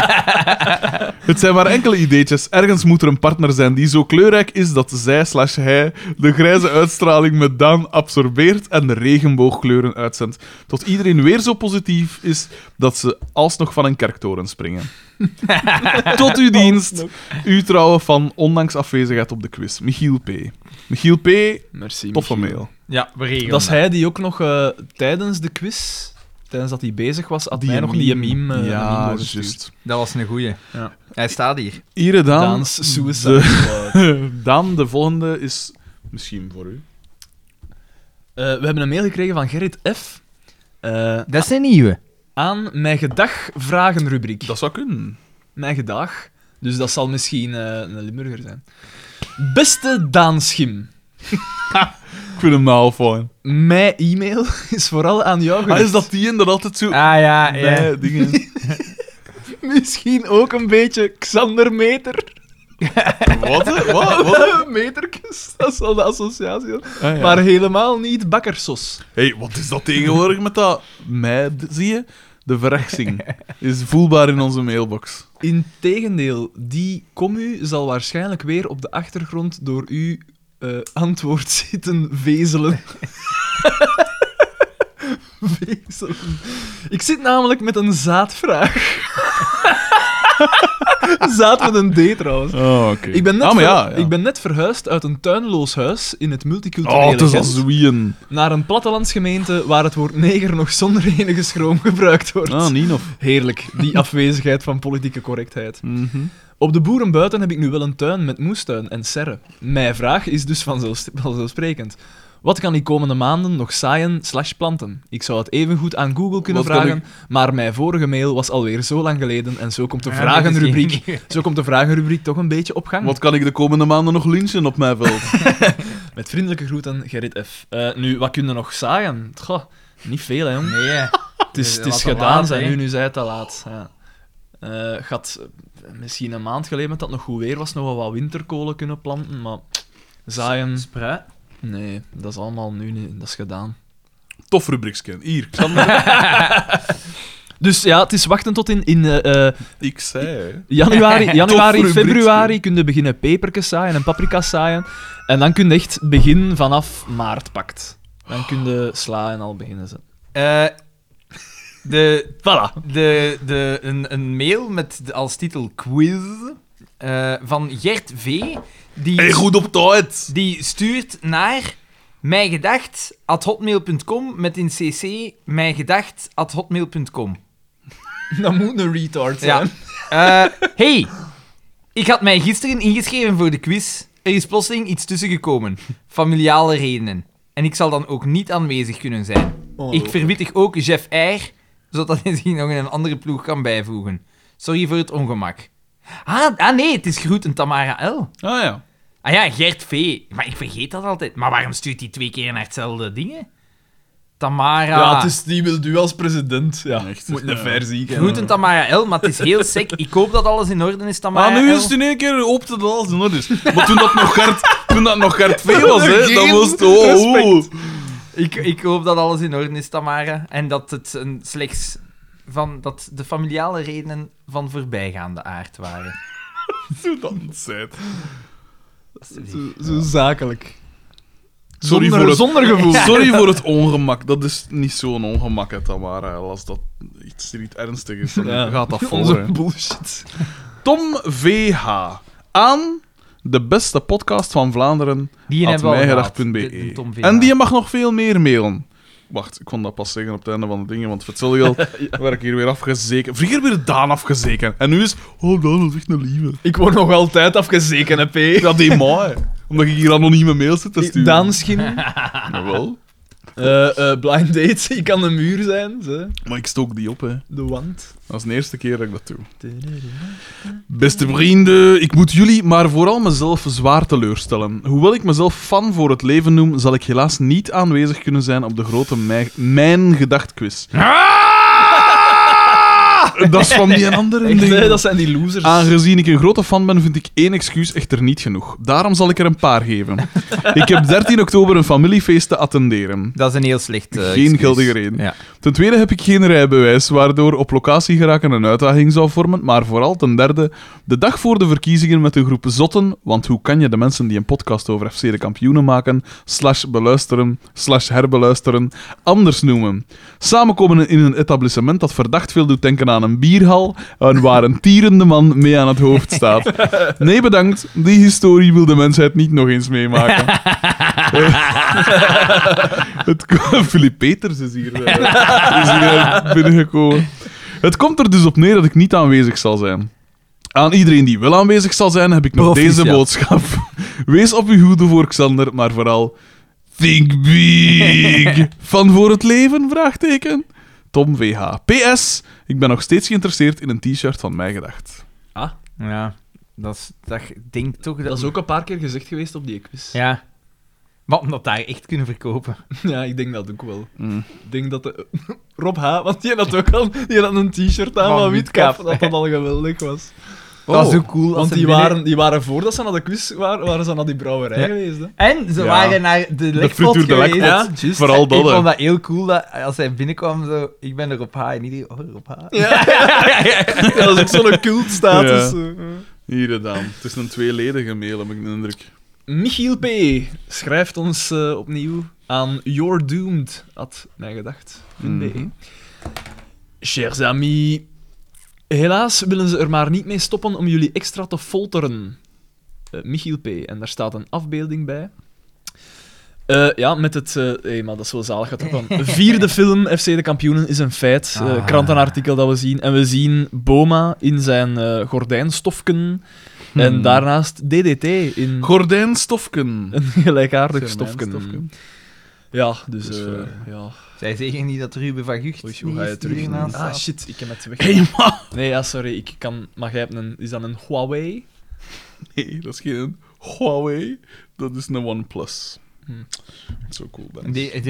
Het zijn maar enkele ideetjes. Ergens moet er een partner zijn die zo kleurrijk is dat zij/hij de grijze uitstraling met Daan absorbeert en de regenboogkleuren uitzendt. Tot iedereen weer zo positief is dat ze alsnog van een kerktoren springen. Tot uw dienst. Uw trouwe fan, ondanks afwezigheid op de quiz. Michiel P. Michiel P. Merci, Toffe Michiel. mail. Ja, we regelen Dat is hij die ook nog tijdens de quiz, tijdens dat hij bezig was, had hij nog die meme ja, doorgestuurd. juist. Dat was een goeie. Ja. Hij staat hier. Hier, Daan. Daans Suicide Squad. Daan, de volgende is misschien voor u. We hebben een mail gekregen van Gerrit F. Dat is een nieuwe. Aan mijn gedag-vragenrubriek. Dat zou kunnen. Mijn gedag. Dus dat zal misschien een Limburger zijn. Beste Daan Schim. Ik vind hem nou fijn. Mijn e-mail is vooral aan jou gericht. Is dat die en dat altijd zo... Ah ja, ja. bij dingen... Misschien ook een beetje Xander Meter. Wat? Hè? Wat? Metertjes, dat zal de associatie zijn. Ah, ja. Maar helemaal niet bakkersos. Hey, wat is dat tegenwoordig met dat? Zie je? De verrechtsing is voelbaar in onze mailbox. Integendeel, die commu zal waarschijnlijk weer op de achtergrond door uw antwoord zitten vezelen. Vezelen. Ik zit namelijk met een zaadvraag. Zaad met een D trouwens. Oh, oké. Ik ben, net maar ja. ik ben net verhuisd uit een tuinloos huis in het multiculturele Oh, het is Gent als wien. naar een plattelandsgemeente waar het woord neger nog zonder enige schroom gebruikt wordt. Ah, niet nog. Heerlijk, die afwezigheid van politieke correctheid. Op de boeren buiten heb ik nu wel een tuin met moestuin en serre. Mijn vraag is dus vanzelfsprekend. Wat kan ik komende maanden nog zaaien/planten? Ik zou het evengoed aan Google kunnen Wat kan vragen, maar mijn vorige mail was alweer zo lang geleden en zo komt de Ja, vragenrubriek toch een beetje op gang. Wat kan ik de komende maanden nog lynchen op mijn veld? Met vriendelijke groeten, Gerrit F. Nu, wat kun je nog zaaien? Goh, niet veel, hè, jong. Nee, hè. Het is wat te gedaan, laat, zijn hè. nu zei het te laat. Ja. Gaat misschien een maand geleden, met dat nog goed weer was, nog wel wat winterkolen kunnen planten, maar zaaien... Spruit. Nee, dat is allemaal nu niet, dat is gedaan. Tof rubriekje. Hier, Xander. Dus ja, het is wachten tot in Ik zei, hè. januari, rubriekje. februari kun je beginnen pepertjes zaaien en paprika's zaaien. En dan kun je echt begin vanaf maart pakt. Dan kun je sla en al beginnen zetten. Voilà. Een mail met als titel quiz van Gert V. Die, Hey, goed op tijd. die stuurt naar mijgedacht@hotmail.com met in cc mijgedacht@hotmail.com. Dat moet een retard zijn. Ja. Hey, Ik had mij gisteren ingeschreven voor de quiz. Er is plotseling iets tussengekomen. Familiale redenen. En ik zal dan ook niet aanwezig kunnen zijn. Ik verwittig ook Jeff R., zodat hij zich nog in een andere ploeg kan bijvoegen. Sorry voor het ongemak. Nee, het is groeten Tamara L. Ah ja. Ah ja, Gert V. Maar ik vergeet dat altijd. Maar waarom stuurt hij 2 keer naar hetzelfde dingen? Tamara... Ja, die wil u als president. Ja, Echt, moet een ja. versie kennen. Groeten Tamara L, maar het is heel sec. Ik hoop dat alles in orde is, Tamara Nu L. is het in één keer op dat alles in orde is. Maar toen dat nog Gert V was, hè, Geen dan was het... respect. Ik hoop dat alles in orde is, Tamara. En dat het dat de familiale redenen van voorbijgaande aard waren. Zo dan zet. Zo zakelijk. Sorry Zonder- voor het zonder gevoel. Sorry voor het ongemak. Dat is niet zo'n ongemak, hè, Tamara. Als dat iets ernstig is, dan Ja. gaat dat vol. Onze hè. bullshit. Tom VH. Aan de beste podcast van Vlaanderen. Die hebben we al gehad, @mijgedacht.be. de Tom VH. En die mag nog veel meer mailen. Wacht, ik kon dat pas zeggen op het einde van de dingen, want voor hetzelfde geld werd ik hier weer afgezeken. Vroeger weer Daan afgezeken. En nu is... Oh, Daan is echt een lieve. Ik word nog altijd afgezeken, hè, P. Dat deed mij. Omdat ik hier anonieme mails zit te sturen. Daan Schim. Jawel. Blind date, ik kan een muur zijn. Zo. Maar ik stook die op, hè. De wand. Dat is de eerste keer dat ik dat doe. Beste vrienden, ik moet jullie, maar vooral mezelf zwaar teleurstellen. Hoewel ik mezelf fan voor het leven noem, zal ik helaas niet aanwezig kunnen zijn op de grote Mijn Gedacht quiz. Dat is van die en andere Echt, dingen. hè, dat zijn die losers. Aangezien ik een grote fan ben, vind ik 1 excuus echter niet genoeg. Daarom zal ik er een paar geven. Ik heb 13 oktober een familiefeest te attenderen. Dat is een heel slecht Geen excuus. geldige reden. Ja. Ten tweede heb ik geen rijbewijs, waardoor op locatie geraken een uitdaging zou vormen. Maar vooral ten derde, de dag voor de verkiezingen met een groep zotten, want hoe kan je de mensen die een podcast over FC de kampioenen maken, /beluisteren, /herbeluisteren, anders noemen. Samenkomen in een etablissement dat verdacht veel doet denken aan een bierhal en waar een tierende man mee aan het hoofd staat. Nee, bedankt. Die historie wil de mensheid niet nog eens meemaken. Filip Peters is hier binnengekomen. Het komt er dus op neer dat ik niet aanwezig zal zijn. Aan iedereen die wel aanwezig zal zijn, heb ik nog Proficiat. deze boodschap. Wees op uw hoede voor Xander, maar vooral... Think big! Van voor het leven? Vraagteken. Tom VH. PS. Ik ben nog steeds geïnteresseerd in een t-shirt van Mij Gedacht. Ja, dat denk toch... Dat is ook een paar keer gezegd geweest op die quiz. Ja. Maar om dat daar echt kunnen verkopen. Ja, ik denk dat ook wel. Mm. Ik denk dat Rob H., want die had ook al die had een t-shirt aan Van van Witkaf, Witkaf. dat al geweldig was. Dat is ook cool. als Want ze die binnen- waren voordat ze naar de quiz waren ze naar die brouwerij Ja. geweest. Hè? En ze Ja. waren naar de lekpot Futur de geweest. Lekpot. Ja, juist. Vooral dat, Ik hè. vond dat heel cool dat als hij binnenkwam, zo... Ik ben er op H. En iedereen... Oh, er op H. Ja. Ja, dat is ook zo'n cultstatus. Ja. zo. Hier gedaan. Het is een tweeledige mail, heb ik de indruk. Michiel P. schrijft ons opnieuw aan yourdoomed@mijgedacht.be. Chers amis, helaas willen ze er maar niet mee stoppen om jullie extra te folteren. Michiel P. En daar staat een afbeelding bij. Ja, met het... maar dat is wel zalig. Van 4e film FC de Kampioenen is een feit. Krantenartikel dat we zien. En we zien Boma in zijn gordijnstofken. En daarnaast DDT in Gordijnstofken. een gelijkaardig Stofken. stofken. Ja, dus... Dus, ja. Zij zeggen niet dat Ruben van Gucht Oei, hoe ga je terug? hiernaast Ah, staat. shit, ik heb het weg. Hé, man. Nee, ja, sorry. Ik kan... Maar jij hebt een... Is dat een Huawei? Nee, dat is geen Huawei. Dat is een OnePlus. Zo cool, Ben.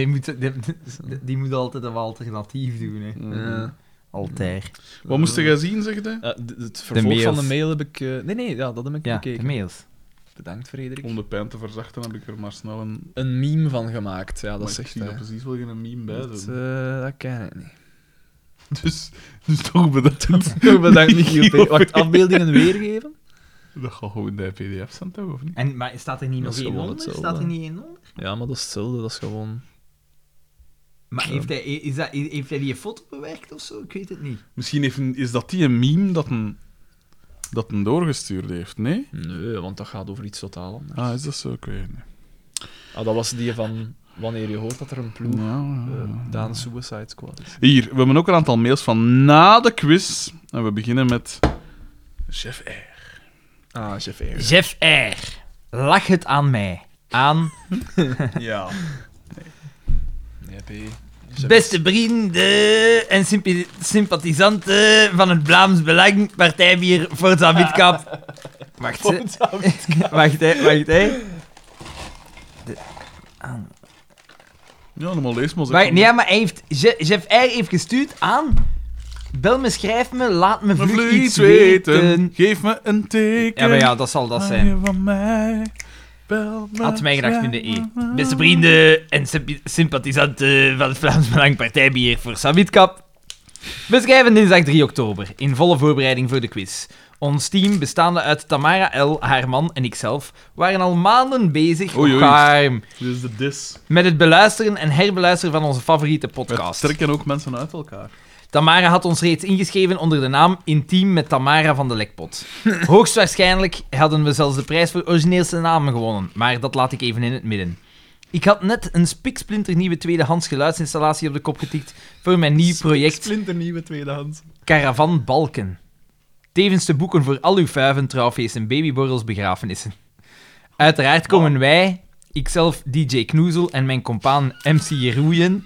Die moet altijd een alternatief doen, hè. Altijd. Wat moest jij zien, zeg je? Het vervolg van mails. de mail heb ik... nee, ja, dat heb ik Ja, bekeken. de mails. Bedankt, Frederik. Om de pijn te verzachten heb ik er maar snel Een meme van gemaakt. Ja, dat Maar is ik echt... zie er precies wel geen meme bij. dat, Dus, dat kan ik niet. dus toch bedankt. Bedankt, Michiel P. Wacht, afbeeldingen weergeven? Dat gaat gewoon in de PDF zijn, toch, of niet? Maar staat er niet Dat nog is één gewoon onder? hetzelfde. Staat er niet één onder? Ja, maar dat is hetzelfde. Dat is gewoon... Maar heeft hij die foto bewerkt of zo? Ik weet het niet. Misschien is dat die een meme dat een doorgestuurd heeft, nee? Nee, want dat gaat over iets totaal anders. Ah, is dat zo? Ik weet het niet. Ah, dat was die van... Wanneer je hoort dat er een ploeg... Ja. Daan Suicide Squad is. Hier, we hebben ook een aantal mails van na de quiz. En we beginnen met Chef R. Ah, chef R. Jeff R. Lach het aan mij. Aan Ja. Nee, P. beste vrienden en sympathisanten van het Vlaams Belang, partijbier Forza Witkamp. Wacht, hè. Wacht, hè. Ja, normaal lees maar. Wacht, nee, maar hij heeft... Jeff R. heeft gestuurd aan... Bel me, schrijf me, laat me vlug iets weten. Geef me een teken. Ja, maar ja, dat zal dat Hou zijn. je van mij. Bel me. @mijgedacht.e. Beste vrienden en sympathisanten van het Vlaams Belang partijbier voor Witkamp. We schrijven dinsdag 3 oktober, in volle voorbereiding voor de quiz. Ons team, bestaande uit Tamara L., haar man en ikzelf, waren al maanden bezig Oei. Gaarm, Dit is de dis. met het beluisteren en herbeluisteren van onze favoriete We podcast. trekken ook mensen uit elkaar. Tamara had ons reeds ingeschreven onder de naam Intiem met Tamara van de Lekpot. Hoogstwaarschijnlijk hadden we zelfs de prijs voor origineelste naam gewonnen, maar dat laat ik even in het midden. Ik had net een spiksplinternieuwe tweedehands geluidsinstallatie op de kop getikt voor mijn nieuw project Splinternieuwe tweedehands. Caravan Balken. Tevens te boeken voor al uw vuiven, trouwfeesten, babyborrels, begrafenissen. Uiteraard komen wij, ikzelf DJ Knoezel en mijn compaan MC Roeien...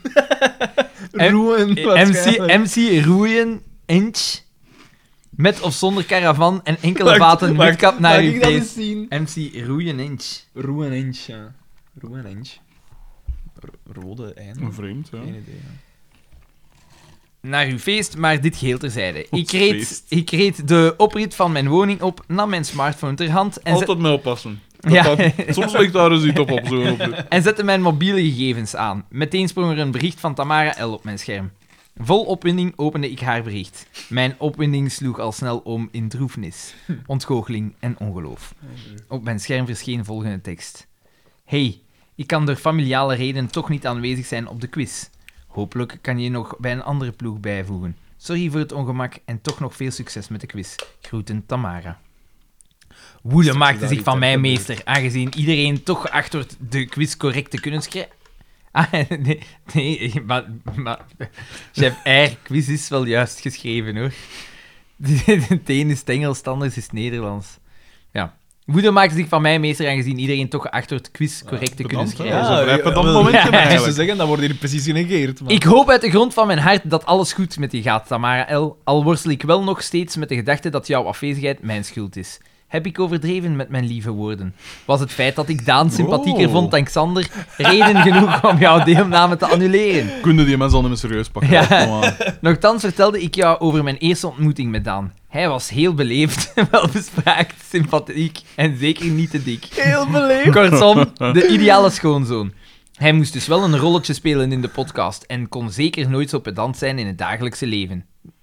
MC Roeien, Inch, met of zonder caravan en enkele vaten Witkamp naar uw feest. MC Roeien, Inch. Roe en Inch, ja. Roe en Inch. Rode eind. Een vreemd, ja. Geen idee, ja. Naar uw feest, maar dit geheel terzijde. Ons feest. Ik reed de oprit van mijn woning op, nam mijn smartphone ter hand en, Altijd mee oppassen. Ja. Soms ligt daar eens iets op zo'n op. en zette mijn mobiele gegevens aan. Meteen sprong er een bericht van Tamara L. op mijn scherm. Vol opwinding opende ik haar bericht. Mijn opwinding sloeg al snel om in droefenis, ontgoocheling en ongeloof. Op mijn scherm verscheen volgende tekst. Hey, ik kan door familiale redenen toch niet aanwezig zijn op de quiz. Hopelijk kan je nog bij een andere ploeg bijvoegen. Sorry voor het ongemak en toch nog veel succes met de quiz. Groeten, Tamara. Woede maakte zich van mij meester, aangezien iedereen toch achter de quiz correct te kunnen schrijven. Ah, nee, maar Chef R, quiz is wel juist geschreven, hoor. Het ene is het Engels, het andere is het Nederlands. Ja. Woede maakte zich van mij meester, aangezien iedereen toch achter het quiz correct te kunnen pedant, hè? schrijven. Ja, zo vrij pedant wel, momentje ja, eigenlijk. te zeggen, dat wordt hier precies genegeerd. Maar... Ik hoop uit de grond van mijn hart dat alles goed met je gaat, Tamara L. Al worstel ik wel nog steeds met de gedachte dat jouw afwezigheid mijn schuld is. Heb ik overdreven met mijn lieve woorden? Was het feit dat ik Daan sympathieker vond dan Xander reden genoeg om jouw deelname te annuleren? Kunnen die mensen al niet meer serieus pakken? Ja. Kom aan. Nochtans vertelde ik jou over mijn eerste ontmoeting met Daan. Hij was heel beleefd, welbespraakt, sympathiek en zeker niet te dik. Heel beleefd. Kortom, de ideale schoonzoon. Hij moest dus wel een rolletje spelen in de podcast en kon zeker nooit zo pedant zijn in het dagelijkse leven.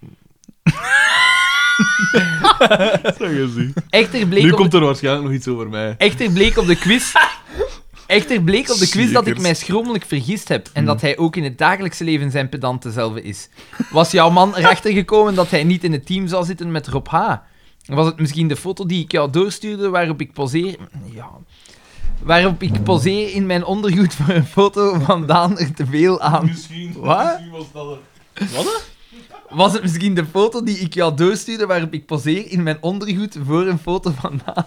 Zeg eens niet. Echter bleek Nu op komt er waarschijnlijk nog iets over mij. Echter bleek op de quiz dat ik Zekers. mij schromelijk vergist heb en dat hij ook in het dagelijkse leven zijn pedante zelf is. Was jouw man erachter gekomen dat hij niet in het team zou zitten met Rob H? Was het misschien de foto die ik jou doorstuurde waarop ik poseer... Ja... Waarop ik poseer in mijn ondergoed voor een foto van Daan er te veel aan... Misschien, Wat? misschien was dat het. Wat? Was het misschien de foto die ik jou doorstuurde waarop ik poseer in mijn ondergoed voor een foto van Daan?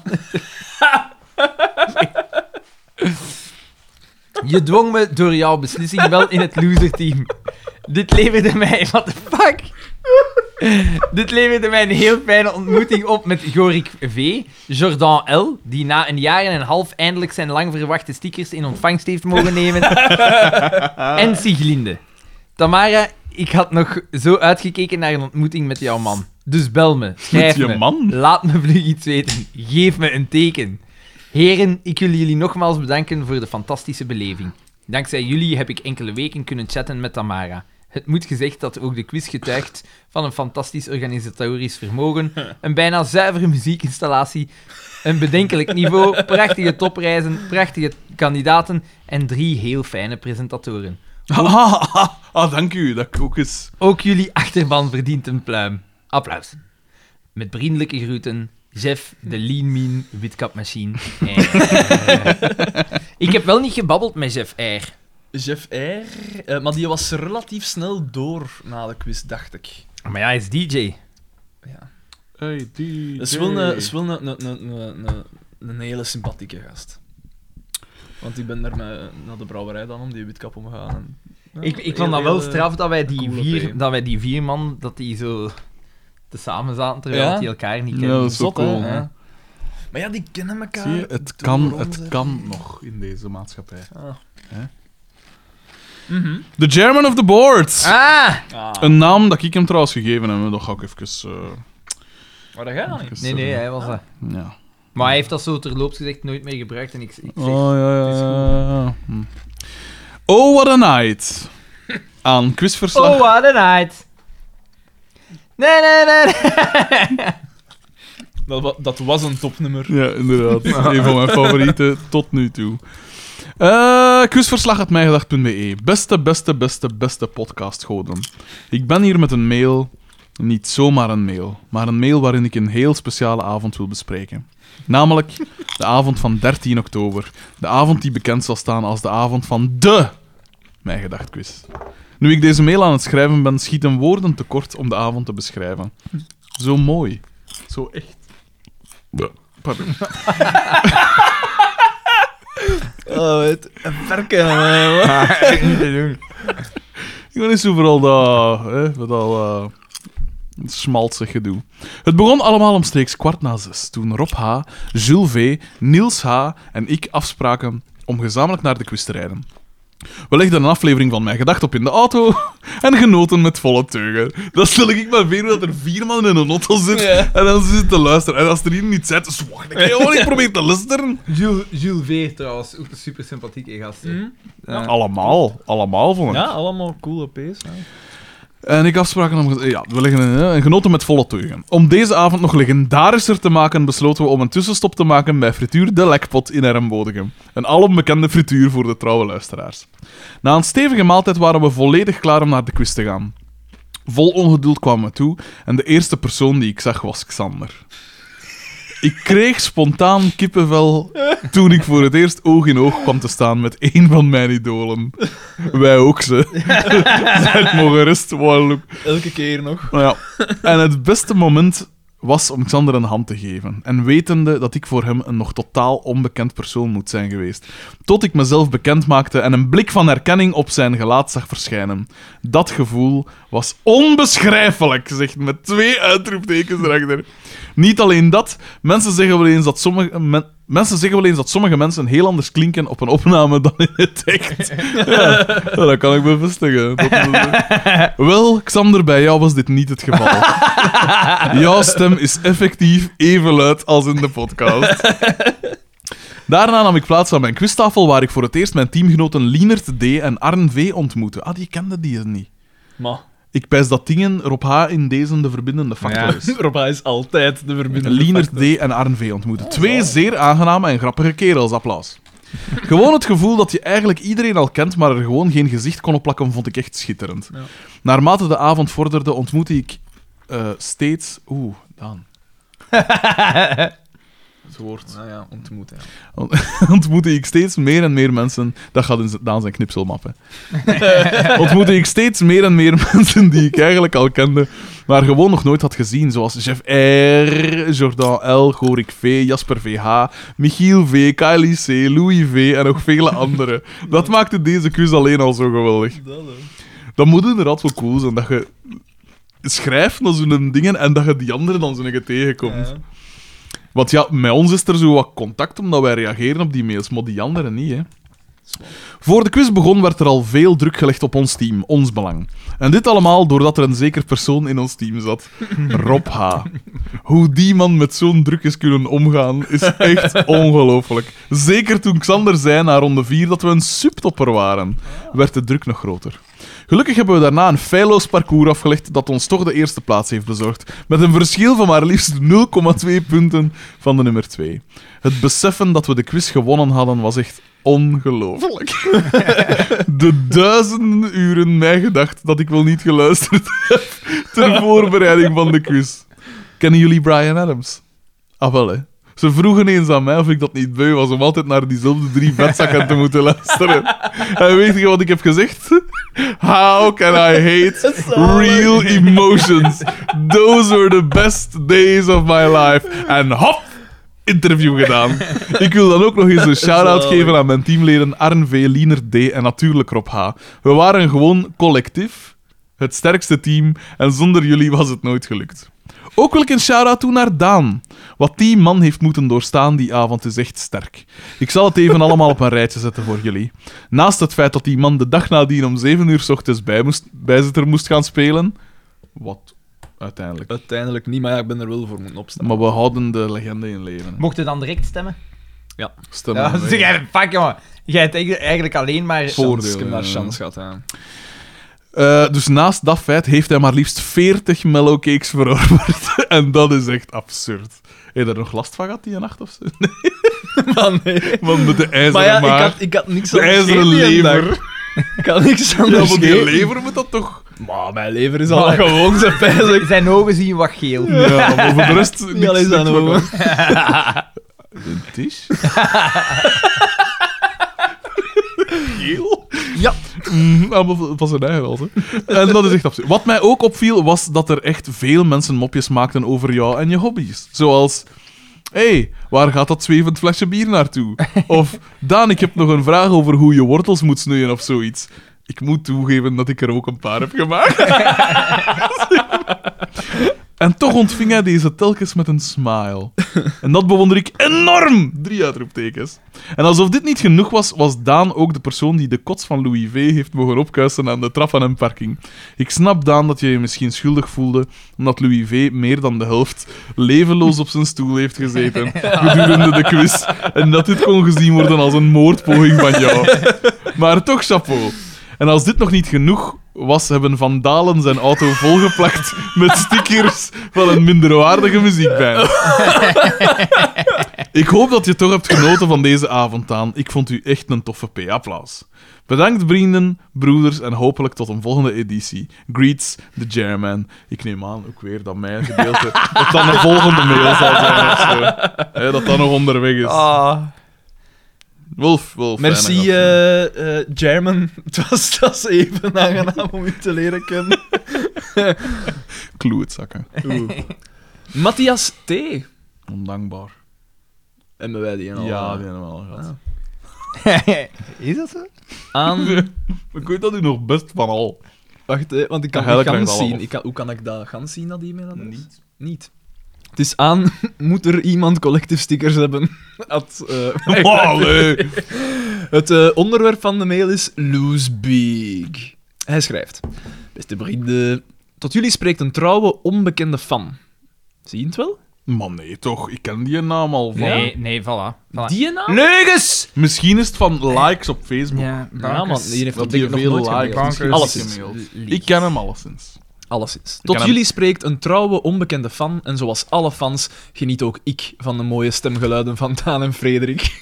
Je dwong me door jouw beslissing wel in het loserteam. Dit leverde mij... What the fuck? Dit leverde mij een heel fijne ontmoeting op met Gorik V, Jordan L, die na een jaar en een half eindelijk zijn lang verwachte stickers in ontvangst heeft mogen nemen, en Siglinde. Tamara, ik had nog zo uitgekeken naar een ontmoeting met jouw man. Dus bel me, schrijf Met je me, man? laat me vlug iets weten, geef me een teken. Heren, ik wil jullie nogmaals bedanken voor de fantastische beleving. Dankzij jullie heb ik enkele weken kunnen chatten met Tamara. Het moet gezegd dat ook de quiz getuigt van een fantastisch organisatorisch vermogen, een bijna zuivere muziekinstallatie, een bedenkelijk niveau, prachtige topprijzen, prachtige kandidaten en 3 heel fijne presentatoren. Dank u, dat ik ook eens... Ook jullie achterban verdient een pluim. Applaus. Met vriendelijke groeten, Jeff, de Lean Mean Witkapmachine. Ik heb wel niet gebabbeld met Jeff R. Jeff R. Maar die was relatief snel door na de quiz, dacht ik. Maar ja, hij is DJ. Ja. Hey, DJ. Dat is wel een hele sympathieke gast. Want ik ben daar naar de brouwerij dan om die witkap omgegaan. En, ja, Ik vond dat wel straf dat wij coole die vier man, dat die zo tezamen zaten, terwijl Ja. die elkaar niet Ja, kennen. dat is ook cool. hè? hè. Ja. Maar ja, die kennen elkaar. Zie je, het door kan nog in deze maatschappij. Ah. Hè? Mhm. The chairman of the board. Ah! Ah. Een naam dat ik hem trouwens gegeven heb. Dat ga ik even... Maar dat gaat niet. Nee, hij was dat. Ja. Maar hij heeft dat zo terloops gezegd nooit meer gebruikt en ik zeg... Oh, ja. het is goed. Oh, what a night. Aan quizverslag. Oh, what a night. Nee. Dat was een topnummer. Ja, inderdaad. Een van mijn favorieten tot nu toe. Quizverslag@mijgedacht.be. Beste podcastgoden. Ik ben hier met een mail. Niet zomaar een mail, maar een mail waarin ik een heel speciale avond wil bespreken. Namelijk de avond van 13 oktober. De avond die bekend zal staan als de avond van de Mijgedacht-quiz. Nu ik deze mail aan het schrijven ben, schieten woorden tekort om de avond te beschrijven. Zo mooi. Zo echt. Pardon. Oh, het verken. Ik wil niet zo vooral dat... Met al... smaltzig gedoe. Het begon allemaal omstreeks 6:15, toen Rob H., Jules V., Niels H. en ik afspraken om gezamenlijk naar de quiz te rijden. We legden een aflevering van Mijn Gedacht op in de auto en genoten met volle teugen. Dat stel ik me voor dat er 4 man in een auto zit en dan zit te luisteren. En als er hier niet zit, dus wacht, ik probeer te luisteren. Jules V. trouwens, ook een super sympathieke gast. hè. Ja. Allemaal vond ik. Ja, allemaal coole P's. Ja. En ik afspraken om... Ja, we leggen en genoten met volle teugen. Om deze avond nog legendarischer te maken, besloten we om een tussenstop te maken bij Frituur De Lekpot in Ermbodegem. Een alombekende frituur voor de trouwe luisteraars. Na een stevige maaltijd waren we volledig klaar om naar de quiz te gaan. Vol ongeduld kwamen we toe en de eerste persoon die ik zag was Xander. Ik kreeg spontaan kippenvel toen ik voor het eerst oog in oog kwam te staan met één van mijn idolen. Wij ook, ze. Zij mogen rust. Elke keer nog. Nou ja. En het beste moment was om Xander een hand te geven. En wetende dat ik voor hem een nog totaal onbekend persoon moet zijn geweest. Tot ik mezelf bekend maakte en een blik van herkenning op zijn gelaat zag verschijnen. Dat gevoel was onbeschrijfelijk, zegt met 2 uitroeptekens erachter. Niet alleen dat, mensen zeggen wel eens dat sommige mensen heel anders klinken op een opname dan in het echt. Ja, dat kan ik bevestigen. Wel, Xander, bij jou was dit niet het geval. Jouw stem is effectief even luid als in de podcast. Daarna nam ik plaats aan mijn quiztafel, waar ik voor het eerst mijn teamgenoten Lienert D. en Arn V. ontmoette. Ah, die kende die niet. Maar Ik pijs dat dingen Rob H. in deze de verbindende factor is. Rob is altijd de verbindende Lienert factor. D. en Arn V. ontmoeten. 2 zeer aangename en grappige kerels. Applaus. Gewoon het gevoel dat je eigenlijk iedereen al kent, maar er gewoon geen gezicht kon opplakken, vond ik echt schitterend. Ja. Naarmate de avond vorderde, ontmoette ik steeds... Daan. Het woord. Nou ja, ontmoeten. Ontmoette ik steeds meer en meer mensen... Dat gaat in Daan zijn knipselmappen. Ontmoette ik steeds meer en meer mensen die ik eigenlijk al kende, maar gewoon nog nooit had gezien. Zoals Jeff R., Jordan L., Gorik V., Jasper VH, Michiel V., Kylie C., Louis V. en nog vele anderen. Dat maakte deze quiz alleen al zo geweldig. Dat moet inderdaad wel cool zijn, dat je schrijft naar zo'n dingen en dat je die anderen dan zo'n tegenkomt. Ja. Want ja, met ons is er zo wat contact, omdat wij reageren op die mails, maar die anderen niet, hè. Voor de quiz begon werd er al veel druk gelegd op ons team, ons belang. En dit allemaal doordat er een zeker persoon in ons team zat. Rob H. Hoe die man met zo'n druk is kunnen omgaan, is echt ongelooflijk. Zeker toen Xander zei na ronde 4 dat we een subtopper waren, werd de druk nog groter. Gelukkig hebben we daarna een feilloos parcours afgelegd dat ons toch de eerste plaats heeft bezorgd, met een verschil van maar liefst 0,2 punten van de nummer 2. Het beseffen dat we de quiz gewonnen hadden was echt ongelooflijk. De duizenden uren mij gedacht dat ik wel niet geluisterd heb ter voorbereiding van de quiz. Kennen jullie Bryan Adams? Ah, wel, hè. Ze vroegen eens aan mij of ik dat niet beu was om altijd naar diezelfde 3 vetzakken te moeten luisteren. En weet je wat ik heb gezegd? How can I hate real emotions? Those were the best days of my life. En hop! Interview gedaan. Ik wil dan ook nog eens een shout-out geven aan mijn teamleden Arn V, Liener D en natuurlijk Rob H. We waren gewoon collectief, het sterkste team, en zonder jullie was het nooit gelukt. Ook wil ik een shout-out doen naar Daan. Wat die man heeft moeten doorstaan die avond is echt sterk. Ik zal het even allemaal op een rijtje zetten voor jullie. Naast het feit dat die man de dag nadien om 7 uur 's ochtends bijzitter moest gaan spelen, wat uiteindelijk. Uiteindelijk niet, maar ja, ik ben er wel voor moeten opstaan. Maar we houden de legende in leven. Mocht je dan direct stemmen? Ja. Stemmen. Ja, zeg jij, fuck jongen. Jij hebt eigenlijk alleen maar... Voordelen, Ik heb daar ja. chance gehad, ja. Dus naast dat feit heeft hij maar liefst 40 mellowcakes veroverd. En dat is echt absurd. Heb je er nog last van gehad die nacht of zo? Nee. Maar nee. Want met de ijzeren Maar ja, maag, ik had niks de anders ijzeren gegeten die lever. dag. Ik had niks Ja, anders want die gegeten. lever moet dat toch... Maar mijn lever is al gewoon zo pijzig. Zijn ogen zien wat geel. Ja, maar voor de rest... Niet alleen zijn ogen. Een tisch? Geel? Ja. Van zijn eigen wel, hè. En dat is echt absurd. Wat mij ook opviel, was dat er echt veel mensen mopjes maakten over jou en je hobby's. Zoals... Hé, waar gaat dat zwevend flesje bier naartoe? Of, Daan, ik heb nog een vraag over hoe je wortels moet snoeien of zoiets. Ik moet toegeven dat ik er ook een paar heb gemaakt. En toch ontving hij deze telkens met een smile. En dat bewonder ik enorm! 3 uitroeptekens. En alsof dit niet genoeg was, was Daan ook de persoon die de kots van Louis V heeft mogen opkuisen aan de trap van een parking. Ik snap, Daan, dat je je misschien schuldig voelde, omdat Louis V meer dan de helft levenloos op zijn stoel heeft gezeten gedurende de quiz. En dat dit kon gezien worden als een moordpoging van jou. Maar toch chapeau. En als dit nog niet genoeg was, hebben Van Dalen zijn auto volgeplakt met stickers van een minderwaardige muziekband. Ik hoop dat je toch hebt genoten van deze avond aan. Ik vond u echt een toffe P. Applaus. Bedankt, vrienden, broeders, en hopelijk tot een volgende editie. Greets, the Chairman. Ik neem aan ook weer dat mijn gedeelte dat dan een volgende mail zal zijn of zo. Hè, dat dat nog onderweg is. Wolf, Merci, fijne gast. German. Het was even aangenaam om u te leren kennen. Kloetzakken. Matthias T. Ondankbaar. Hebben wij die al? Ja, die hebben we al gehad. Is dat zo? Aan... Ik weet dat u nog best van al. Wacht, hè, want ik kan Ja, dat die gans krijg je al zien. Hoe kan ik dat gans zien, dat e-mailadres? Niet. Het is aan... Moet er iemand collectief stickers hebben? Wow, nee. Het onderwerp van de mail is Lose Big. Hij schrijft... Beste vrienden... Tot jullie spreekt een trouwe, onbekende fan. Zie je het wel? Man, nee, toch. Ik ken die naam al van. Nee, voilà. Die naam? Leugens! Misschien is het van likes op Facebook. Ja, Ja, man. Die heeft Dat dat die nog veel nooit likes gemaild. misschien Alleszins. gemaild. Ik ken hem alleszins. Alleszins. ken Tot hem. jullie spreekt een trouwe, onbekende fan. En zoals alle fans geniet ook ik van de mooie stemgeluiden van Daan en Frederik.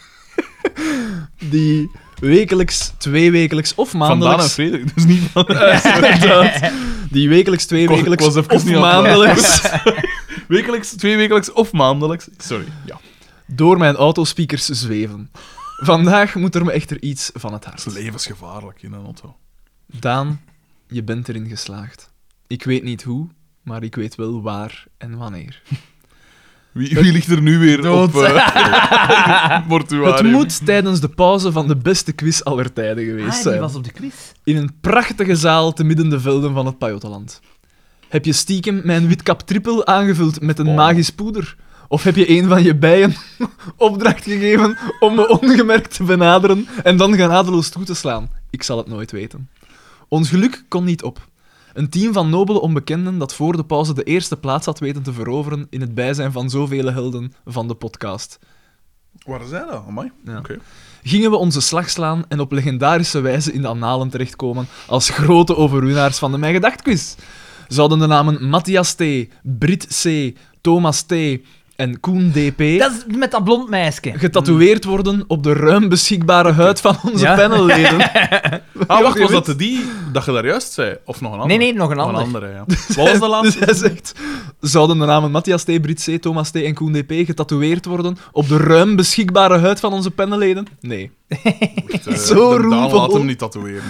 Die wekelijks, tweewekelijks of Van Daan en maandelijks... Frederik, dus niet van... Inderdaad. Die wekelijks, tweewekelijks Ik was even of niet aan het maandelijks Wekelijks, tweewekelijks of maandelijks. Sorry, ja. door mijn autospeakers zweven. Vandaag moet er me echter iets van het hart. Het is levensgevaarlijk in een auto. Daan, je bent erin geslaagd. Ik weet niet hoe, maar ik weet wel waar en wanneer. Wie ligt er nu weer Dood. op mortuarium? Het moet tijdens de pauze van de beste quiz aller tijden geweest zijn. op de quiz. In een prachtige zaal te midden de velden van het Pajottenland. Heb je stiekem mijn witkap trippel aangevuld met een magisch poeder? Of heb je een van je bijen opdracht gegeven om me ongemerkt te benaderen en dan genadeloos toe te slaan? Ik zal het nooit weten. Ons geluk kon niet op. Een team van nobele onbekenden dat voor de pauze de eerste plaats had weten te veroveren in het bijzijn van zoveel helden van de podcast. Waar is hij dan? Amai. Ja. Oké. Gingen we onze slag slaan en op legendarische wijze in de annalen terechtkomen als grote overwinnaars van de Mijn Gedacht quiz. Zouden de namen Matthias T., Brit C., Thomas T. en Koen D.P. Dat is met dat blond meisje. getatoeëerd worden op de ruim beschikbare huid van onze Ja. panelleden. Ah, wacht, je was weet- dat die dat je daar juist zei? Of nog een andere? Nee, nog een Nog ander. een andere, ja. Wat was de laatste? Dus hij zegt, zouden de namen Matthias T., Brit C., Thomas T. en Koen D.P. getatoeëerd worden op de ruim beschikbare huid van onze panelleden? Nee. Wacht, Zo de Daan roemvol. laat hem niet tatoeëren.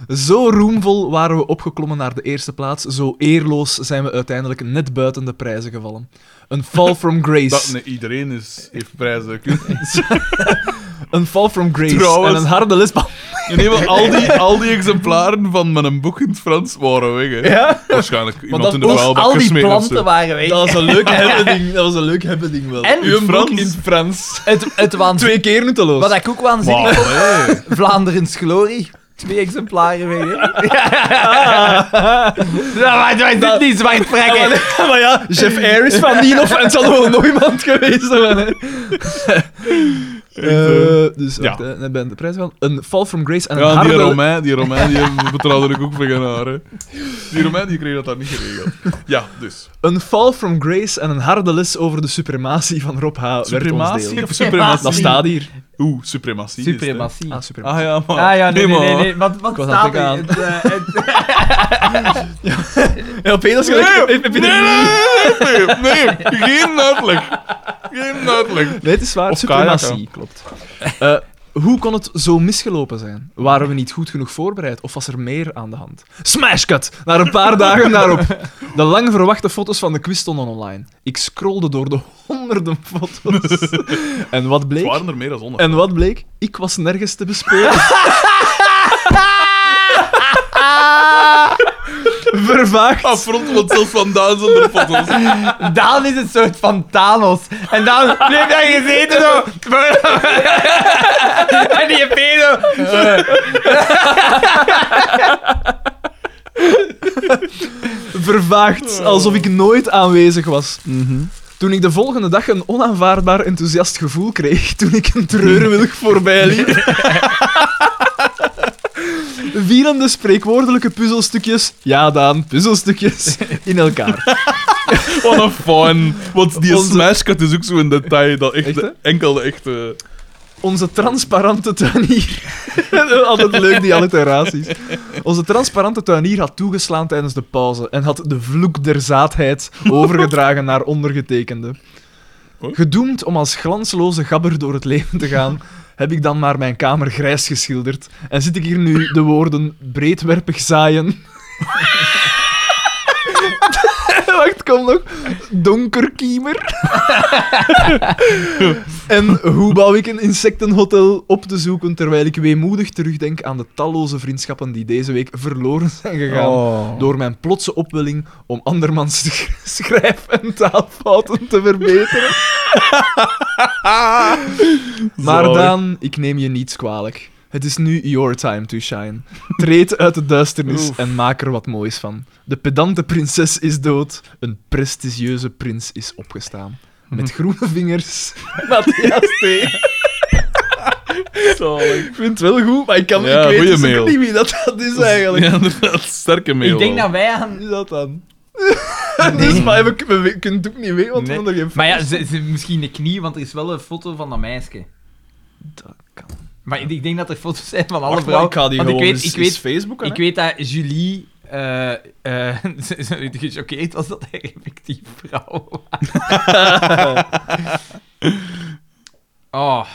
Zo roemvol waren we opgeklommen naar de eerste plaats, zo eerloos zijn we uiteindelijk net buiten de prijzen gevallen. Een fall from grace. Iedereen heeft prijzen. Een fall from grace Trouwens- en een harde lesband. Nee, maar al die exemplaren van mijn boek in het Frans waren weg, hè. Ja? Waarschijnlijk iemand dat in de ook vuilbak Al die gesmeten of planten zo. waren weg. Dat was een leuk hebbeding. Dat was een leuk hebbeding wel. En- Uw boek Frans. in het Frans. Het waanzin... 2 keer nutteloos. Wat ik ook waanzinnig Wauw, vond, hè. Vlaanderens glorie. 2 exemplaren weg, hè. Ja, maar dit niet zwart vrekken. Maar ja, Jeff Ayres van Nienhoff en het zal wel nog iemand geweest zijn. Hè. Dus Ja. wacht, hè. Net bij de prijs van. Een fall from grace en een Ja, harde... die Romein die betrouwde ik ook vegan hè. Die Romein die kreeg dat daar niet geregeld. Ja, dus. Een fall from grace en een harde les over de suprematie van Rob H. werd ons Suprematie deel. of suprematie? Dat staat hier. Suprematie. is het, hè. Suprematie. Ah, suprematie. Ah ja, maar... Ah ja, nee. maar- Wat Ik was staat aan er? het Ja, Peter is gelijk... Heb je er- Nee, geen uitleg. Geen uitleg. Nee, het is waar. Of Suprematie, klopt. Hoe kon het zo misgelopen zijn? Waren we niet goed genoeg voorbereid? Of was er meer aan de hand? Smashcut! Naar een paar dagen daarop. De lang verwachte foto's van de quiz stonden online. Ik scrollde door de honderden foto's. En wat Het bleek? waren er meer dan 100. En wat bleek? Ik was nergens te bespeuren. Vervaagd. Afrond zelfs van duizenden foto's. Daan is een soort van Thanos. En dan bleef hij gezeten zo. En die pedo. Vervaagd, alsof ik nooit aanwezig was. Toen ik de volgende dag een onaanvaardbaar enthousiast gevoel kreeg, toen ik een treurwilg voorbij liep. Vielen de spreekwoordelijke puzzelstukjes, ja Daan, puzzelstukjes, in elkaar. Wat een fun. Want die Onze- smashcut is ook zo een detail dat echt Echt, hè? enkel de echte... Onze transparante tuinier... Altijd leuk, die alliteraties. Onze transparante tuinier had toegeslaan tijdens de pauze en had de vloek der zaadheid overgedragen naar ondergetekende. Hoi? Gedoemd om als glansloze gabber door het leven te gaan, heb ik dan maar mijn kamer grijs geschilderd en zit ik hier nu de woorden breedwerpig zaaien... Wacht, kom nog. Donkerkiemer. En hoe bouw ik een insectenhotel op te zoeken terwijl ik weemoedig terugdenk aan de talloze vriendschappen die deze week verloren zijn gegaan door mijn plotse opwelling om andermans schrijf- en taalfouten te verbeteren. Maar Zalig. Daan, ik neem je niets kwalijk. Het is nu your time to shine. Treed uit de duisternis en maak er wat moois van. De pedante prinses is dood. Een prestigieuze prins is opgestaan. Met groene vingers. Matthias T. Ik vind het wel goed, maar ik Ja, weet goeie dus ook mail. niet wie dat is eigenlijk. Ja, inderdaad. Sterke mail. Ik denk wel. dat wij aan... Wie is dat dan? Dus, maar we kunnen het ook niet weten, want we Nee. hebben er geen Maar ja, foto's. ze misschien de knie, want er is wel een foto van dat meisje. Dat kan. Maar ik denk dat er foto's zijn van alle Wacht, maar vrouwen. ik ga die want gewoon ik weet Facebook ik weet dat Julie gechoqueerd was dat hij effectief vrouw was. Oh.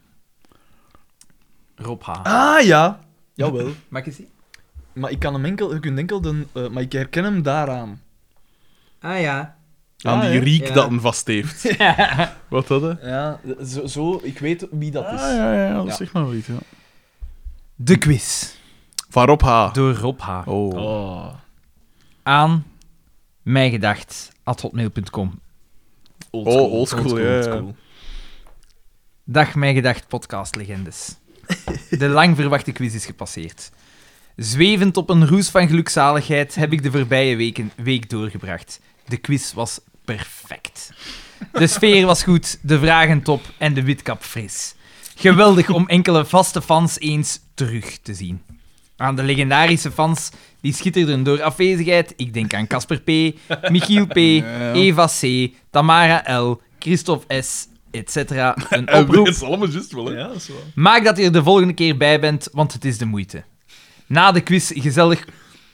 Rob H. Ah, ja. Jawel. Mag ik eens zien? Maar ik kan hem enkel... Je kunt enkel de... maar ik herken hem daaraan. Ah ja. Aan die ja. riek Ja. dat hem vast heeft. Wat dat, hè? Ja, zo ik weet wie dat is. ja, dat Ja. zeg maar wel iets, ja. De quiz. Van Rob H. Door Rob H. Oh. Oh. Aan mijgedacht@hotmail.com. oldschool, ja. Dag mijgedacht podcastlegendes. De lang verwachte quiz is gepasseerd. Zwevend op een roes van gelukzaligheid heb ik de voorbije week doorgebracht. De quiz was perfect. De sfeer was goed, de vragen top en de witkap fris. Geweldig om enkele vaste fans eens terug te zien. Aan de legendarische fans die schitterden door afwezigheid, ik denk aan Casper P., Michiel P., Eva C., Tamara L., Christophe S., etc. Een En oproep. het is allemaal juist wel, hè? Ja, dat is wel. Maak dat je er de volgende keer bij bent, want het is de moeite. Na de quiz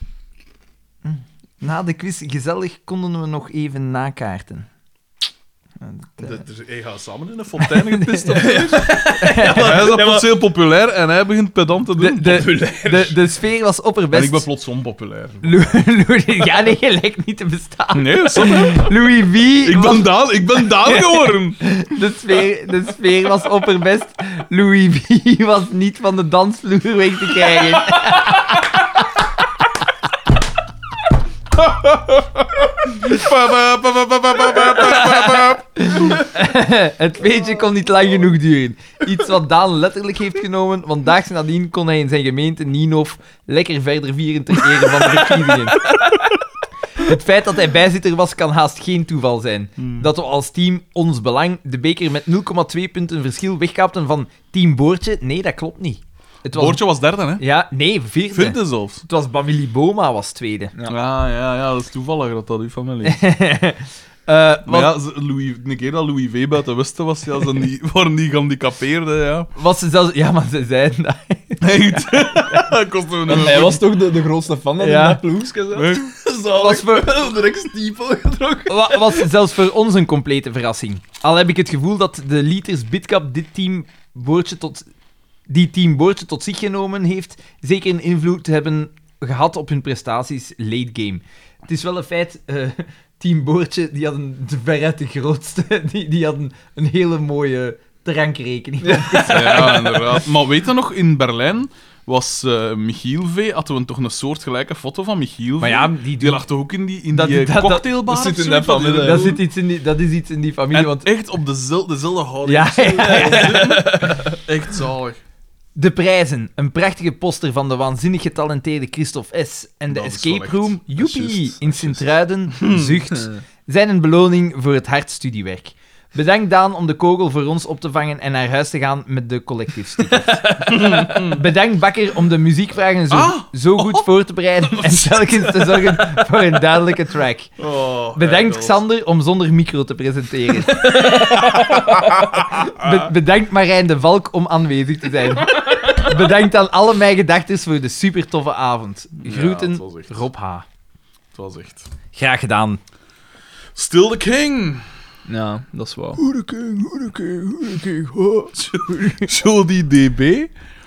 gezellig konden we nog even nakaarten. Hij gaat samen in een fontein gepist. Hij is dat plots heel populair en hij begint pedant te doen. De sfeer was En opperbest. ik ben plots onpopulair. Ja, nee, je lijkt niet te bestaan. Nee, dat is hè. Louis V. Ik ben Daan geworden. De sfeer was opperbest. Louis V. was niet van de dansvloer weg te krijgen. Het feestje kon niet lang genoeg duren. Iets wat Daan letterlijk heeft genomen, want daags nadien kon hij in zijn gemeente Nienhof lekker verder vieren ter ere van de verkiezingen. Het feit dat hij bijzitter was, kan haast geen toeval zijn. Dat we als team Ons Belang de beker met 0,2 punten verschil wegkaapten van Team Boortje, nee, dat klopt niet. Het was... Boortje was derde, hè? Ja, nee, vierde. Vierde zelfs. Het was Bamili Boma was tweede. Ja, dat is toevallig dat uw familie is. Maar Maar ja, een keer dat Louis V. buiten Westen was, ja, waren die gehandicapeerden, ja. was ze zelfs... Ja, maar ze zeiden dat. Echt? Dat kostte me Want hij was toch de grootste fan dat Ja. in dat ploegje zat? Nee. Was voor, Direct stiepel getrokken. was zelfs voor ons een complete verrassing. Al heb ik het gevoel dat de liters Bitcap die Team Boortje tot zich genomen heeft, zeker een invloed hebben gehad op hun prestaties late game. Het is wel een feit, Team Boortje, die hadden veruit de grootste, die hadden een hele mooie drankrekening. Ja, inderdaad. Maar weet je nog, in Berlijn was Michiel V. Hadden we toch een soortgelijke foto van Michiel V. Maar ja, Die lag toch ook in die dat cocktailbar? dat zit of in zo? dat familie. Dat is iets in die familie, En want... echt op dezelfde houding. Ja, Echt zalig. De prijzen. Een prachtige poster van de waanzinnig getalenteerde Christophe S. En de Dat is wel escape echt- room, dat is joepie, juist, in dat is Sint-Truiden, zucht, zijn een beloning voor het hard studiewerk. Bedankt Daan om de kogel voor ons op te vangen en naar huis te gaan met de collectiefstickers. Bedankt Bakker om de muziekvragen zo goed voor te bereiden en telkens te zorgen voor een duidelijke track. Oh, Bedankt echt, Xander om zonder micro te presenteren. Bedankt Marijn de Valk om aanwezig te zijn. Bedankt aan alle mijn gedachters voor de super toffe avond. Groeten, het was echt- Rob H. Het was echt... Graag gedaan. Still the king! Ja, dat is waar. Who the king, Zo die DB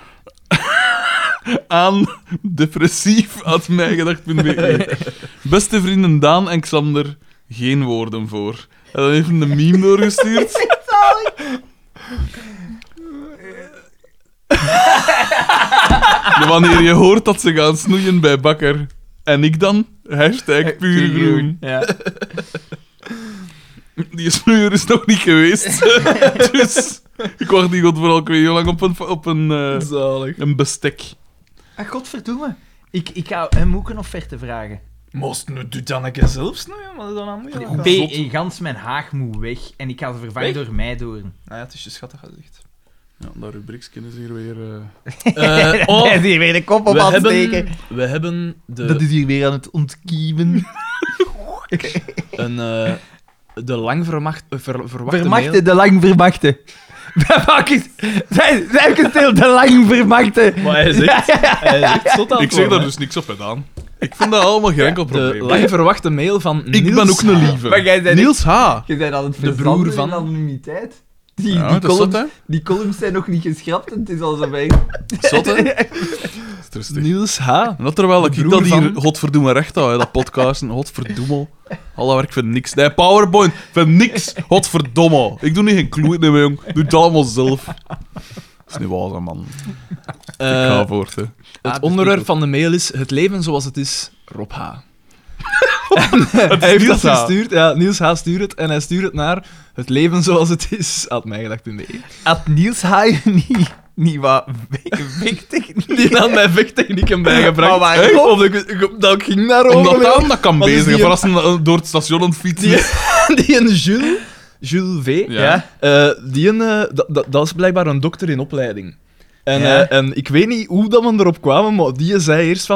aan depressief@mijgedacht.be. Beste vrienden Daan en Xander, geen woorden voor. En dan heeft hij een meme doorgestuurd. Ja, wanneer je hoort dat ze gaan snoeien bij Bakker. En ik dan? #puurgroen. Ja. Die snoeier is nog niet geweest. Dus ik wacht die godverhaal, ik weet niet hoe lang op Zalig. een bestek. Ah, godverdomme. Ik ga hem ook een offerte vragen. Moest nu doet dan een keer zelf snoeien, maar dan aan moet B, gans mijn haag moet weg en ik ga ze vervangen Weg? door Meidoorn. Nou ja, het is je schattig gezegd. Ja, dat rubriekje is hier weer... Hij is hier weer de kop op aan het steken. we hebben Dat is hier weer aan het ontkiemen. de lang verwachte Vermachte, de lang vermachte. Zijn stil, de lang vermachte. Maar hij zegt, hij zegt zot aan Ik het zeg daar worden, dus niks op gedaan. Ik vind dat allemaal geen enkel hè. probleem. De lang verwachte mail van Ik Niels ben ook een H. lieve. Maar jij bent Niels H. Je bent aan het De broer verzanden van- in anonimiteit. Ja, dat is zot, hè? Die columns zijn nog niet geschrapt en het is al zover. Zot, hè? Dat is rustig. Niels H. En dat terwijl De ik broer dat hier van- godverdomme recht hou, hè, dat podcasten, godverdomme. Al dat werk voor niks. Nee, PowerPoint, voor niks, godverdomme. Ik doe niet geen kloeit meer, jong. Doe het allemaal zelf. Dat is niet waar, man. Ik ga voort, hè. Het onderwerp van de mail is het leven zoals het is, Rob H. Hij heeft dat gestuurd. Ja, Niels H. stuurt het en hij stuurt het naar het leven zoals het is, @mijgedacht.be. Had Niels Haaien niet wat wegtechniek? Die had mij vechttechnieken bijgebracht. Maar waarom? Of dat ging daarover. Omdat dat kan Wat is bezig. die- Verrassen door het station aan het fietsen. Die een Jules V. Ja. Dat is blijkbaar een dokter in opleiding. En, Ja. en ik weet niet hoe dat we erop kwamen, maar die zei eerst van...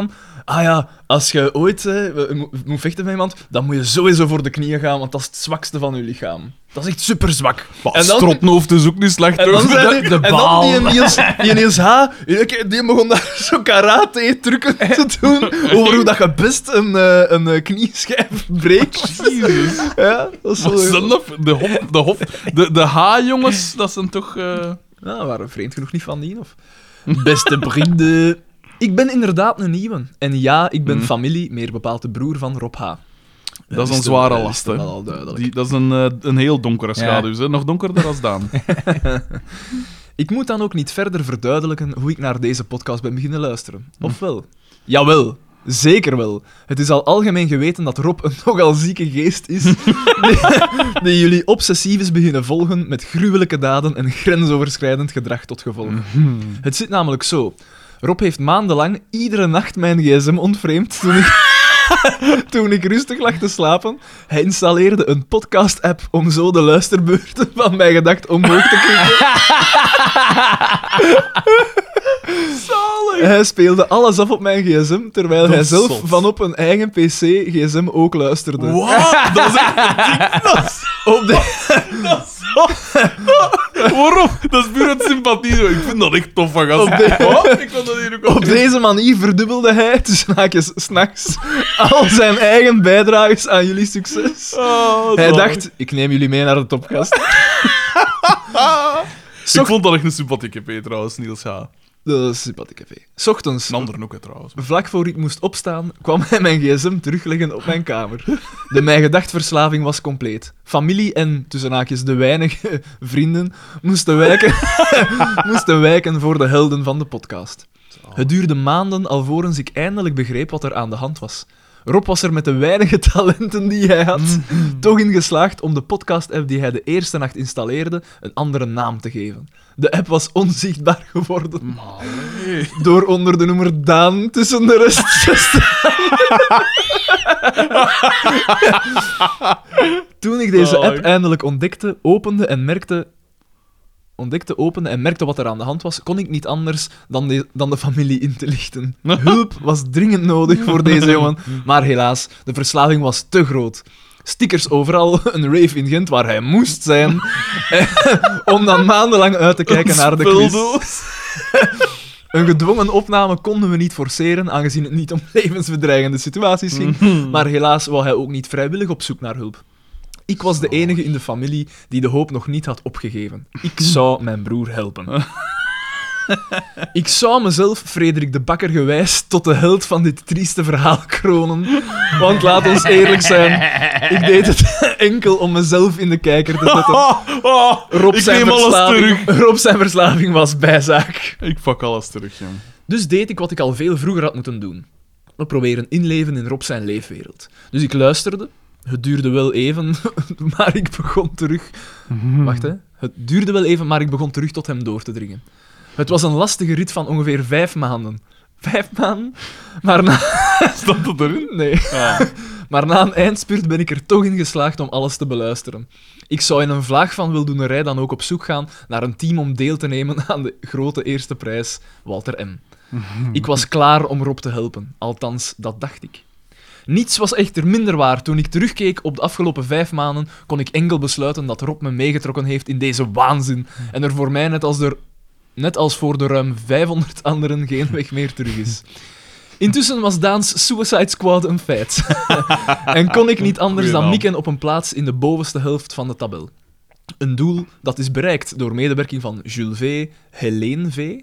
Ah ja, als je ooit moet vechten met iemand, dan moet je sowieso voor de knieën gaan, want dat is het zwakste van je lichaam. Dat is echt super zwak. Maar strothoofd is ook niet slecht. En dan, hoor. en dan die Niels H., die begon daar zo karate-trucken te doen over hoe dat je best een knieschijf breekt. Jezus. Ja, dat is Wat zo... zijn dat? De H-jongens, dat zijn toch... Ja, waren vreemd genoeg niet van die, of? Beste vrienden... Ik ben inderdaad een nieuwe. En ja, ik ben familie, meer bepaald de broer van Rob H. Dat is een zware last, hè. Al duidelijk. Dat is een heel donkere schaduw, hè. Nog donkerder als Daan. Ik moet dan ook niet verder verduidelijken hoe ik naar deze podcast ben beginnen luisteren. Of wel? Jawel. Zeker wel. Het is al algemeen geweten dat Rob een nogal zieke geest is, die jullie obsessief is beginnen volgen met gruwelijke daden en grensoverschrijdend gedrag tot gevolg. Het zit namelijk zo. Rob heeft maandenlang iedere nacht mijn gsm ontvreemd toen ik rustig lag te slapen. Hij installeerde een podcast-app om zo de luisterbeurten van mijn gedacht omhoog te krikken. Zalig. Hij speelde alles af op mijn gsm, terwijl Dat hij is zelf zot. van op een eigen pc gsm ook luisterde. Wow, dat is echt... Op de... Waarom? Dat is puur uit sympathie. Zo. Ik vind dat echt tof van gasten. Ik kan dat hier ook Op deze manier verdubbelde hij, tussen haakjes, 's nachts, al zijn eigen bijdrages aan jullie succes. Hij dacht, ik neem jullie mee naar de topgast. Ik vond dat echt een sympathieke P trouwens, Niels H. Dat is sympathiek, hè. 's Ochtends, Een ander ook, hè, trouwens. vlak voor ik moest opstaan, kwam hij mijn gsm terugleggen op mijn kamer. De mijn gedachtverslaving was compleet. Familie en, tussen haakjes, de weinige vrienden moesten wijken voor de helden van de podcast. Het duurde maanden alvorens ik eindelijk begreep wat er aan de hand was. Rob was er met de weinige talenten die hij had, toch in geslaagd om de podcast-app die hij de eerste nacht installeerde, een andere naam te geven. De app was onzichtbaar geworden. Door onder de noemer Daan tussen de rest te staan. Toen ik deze app eindelijk opende en merkte wat er aan de hand was, kon ik niet anders dan de familie in te lichten. Hulp was dringend nodig voor deze jongen, maar helaas, de verslaving was te groot. Stickers overal, een rave in Gent waar hij moest zijn, om dan maandenlang uit te kijken naar de quiz. Een gedwongen opname konden we niet forceren, aangezien het niet om levensbedreigende situaties ging, maar helaas wou hij ook niet vrijwillig op zoek naar hulp. Ik was de enige in de familie die de hoop nog niet had opgegeven. Ik zou mijn broer helpen. Ik zou mezelf, Frederik de Bakker gewijs, tot de held van dit trieste verhaal kronen. Want laat ons eerlijk zijn, ik deed het enkel om mezelf in de kijker te zetten. Ik neem alles terug. Rob zijn verslaving was bijzaak. Ik pak alles terug, jong. Dus deed ik wat ik al veel vroeger had moeten doen. We proberen inleven in Rob zijn leefwereld. Dus ik luisterde. Het duurde wel even, maar ik begon terug... Wacht, hè. Het duurde wel even, maar ik begon terug tot hem door te dringen. Het was een lastige rit van ongeveer 5 maanden. 5 maanden? Maar na... Stond dat erin? Nee. Ah. Maar na een eindspurt ben ik er toch in geslaagd om alles te beluisteren. Ik zou in een vlaag van weldoenerij dan ook op zoek gaan naar een team om deel te nemen aan de grote eerste prijs, Walter M. Ik was klaar om Rob te helpen. Althans, dat dacht ik. Niets was echter minder waar. Toen ik terugkeek op de afgelopen 5 maanden, kon ik enkel besluiten dat Rob me meegetrokken heeft in deze waanzin en er voor mij, net als voor de ruim 500 anderen, geen weg meer terug is. Intussen was Daans Suicide Squad een feit. En kon ik niet anders dan mikken op een plaats in de bovenste helft van de tabel. Een doel dat is bereikt door medewerking van Jules V, Helene V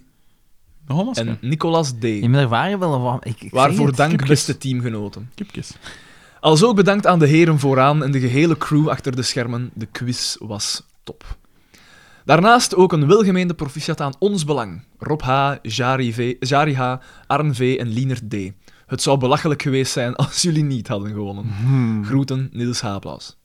en Nicolas D. Ja, maar er waren wel wat... Waarvoor dank, Kipjes. beste teamgenoten. Kipjes. Als ook bedankt aan de heren vooraan en de gehele crew achter de schermen. De quiz was top. Daarnaast ook een welgemeende proficiat aan ons belang. Rob H., Jari H., Arn V. en Lienert D. Het zou belachelijk geweest zijn als jullie niet hadden gewonnen. Groeten, Niels H. Applaus.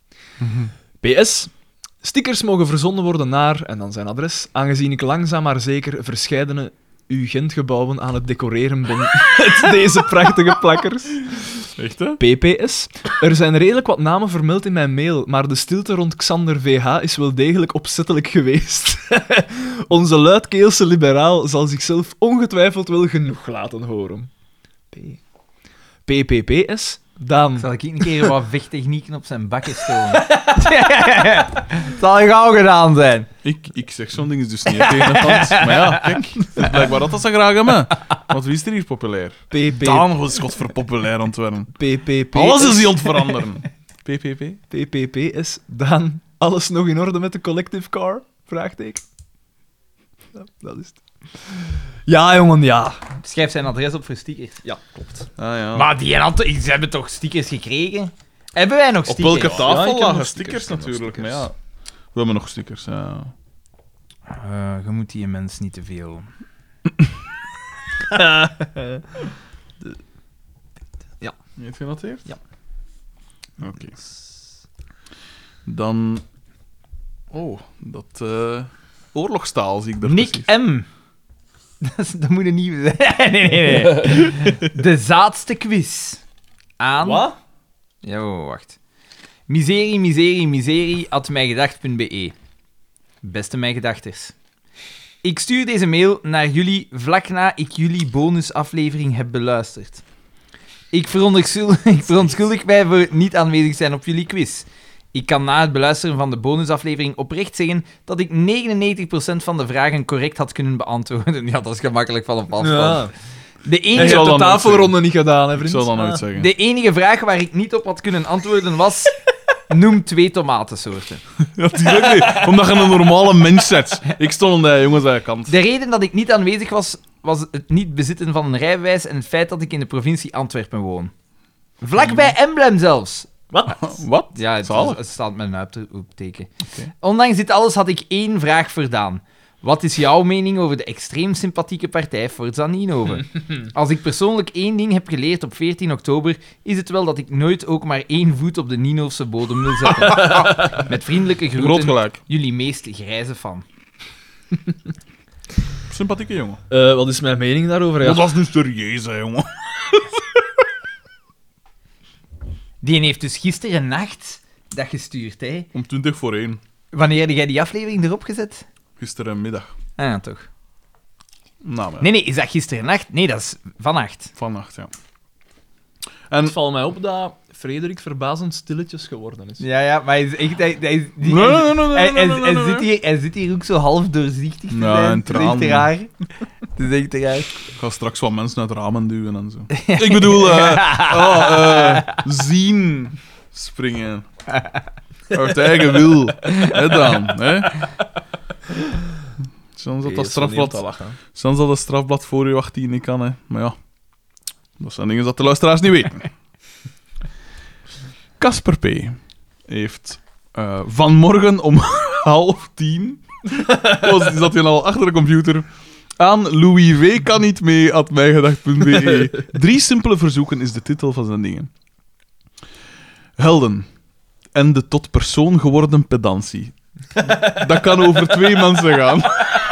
PS. Stickers mogen verzonden worden naar, en dan zijn adres, aangezien ik langzaam maar zeker verscheidene UGent-gebouwen aan het decoreren ben met deze prachtige plakkers. Echt, hè? PPS. Er zijn redelijk wat namen vermeld in mijn mail, maar de stilte rond Xander VH is wel degelijk opzettelijk geweest. Onze luidkeelse liberaal zal zichzelf ongetwijfeld wel genoeg laten horen. P. PPPS, dan... Zal ik een keer wat vechttechnieken op zijn bakken stomen? Zal gauw gedaan zijn. Ik zeg zo'n ding dus niet hè, tegen het hand. Maar ja, kijk, het is blijkbaar dat ze graag hebben. Want wie is er hier populair? Daan was God populair aan het worden. PPP. Alles is hier aan het veranderen. PPP? PPPS, dan alles nog in orde met de collective car? Vraagteken. Ja, dat is het. Ja, jongen, ja. Schrijf zijn adres op voor stickers. Ja, klopt. Ah ja. Maar ze hebben toch stickers gekregen? Hebben wij nog op stickers? welke Ja, tafel ik heb lagen nog stickers stickers, natuurlijk. ik heb nog Maar ja, we hebben nog stickers. Ja. Je moet die mens niet te veel... Je hebt genoteerd? Ja. Oké. Dan... Oh, dat oorlogstaal zie ik daar Nick precies. M. Dat moet een nieuwe zijn. Nee. De zaadste quiz. Aan... Wat? Ja, wacht. miserie@mijgedacht.be. Beste mijgedachters. Ik stuur deze mail naar jullie vlak na ik jullie bonusaflevering heb beluisterd. Ik verontschuldig mij voor het niet aanwezig zijn op jullie quiz. Ik kan na het beluisteren van de bonusaflevering oprecht zeggen dat ik 99% van de vragen correct had kunnen beantwoorden. Ja, dat is gemakkelijk van op afstand. Ja. De En enige... je zal hebt de dat nooit tafelronde niet gedaan, hè, Ik vriend? zal dat nooit Ah. zeggen. De enige vraag waar ik niet op had kunnen antwoorden was... Noem 2 tomatensoorten. Natuurlijk niet, omdat je een normale mens bent. Ik stond aan de jongens aan de kant. De reden dat ik niet aanwezig was, was het niet bezitten van een rijbewijs en het feit dat ik in de provincie Antwerpen woon. Vlakbij Emblem zelfs. Wat? Ja, het Zalig. staat met een uitroepteken. Oké. Ondanks dit alles had ik 1 vraag verdaan. Wat is jouw mening over de extreem sympathieke partij Forza Ninove? Als ik persoonlijk 1 ding heb geleerd op 14 oktober, is het wel dat ik nooit ook maar 1 voet op de Ninovse bodem wil zetten. Met vriendelijke Groot groeten, gelijk. jullie meest grijze fan. Sympathieke jongen. Wat is mijn mening daarover? Ja. Dat is nu serieus, hè, jongen. Die heeft dus gisteren nacht dat gestuurd, hè? Om 20 voor 1. Wanneer heb jij die aflevering erop gezet? Gisterenmiddag. Ah, ja, toch. Namiddag. Nee, is dat gisteren nacht? Nee, dat is vannacht. Vannacht, ja. En... Het valt mij op dat Frederik verbazend stilletjes geworden is. Ja, maar hij is echt... Hij zit hier ook zo half doorzichtig te Ja, zijn. en Het is echt tranen. raar. Het is echt raar. Ik ga straks wat mensen uit ramen duwen en zo. Ik bedoel, zien springen. Uit eigen wil. Hè, dan, hè? Soms dat strafblad... Soms dat strafblad voor je 18 niet kan, hè. Maar ja, dat zijn dingen dat de luisteraars niet weten. Casper P. heeft vanmorgen om 9:30... zat hij al achter de computer... aan Louis V. kan niet mee at mijgedacht.be. 3 simpele verzoeken is de titel van zijn dingen. Helden. En de tot persoon geworden pedantie. Dat kan over 2 mensen gaan.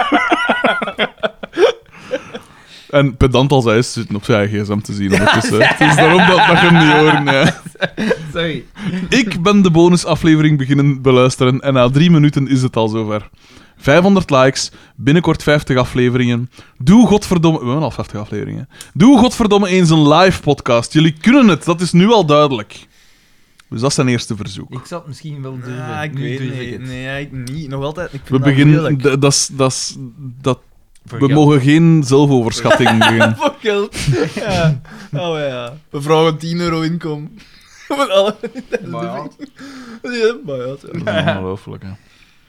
En pedant als hij is, zit op zijn eigen gsm te zien ondertussen. Het is daarom dat je hem niet horen. Ja. Sorry. Ik ben de bonusaflevering beginnen beluisteren en na 3 minuten is het al zover. 500 likes, binnenkort 50 afleveringen. Doe godverdomme... We hebben al 50 afleveringen. Doe godverdomme eens een live podcast. Jullie kunnen het, dat is nu al duidelijk. Dus dat is zijn eerste verzoek. Ik zou het misschien wel durven. Ja, ik Nu weet durf ik niet. het. Nee, ik niet. Nog altijd. Ik We vind dat beginnen... moeilijk. Voor We geld. mogen geen zelfoverschatting beginnen. Voor geld. Ja. Oh ja. We vragen 10 euro inkomen. Voor alle... Maar ja. Ja, maar ja. Dat is ongelooflijk, hè.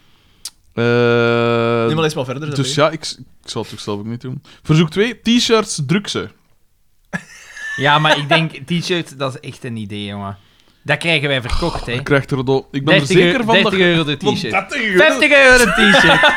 Neem maar eens maar verder. Dus ja, ik zal het toch zelf ook niet doen. Verzoek 2, t-shirts, druk ze. Ja, maar ik denk, t-shirt, dat is echt een idee, jongen. Dat krijgen wij verkocht, hè. Je krijgt er do- Ik ben er 30 zeker van 30 dat... euro de t-shirt. 30 euro? 50 euro de t-shirt.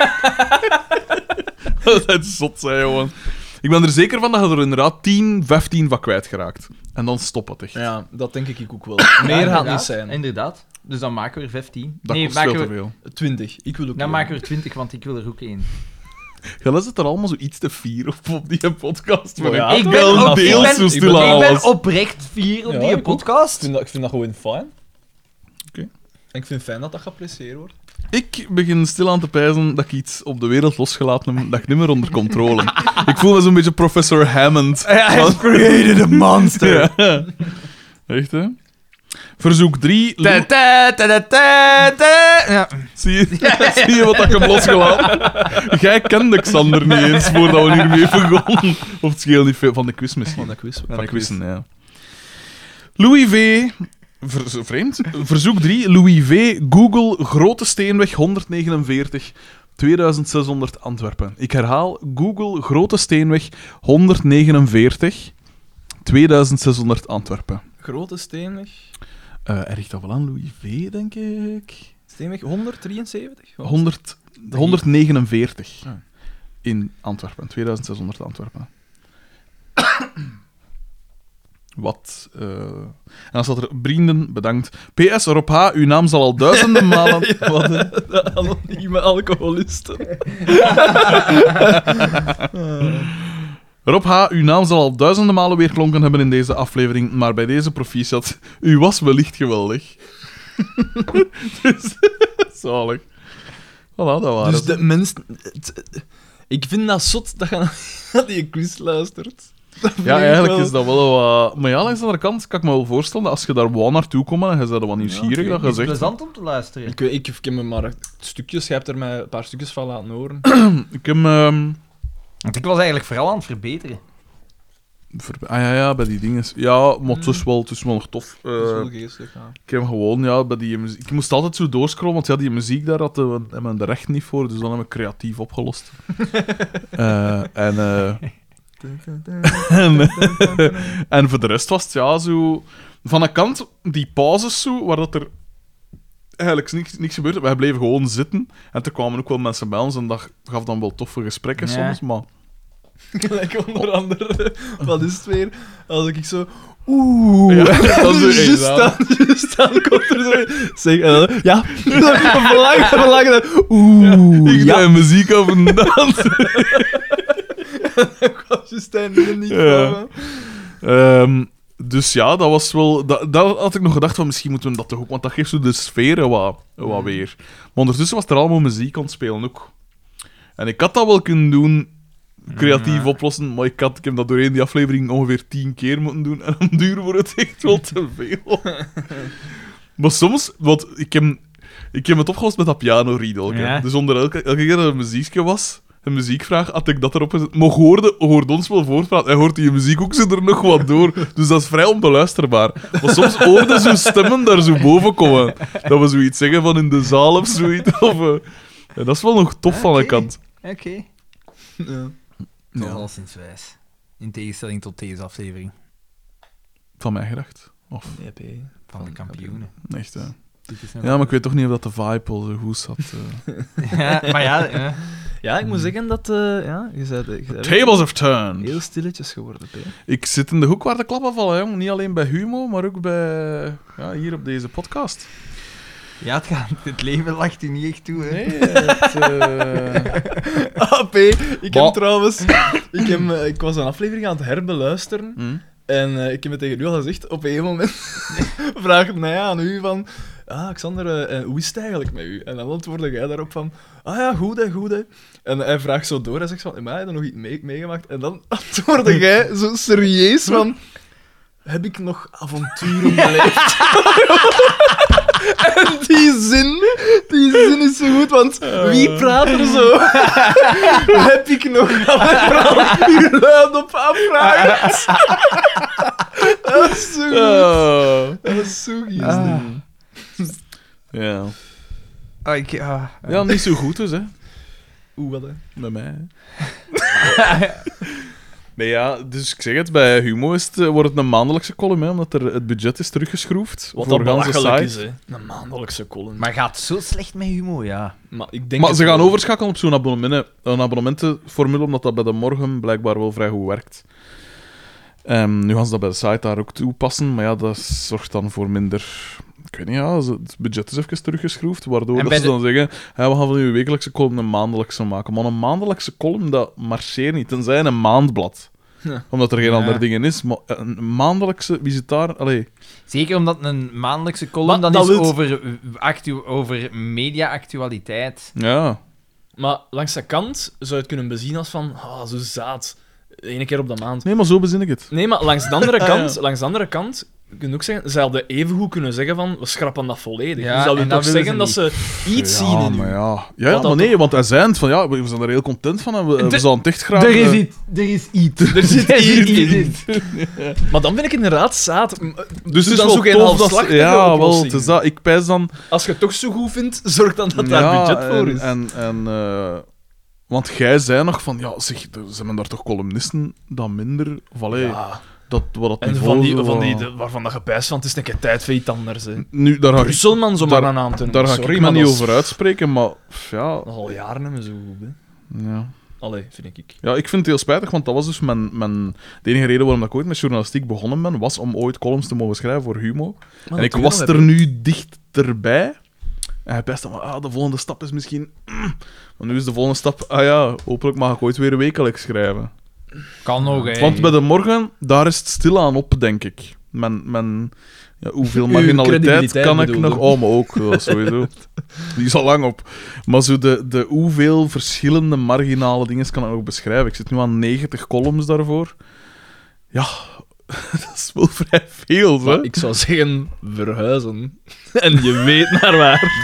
Dat is zot, hè, jongen. Ik ben er zeker van dat je er inderdaad 10, 15 van kwijt geraakt. En dan stopt het echt. Ja, dat denk ik ook wel. Meer gaat niet zijn. Inderdaad. Dus dan maken we er 15. Dat nee, kost veel maken te we... veel. 20. Ik wil ook Dan meer. maken we er 20, want ik wil er ook 1. Ja, is het er allemaal zo iets te fier op die podcast. Maar Ja, ik toch? ben wel ook- deels ik ben- zo ik stil ben- aan Ik ben alles. oprecht fier op Ja, die ik ook. podcast. Ik vind dat gewoon fijn. Oké. En ik vind het fijn dat dat geapprecieerd wordt. Ik begin stilaan te pijzen dat ik iets op de wereld losgelaten heb dat ik niet meer onder controle heb. Ik voel me zo'n beetje Professor Hammond. I have created a monster. Ja. Echt, hè? Verzoek 3. Ja. Zie je wat ik heb losgelaten? Jij kende Xander niet eens voordat we hiermee begonnen. Of het scheelt niet veel. Van de quiz misschien. Van de quiz. Van quizzen, ja. Louis V. Vreemd. Verzoek 3. Louis V. Google Grote Steenweg 149. 2600 Antwerpen. Ik herhaal. Google Grote Steenweg 149. 2600 Antwerpen. Grote Steenweg. Richt dat wel aan Louis V, denk ik. Steenweg 173? 149 Ah. in Antwerpen. 2600 Antwerpen. Wat? En dan staat er, vrienden, bedankt. PS, Rob H., uw naam zal al duizenden malen... Wat? De anonieme alcoholisten. Rob H., uw naam zal al duizenden malen weer klonken hebben in deze aflevering, maar bij deze proficiat, u was wellicht geweldig. Dus, zalig. Voilà, dat waren Dus ze. de mensen... Ik vind dat zot dat je naar die quiz luistert. Dat vind Ja, ik eigenlijk wel- is dat wel wat... Maar ja, langs de andere kant kan ik me wel voorstellen dat als je daar wou naartoe komt en je bent er wat nieuwsgierig, dat je Het is zegt... plezant om te luisteren. Ik heb me maar stukjes... Jij hebt er mij een paar stukjes van laten horen. Ik heb... Want ik was eigenlijk vooral aan het verbeteren. ja, bij die dingen. Ja, maar het is wel nog tof. Dat is wel geestig, ja. Ik heb gewoon, ja, bij die muziek... Ik moest altijd zo doorscrollen, want ja, die muziek daar hebben we de recht niet voor, dus dan hebben we creatief opgelost. En voor de rest was het, ja, zo... Van een kant, die pauzes zo, waar dat er eigenlijk niks gebeurde. Wij bleven gewoon zitten. En er kwamen ook wel mensen bij ons en dat gaf dan wel toffe gesprekken Ja. soms, maar... Gelijk onder andere... Wat is het weer? Als ik zo... Oeh. Ja, dat is weer Juist dan komt er zo... Zeg, ja. Verlangen. Oeh. Ik Ja. draai muziek af en dansen. Ik was juist daar niet Ja. van. Dus ja, dat was wel... Dat had ik nog gedacht van, misschien moeten we dat toch ook... Want dat geeft zo de sfeer wat weer. Maar ondertussen was er allemaal muziek aan het spelen ook. En ik had dat wel kunnen doen, creatief oplossen, maar ik heb dat doorheen die aflevering ongeveer 10 keer moeten doen. En op duur wordt het echt wel te veel. Maar soms... Want ik heb het opgelost met dat piano-riedelke. Ja. Dus onder elke keer dat er een muziekje was... Een muziekvraag, had ik dat erop gezet. Maar je hoorde ons wel voortpraten. Hij hoort die muziek ook zo er nog wat door. Dus dat is vrij onbeluisterbaar. Maar soms hoorden zo'n stemmen daar zo boven komen. Dat we zoiets zeggen van in de zaal of zoiets. Ja, dat is wel nog tof van een kant. Oké. Ja. Dat is Ja, alleszins wijs. In tegenstelling tot deze aflevering van mij gedacht. Of, van de kampioenen. echt, hè. Dit is nog- Ja, maar ik weet toch niet of dat de vibe al zo goed zat. Ja, maar ja, Ja, ik moet zeggen dat... ja, je bent Tables have turned. heel stilletjes geworden, P. Ik zit in de hoek waar de klappen vallen, jong. Niet alleen bij Humo, maar ook bij... Ja, hier op deze podcast. ja, het leven lacht u niet echt toe, hè. Nee, AP, ik Bah. heb trouwens... Ik was een aflevering aan het herbeluisteren. En ik heb het tegen u al gezegd, op een moment vraagt mij aan u van... Ah, Xander, hoe is het eigenlijk met u? En dan antwoordde jij daarop van... Ah ja, goed hè, goed hè. En hij vraagt zo door, hij zegt van... Maar heb je nog iets meegemaakt? En dan antwoordde jij zo serieus van... Heb ik nog avonturen beleefd? En die zin is zo goed, want wie praat er zo? Heb ik nog uw luid op afvraagt? Dat is zo goed. Dat is zo geestig. Ja. Ja. Ja, niet zo goed dus, hè. Oeh, wat hè? Bij mij, hè. Nee, ja, dus ik zeg het, bij Humo wordt het een maandelijkse column, hè, omdat het budget is teruggeschroefd. Wat voor dat ganse belachelijk site. is, hè. Een maandelijkse column. Maar gaat het zo slecht met Humo, ja. Maar ik denk Maar het ze gaan wel. overschakelen op zo'n abonnementenformule, omdat dat bij de morgen blijkbaar wel vrij goed werkt. Nu gaan ze dat bij de site daar ook toepassen, maar ja, dat zorgt dan voor minder... Ik weet niet, ja, het budget is even teruggeschroefd, waardoor En dat bij ze dan zeggen, ja, we gaan van uw wekelijkse column een maandelijkse maken. Maar een maandelijkse column, dat marcheert niet, tenzij een maandblad. Ja. Omdat er geen Ja. andere dingen is. Maar een maandelijkse, wie zit daar? Allee, Zeker omdat een maandelijkse column Maar dan dat is wilt- over media-actualiteit. ja. Maar langs de kant zou je het kunnen bezien als van, zo zaad. 1 keer op de maand. Nee, maar zo bezin ik het. Nee, maar langs de andere kant, Ja. langs de andere kant kun je ook zeggen, ze hadden evengoed kunnen zeggen van, we schrappen dat volledig. Ja, dus dat wil en toch dat willen zeggen dat ze ze iets zien in maar u. ja. Ja, dat maar nee, toch- want hij zei het van, ja, we zijn er heel content van en we Er- zouden het echt graag... Er is iets. Er zit Er iets iets. Maar dan vind ik inderdaad zaad. Dus het is dan wel zo geen tof dat... halfslachtige Ja, wel, oplossing. het is dat. Ik pijs dan... Als je het toch zo goed vindt, zorg dan dat daar budget voor is. Want jij zei nog van, ja, zeg, er zijn daar toch columnisten dan minder... Of allee, Ja. dat, wat dat En niveau zo waarvan dat je pijst van, het is een keer tijd voor iets anders. Hè. Nu, daar ga ik, Brusselman zo maar daar- aan aan te daar ga Sorry, ik me maar niet dat is- over uitspreken, maar ja, Dat is al jaren niet meer zo goed. Hè. ja. Allee, vind ik. Ja, ik vind het heel spijtig, want dat was dus de enige reden waarom ik ooit met journalistiek begonnen ben, was om ooit columns te mogen schrijven voor Humo. Maar En ik dat was doen er we nu dichterbij. En hij best van, de volgende stap is misschien... Maar nu is de volgende stap, hopelijk mag ik ooit weer wekelijks schrijven. Kan nog, hè. Want bij de morgen, daar is het stilaan op, denk ik. Hoeveel marginaliteit credibiliteit kan ik bedoelde. nog... Oh, maar ook, sowieso. Die is al lang op. Maar zo de hoeveel verschillende marginale dingen kan ik nog beschrijven. Ik zit nu aan 90 columns daarvoor. Ja, dat is wel vrij veel, hè? Maar ik zou zeggen, verhuizen. En je weet naar waar.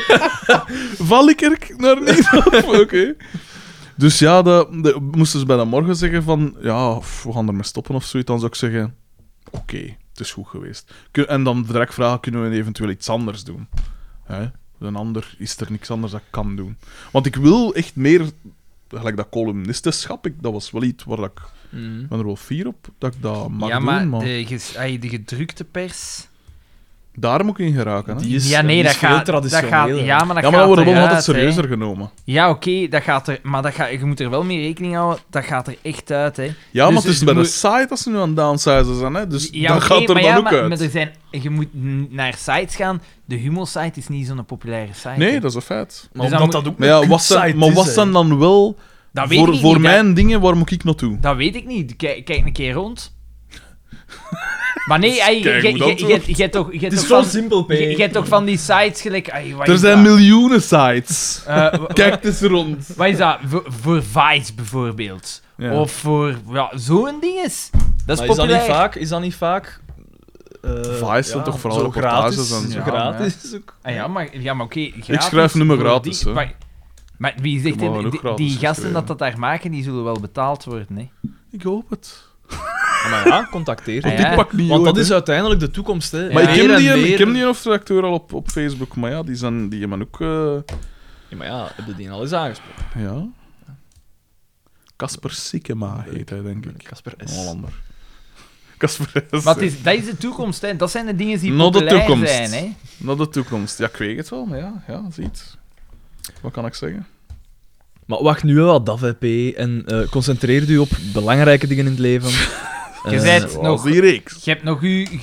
Val ik er naar niet op? Oké. Dus ja, moesten ze bij de morgen zeggen van... Ja, we gaan ermee stoppen of zoiets. Dan zou ik zeggen... Oké, het is goed geweest. En dan direct vragen, kunnen we eventueel iets anders doen? Hè? Een ander is er niks anders dat ik kan doen. Want ik wil echt meer... Gelijk dat columnistenschap, dat was wel iets waar ik... Ik ben er wel fier op dat ik dat mag Ja, doen, maar maar... de gedrukte pers... Daar moet ik in geraken, hè? Die is, Ja, nee, die dat is veel gaat... traditioneler. Ja, maar dat Ja, maar gaat dan wordt het wel eruit, altijd serieuzer hè. genomen. Ja, oké, dat gaat er... Maar je moet er wel mee rekening houden, dat gaat er echt uit, hè. Ja, Dus maar het is je bij de moet- site dat ze nu aan het downsizen zijn, hè? Dus Ja, dat oké, gaat er maar dan ja, ook maar, uit. maar er zijn... Je moet naar sites gaan. De Humo-site is niet zo'n populaire site. Nee, hè. dat is een feit. Maar Dus omdat dan dat ook Maar ja, een wat zijn, kutsite maar is, wat hè. zijn dan wel Dat weet ik niet, voor dat- mijn dingen, waar moet ik naartoe? Dat weet ik niet. Kijk een keer rond. Maar nee, Kijk, hoe dat wordt. je hebt toch... Het is zo simpel, P. Je hebt toch van die sites gelijk... wat Er is zijn dat? miljoenen sites. Wa- Kijk eens rond. Wat is dat? Voor Vice bijvoorbeeld. Ja. Of voor zo'n dinges. Dat is Maar populair. is dat niet vaak... Vice zijn toch vooral zo reportages gratis, en zo ja, gratis. Ook. Ah, ja, maar oké. Ik schrijf nu maar voor gratis, die- hè. Maar wie zegt... Ik heb al genoeg Die gratis gasten geschreven. dat daar maken, die zullen wel betaald worden, hè. Ik hoop het. Maar ja, contacteer. Ah, Want ja. ik pak niet Want dat ooit, is hè. uiteindelijk de toekomst, hè. Maar Ja. ik ken Meer die, en ik meer- ken die hoofdredacteur al op Facebook, maar ja, die hebben ook... Ja, maar ja, heb je die al eens aangesproken? ja... Kasper Sikkema heet hij, denk ik. Casper S. Hollander. Kasper S. Maar dat is de toekomst, hè. Dat zijn de dingen die Not de populair toekomst. zijn, hè. Naar de toekomst. Ja, ik weet het wel, maar ja, ziet. Wat kan ik zeggen? Maar wacht nu wel wat af, hè, P. En concentreer u op belangrijke dingen in het leven. Je bent Zoals nog... die reeks. Je hebt nog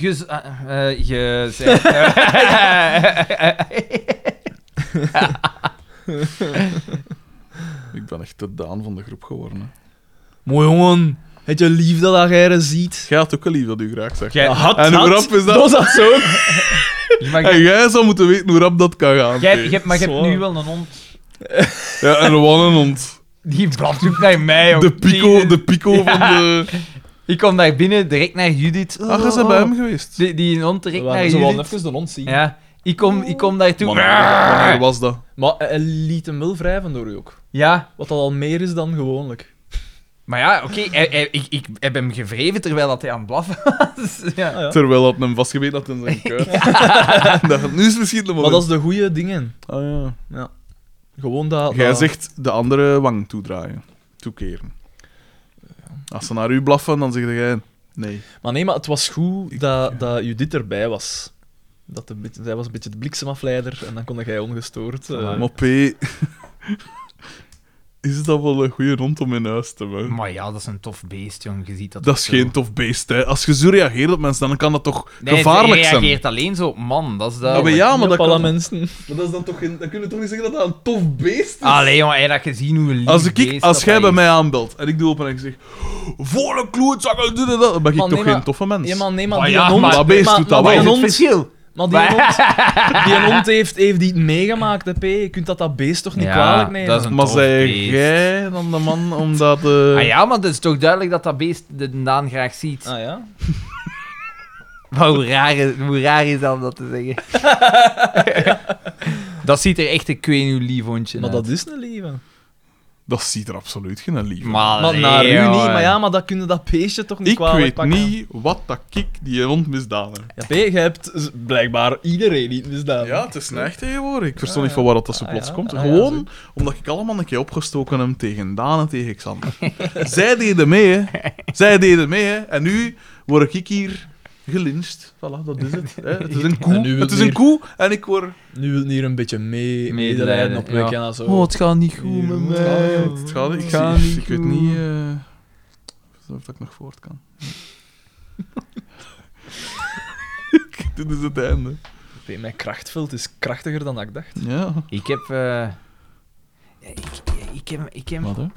Ik ben echt de Daan van de groep geworden. Hè. Mooi jongen. Het je lief dat jij er ziet? Jij had ook wel lief dat u graag zegt. Jij- En hoe rap is dat? Was dat zo? En jij zou moeten weten hoe rap dat kan gaan. Maar P. je hebt Zwaar. nu wel een hond. Ja, en wat een hond. Die blaft ook naar mij. De ook. pico van de... Ik kom daar binnen, direct naar Judith. Ach, is hij bij hem geweest? Die hond direct naar Ze wilden Judith. even de hond zien. Ja. Ik kom daartoe. Wanneer was dat? Maar hij liet hem wel wrijven door u ook. Ja. Wat dat al meer is dan gewoonlijk. Maar ja, oké. Ik heb hem gevreven terwijl dat hij aan het blaffen was. Ja. Ah, ja. Terwijl dat hem vastgeweet had in zijn kuit. Nu is het misschien de Maar moment. dat is de goede dingen. Ah, ja. Ja. Gewoon dat... Jij dat- zegt de andere wang toedraaien. Toekeren. Als ze naar u blaffen, dan zeg jij... Nee. Maar nee, maar het was goed dat Judith erbij was. Zij was een beetje de bliksemafleider en dan kon jij ongestoord. Maar P... is dat wel een goede hond om in huis te hebben. Maar ja, dat is een tof beest, jong. Je ziet dat Dat ook is zo. geen tof beest, hè. Als je zo reageert op mensen, dan kan dat toch Nee, gevaarlijk hij zijn. reageert alleen zo op man, dat is Ja, duidelijk. maar ja, maar dat alle kan... mensen. Maar dat is dan toch geen... Dan kun je toch niet zeggen dat dat een tof beest is? Allee, jongen, hij dat gezien hoe lief Als beest dat jij bij is. mij aanbelt en ik doe open en ik zeg... Volle kloetzak, dit en dat, dan ben ik Man, toch nee, geen maar- toffe mens. Ja, maar nee, maar Maar die ja, hond... maar dat beest doet dat Wat wel. is die het hond, verschil? maar die hond heeft die meegemaakt, hè, P. Je kunt dat beest toch niet kwalijk nemen? dat is een Maar tof zei beest. jij dan de man omdat... Ah ja, maar het is toch duidelijk dat dat beest de Daan graag ziet. Ah ja? Maar hoe raar is dat om dat te zeggen? Dat ziet er echt een kwenu lief hondje Maar uit. dat is een lieve. Dat ziet er absoluut geen lief uit. Maar, Maar naar u jongen. niet, maar ja, maar dat kun je dat beestje toch niet Ik kwalijk weet pakken. niet wat dat ik die hond misdaan heb. Ja, P, jij hebt blijkbaar iedereen niet misdaan. Ja, het is neig tegenwoordig. Ik verstond Ah, niet van waar dat zo ah, plots ja. komt. Ah, ja, Gewoon omdat ik allemaal een keer opgestoken heb tegen Daan en tegen Xander. Zij deden mee, hè. Zij deden mee, hè. En nu word ik hier gelyncht. Voilà, dat is het. Hè. Het is een En koe. nu wil Het is hier- een koe en ik word... Nu wil hier een beetje medelijden Medelijden, opwekken ja. en zo. Oh, het gaat niet goed Ja, met het mij. Het gaat niet. Het gaat niet Ik weet goed. niet of ik nog voort kan. Dit is het einde. P, mijn krachtveld is krachtiger dan ik dacht. Ja. Ik heb... Wat, hè?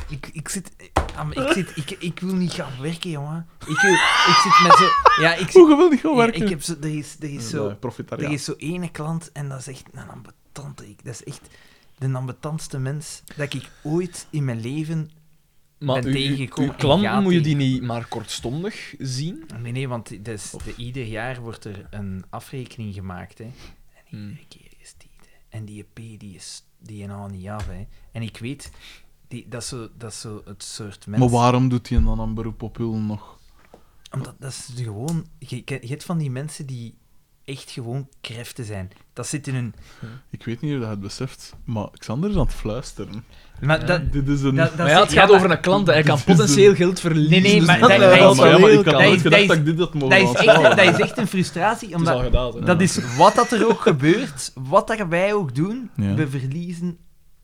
Ik wil niet gaan werken, jongen. Ik zit met zo... Ja, ik Hoe je wil niet gaan werken? Ik heb zo... Er is zo... Er Profitariaat. is zo ene klant en dat is echt een ambetante. Dat is echt de ambetantste mens dat ik ooit in mijn leven... Maar Ben tegengekomen uw en klanten gaat moet je die tegen. niet maar kortstondig zien? Nee, want ieder jaar wordt er een afrekening gemaakt, hè. En iedere keer is die... En die P, die nou niet af, hè. En ik weet... Dat is zo het soort mens... Maar waarom doet hij dan een beroep op Hul nog? Omdat dat is gewoon... Je hebt van die mensen die echt gewoon kreften zijn. Dat zit in hun... Ik weet niet of je het beseft, maar Xander is aan het fluisteren. Maar dat... Dit is een... Maar ja, het gaat over een klant, hè. Hij kan potentieel geld verliezen. Nee, dus maar dat dat- is dat wel is- maar ja, maar ik had heel nooit dat gedacht is- dat ik dit had mogen Dat is, aanschouwen. echt, dat is echt een frustratie, Het is al omdat... gedaan. hè. Dat is wat dat er ook gebeurt, wat dat wij ook doen, Ja. we verliezen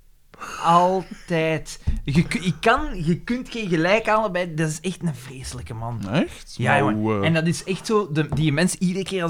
altijd. Je kunt geen gelijk halen bij... Dat is echt een vreselijke man. Echt? Ja, Maar jongen. hoe, En dat is echt zo... Die mens, iedere keer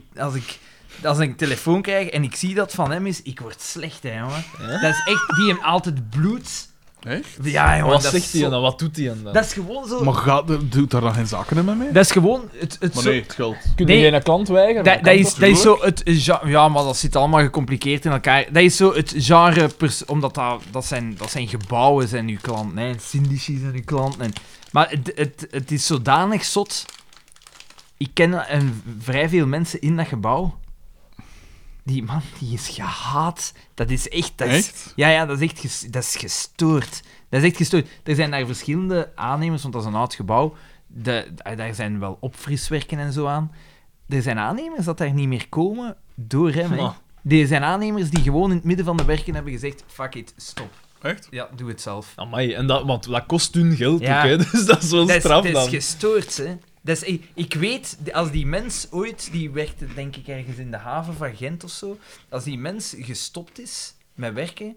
als ik een telefoon krijg en ik zie dat van hem is, ik word slecht, hè, jongen. Ja? Dat is echt... Die hem altijd bloed... Echt? Ja, jongen. Wat dat zegt is hij zo- dan? Wat doet hij dan? Dat is gewoon zo... Maar doet daar dan geen zaken mee? Dat is gewoon... Het Maar zo- nee, het geld. Kun Nee. je geen klant weigeren? Dat is zo het genre... Ja, maar dat zit allemaal gecompliceerd in elkaar. Dat is zo het genre... Omdat dat zijn gebouwen, zijn uw klanten. Hè. Syndici zijn uw klanten. Maar het is zodanig zot. Ik ken vrij veel mensen in dat gebouw. Die man, die is gehaat. Dat is echt... Echt? Ja, dat is echt dat is gestoord. Dat is echt gestoord. Er zijn daar verschillende aannemers, want dat is een oud gebouw. Daar zijn wel opfriswerken en zo aan. Er zijn aannemers dat daar niet meer komen door hem. Hè. Ah. Er zijn aannemers die gewoon in het midden van de werken hebben gezegd: fuck it, stop. Echt? Ja, doe het zelf. Amai, want dat kost hun geld Ja. ook, hè. Dus dat is wel Dat is, straf dat dan. is gestoord, hè. Dat is, ik weet, als die mens ooit, die werkte denk ik ergens in de haven van Gent of zo, als die mens gestopt is met werken,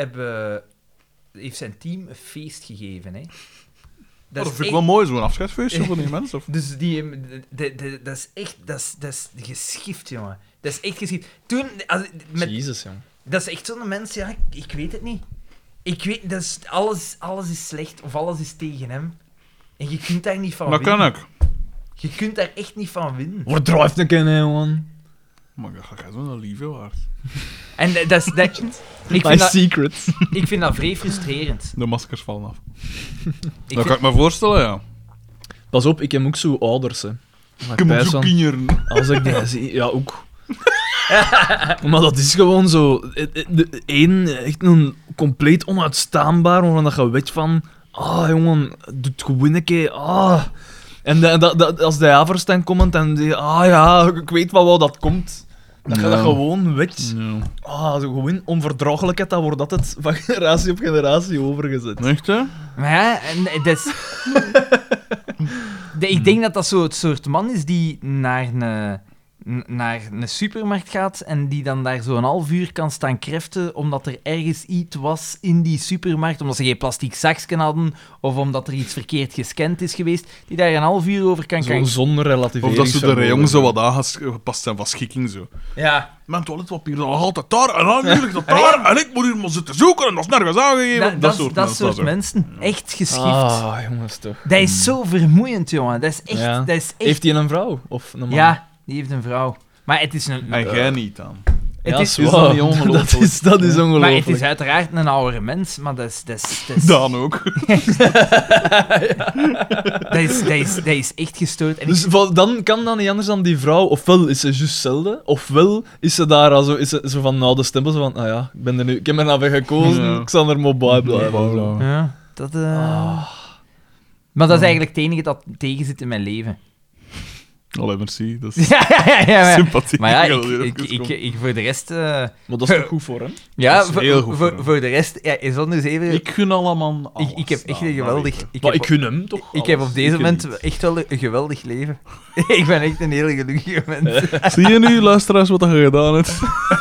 heeft zijn team een feest gegeven, hè. Dat vind ik echt- wel mooi, zo'n afscheidsfeestje van die mensen. Of... Dus dat is echt, dat is geschift, jongen. Dat is echt geschift. Toen, Jezus, jong. dat is echt zo'n mens, ja, ik weet het niet. Ik weet, dat is, alles is slecht, of alles is tegen hem. En je kunt daar niet van Dat winnen. kan ik. Je kunt daar echt niet van winnen. Wat drijft een keer, hè, man? Maar dat gaat zo'n liefje waard. En ik My vind dat, secret. ik vind dat vrij frustrerend. De maskers vallen af. Ik Dat vind- kan ik me voorstellen, ja. Pas op, ik heb ook zo ouders, hè. Maar Ik heb pijs ook zo van- kinderen. Als ik die zie, ja, ook. Maar dat is gewoon zo... Echt een compleet onuitstaanbaar, waarvan dat je weet van... Ah, jongen, doe het gewoon een keer. Ah. En als de Haverstein komt en die... Ah ja, ik weet wel waar dat komt. Dat je Ja. dat gewoon weet. Ja. Ah, zo gewoon onverdraaglijkheid, dat wordt altijd van generatie op generatie overgezet. Echt, hè? Maar ja, en dat is... ik denk dat dat zo het soort man is die naar naar een supermarkt gaat en die dan daar zo'n half uur kan staan kreften omdat er ergens iets was in die supermarkt, omdat ze geen plastic zakje hadden of omdat er iets verkeerd gescand is geweest, die daar een half uur over kan Zo'n zonder Of relativering. dat ze de rayon zo wat aangepast zijn van schikking. Zo. Ja, Mijn toiletpapier dat nog altijd daar en dan ligt dat daar en ik moet hier maar zitten zoeken en dat is nergens aangegeven. dat soort soort mensen. mensen. Echt geschift. Ah, jongens, toch. Dat is zo vermoeiend, jongen. Dat is echt... Ja. Dat is echt... Heeft hij een vrouw? Of een man? Ja, die heeft een vrouw. Maar het is een... En jij niet dan. Het Ja, is, is dat niet ongelooflijk? Dat is ongelooflijk. maar het is uiteraard een oudere mens, maar dat is... Daan ook. Dat is echt gestoord. En Dus dan kan dat niet anders dan die vrouw, ofwel is ze juist hetzelfde, ofwel is ze daar al zo, is ze zo van nou de stempel, zo van, ah ja, ik heb er nou weer gekozen, Ja. ik zal er maar bij blijven. Ja, dat... Maar dat is eigenlijk het enige dat tegen zit in mijn leven. Allee, merci. Dat is Maar, sympathiek. maar ja, Ik wil hier ik even voor de rest... Maar dat is toch goed voor hem? ja, dat is heel goed voor hem. voor de rest... Ja, zonder zeven... Ik gun allemaal alles. Ik heb echt Daan, een geweldig... dat Maar heb- ik gun hem toch? Ik heb op deze Ik moment niet. echt wel een geweldig leven. Ik ben echt een hele gelukkige mens. weet. Zie je nu, luisteraars, wat je gedaan hebt?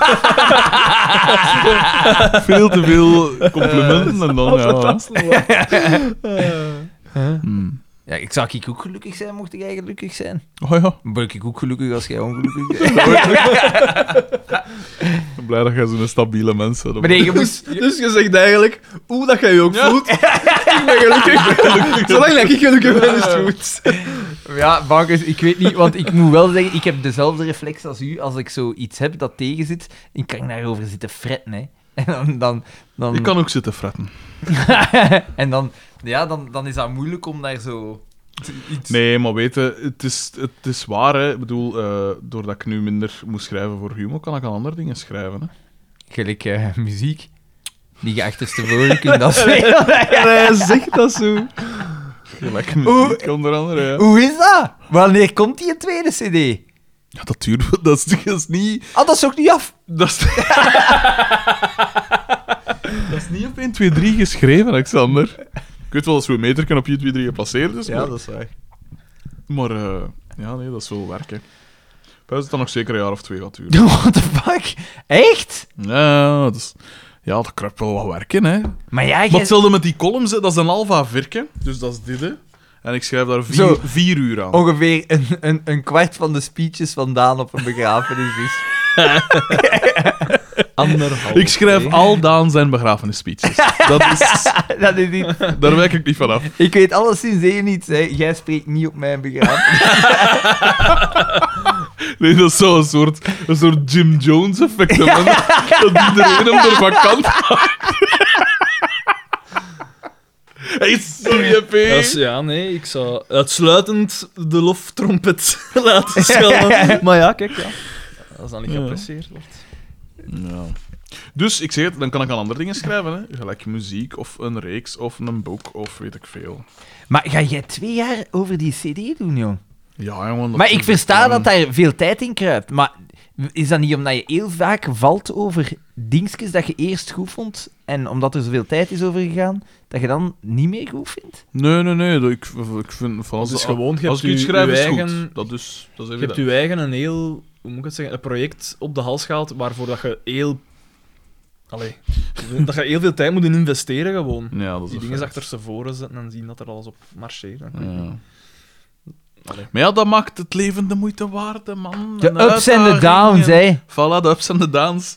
Veel te veel complimenten en dan, ja. Hmm. Ja, ik zou ik ook gelukkig zijn, mocht jij gelukkig zijn. Oh ja, Ben ik ook gelukkig als jij ongelukkig bent. ik ben blij dat jij zo'n stabiele mens bent. Maar nee, je moest... Dus je zegt eigenlijk, hoe dat jij je ook voelt, ik ben gelukkig. Zolang dat ik gelukkig ben, is het goed. Ja, bankers, ik weet niet, want ik moet wel zeggen, ik heb dezelfde reflex als u. Als ik zoiets heb dat tegen zit, ik kan daarover zitten fretten, hè. En dan... Ik kan ook zitten fretten. en dan is dat moeilijk om daar zo... Iets... Nee, maar weet je, het is waar, hè. Ik bedoel, doordat ik nu minder moet schrijven voor Humo, kan ik aan andere dingen schrijven, hè. Gelijk muziek, die je achterstevoren kunt afspelen. Hij zegt dat zo. Gelijk muziek, onder andere, ja. Hoe is dat? Wanneer komt die tweede cd? Ja, dat duurt wel. Dat is niet... Ah, dat is ook niet af. Dat is... dat is niet op 1, 2, 3 geschreven, Alexander. Ik weet wel dat zo'n meter op 1, 2, 3 gepasseerd is, maar... is waar. Maar, ja, nee, dat is wel werk, hè. Ik denk dat dan nog zeker een jaar of 2 gaat duren. What the fuck? Echt? Ja, dat is... Ja, dat kruipt wel wat werk in, hè. Maar ja, Maar hetzelfde met die columns, hè. Dat is een alpha virke, dus dat is dit, hè. En ik schrijf daar Zo. 4 uur aan. ongeveer een kwart van de speeches van Daan op een begrafenis is. Anderhalf. Ik schrijf al Daan zijn begrafenisspeeches. Dat is... Dat is niet... Daar wijk ik niet van af. Ik weet alleszins één iets, hè. Jij spreekt niet op mijn begrafenis. Nee, dat is zo een soort Jim Jones effect. Hè, man. Dat iedereen hem ervan kan. Hey, sorry, P. Ja, nee, ik zou uitsluitend de loftrompet laten schelden. Maar ja, kijk, ja. Als dat niet Ja. geapprecieerd wordt. Ja. Dus, ik zeg het, dan kan ik aan andere dingen schrijven. Hè. Gelijk muziek, of een reeks, of een boek, of weet ik veel. Maar ga jij 2 jaar over die cd doen, jong? Ja, jongen. Maar ik versta dat daar veel tijd in kruipt. Maar is dat niet omdat je heel vaak valt over dingetjes dat je eerst goed vond, en omdat er zoveel tijd is over gegaan, dat je dan niet meer goed vindt? Nee. Ik vind... Van Het is gewoon, je als hebt ik iets je schrijf, is eigen- goed. Dat is Je evident. hebt je eigen een heel, hoe moet ik het zeggen, een project op de hals gehaald waarvoor dat je heel... Allee, dat je heel veel tijd moet in investeren gewoon. Ja, dat is Die een dingen feit. achterstevoren zetten en zien dat er alles op marcheert. Ja. Allee. Maar ja, dat maakt het leven de moeite waard, hè, man. De En ups en de uitdagingen. downs, hè. Voilà, de ups en de downs.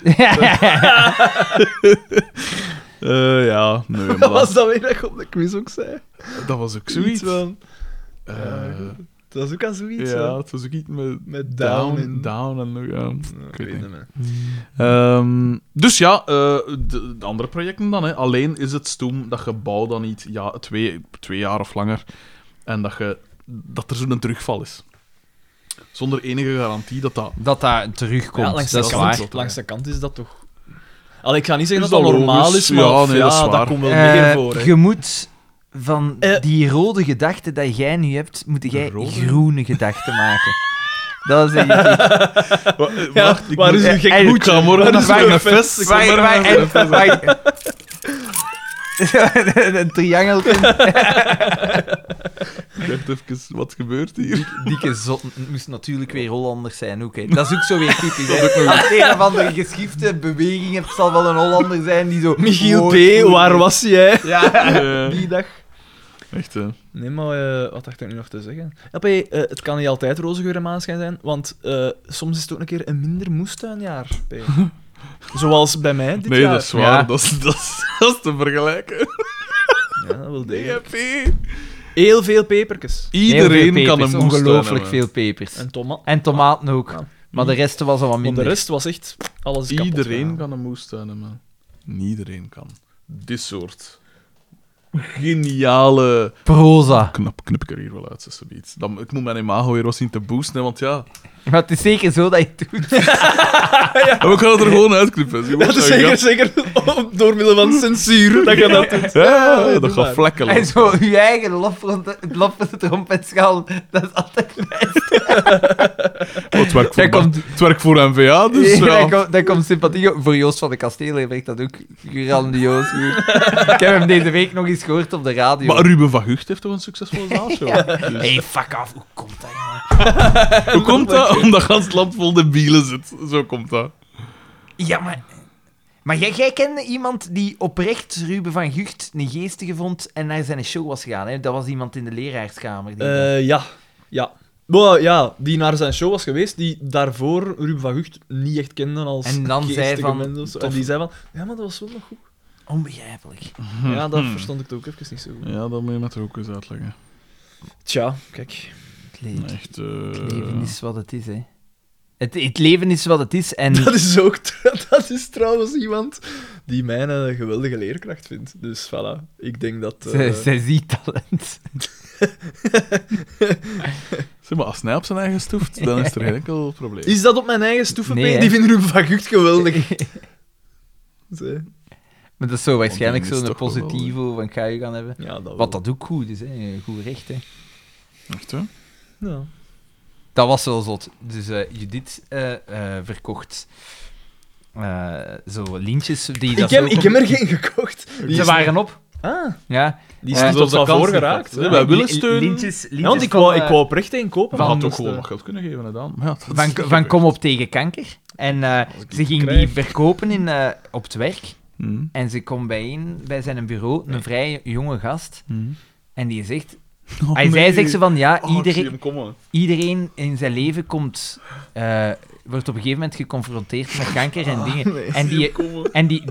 Ja, nee, maar Wat was dat weer dat je op de quiz ook zei? dat was ook zoiets. Iets van... Eh, Dat was ook al zoiets, ja, hè? het was ook iets met down in. down en nog, ja. Ik weet weet niet. niet meer. Dus ja, de andere projecten dan. Hè. Alleen is het stoem dat je bouw dan niet 2 jaar of langer en dat er zo'n terugval is. Zonder enige garantie dat dat... Dat terugkomt, Ja, langs, dat de is kant, waar. langs de kant is dat toch... Allee, ik ga niet zeggen Is dat dat dat normaal logisch? is, maar Ja, nee, dat is waar. dat komt wel meer voor. Hè. Je moet van Eh. die rode gedachten dat jij nu hebt, moet jij Rode? groene gedachten maken. Dat is eigenlijk... Ja, waar is uw gek en- hoedje? Ik ga morgen Waar naar is Vang uw een fest? fest. Ik ga morgen naar een fest. Een triangeltje. Ik dacht even, wat gebeurt hier? Dikke zotten. Het moest natuurlijk weer Hollanders zijn ook. Hè. Dat is ook zo weer typisch. Hè. Als een of andere geschifte beweging hebt, zal wel een Hollander zijn die zo... Michiel mooi- P., waar was jij? Ja. Die dag. Echt, hè. Nee, maar wat dacht ik nu nog te zeggen? Ja, P, het kan niet altijd roze geur en maneschijn zijn, want soms is het ook een keer een minder moestuinjaar, P. Zoals bij mij dit Nee, jaar. dat is waar. Ja. Dat is te vergelijken. Ja, dat wil degelijk. DP. Heel veel pepertjes. Iedereen Heel veel kan pepers, een moestuin ongelooflijk hebben. veel pepers. En tomaat. En tomaten ook. Ja. Maar de rest was al wat Want minder. de rest was echt... Alles is kapot Iedereen gegaan. kan een moestuin hebben. Niet iedereen kan. Dit soort geniale... Proza. Knip ik er hier wel uit, alsjeblieft. Ik moet mijn imago weer wat zien te boosten, hè, want ja... Maar het is zeker zo dat je het doet. Maar we gaan het er gewoon uitknippen. zie je Dat is wat? zeker door middel van censuur dat je dat doet. Ja, doe dat gaat maar. vlekken. En zo je eigen loffentrompetschaal, dat is altijd Het werkt Dat voor, komt- het werkt voor NVA, dus ja. dat komt sympathie op. Voor Joost van de Kastelen werkt dat ook grandioos goed. Ik heb hem deze week nog eens gehoord op de radio. Maar Ruben van Gucht heeft toch een succesvolle zaalshow? Dus- Hey, fuck af. Hoe komt dat, jongen? Hoe komt dat? Omdat gans het land vol debielen zit. Zo komt dat. Ja, maar jij kende iemand die oprecht Ruben van Gucht een geestige vond en naar zijn show was gegaan. Hè? Dat was iemand in de leraarskamer. Die Ja. Well, ja, die naar zijn show was geweest, die daarvoor Ruben van Gucht niet echt kende als En dan zei geestige van, mens of zo. tof. En die zei van, ja, maar dat was wel nog goed. Onbegrijpelijk. Ja, dat verstond ik ook even niet zo goed. Ja, dat moet je met er ook eens uitleggen. Tja, kijk. Het leven, Echt... het leven is wat het is, hè. Het leven is wat het is en... Dat is trouwens iemand die mij een geweldige leerkracht vindt. Dus voilà, ik denk dat... Zij ziet talent. Zeg maar, als hij op zijn eigen stoeft, dan is er geen enkel probleem. Is dat op mijn eigen stoeven, Nee, P? hè. Die vindt Ruben van Gucht geweldig. Zee. Maar dat is zo waarschijnlijk Want die zo'n is toch wel positivo van ga je gaan hebben. Ja, dat wel. Wat dat ook goed is, hè. Goed recht, hè. Echt, hè? Ja. Dat was wel zot. Dus Judith verkocht zo lintjes die dat Ik heb er geen gekocht. Die Ze is- waren op. Ah, ja. die is Ja, niet zoals op de dat kans voorgeraakt. niet hè. Wij willen Li- steunen. Lintjes Ja, want ik van, wou oprecht één kopen. Van, Van, had ook dus, gewoon wat geld kunnen geven, gedaan. Maar ja, dat is van niet Kom gebeurd. op tegen kanker. En ik ze die ging krijg. die verkopen op het werk. Hmm. En ze komt bij zijn bureau, een vrij jonge gast. Hmm. En die zegt... Oh, Zij nee. zegt ze van, ja, Oh, ik zie hem komen. iedereen in zijn leven wordt op een gegeven moment geconfronteerd met kanker en dingen. nee. En Zie hem komen.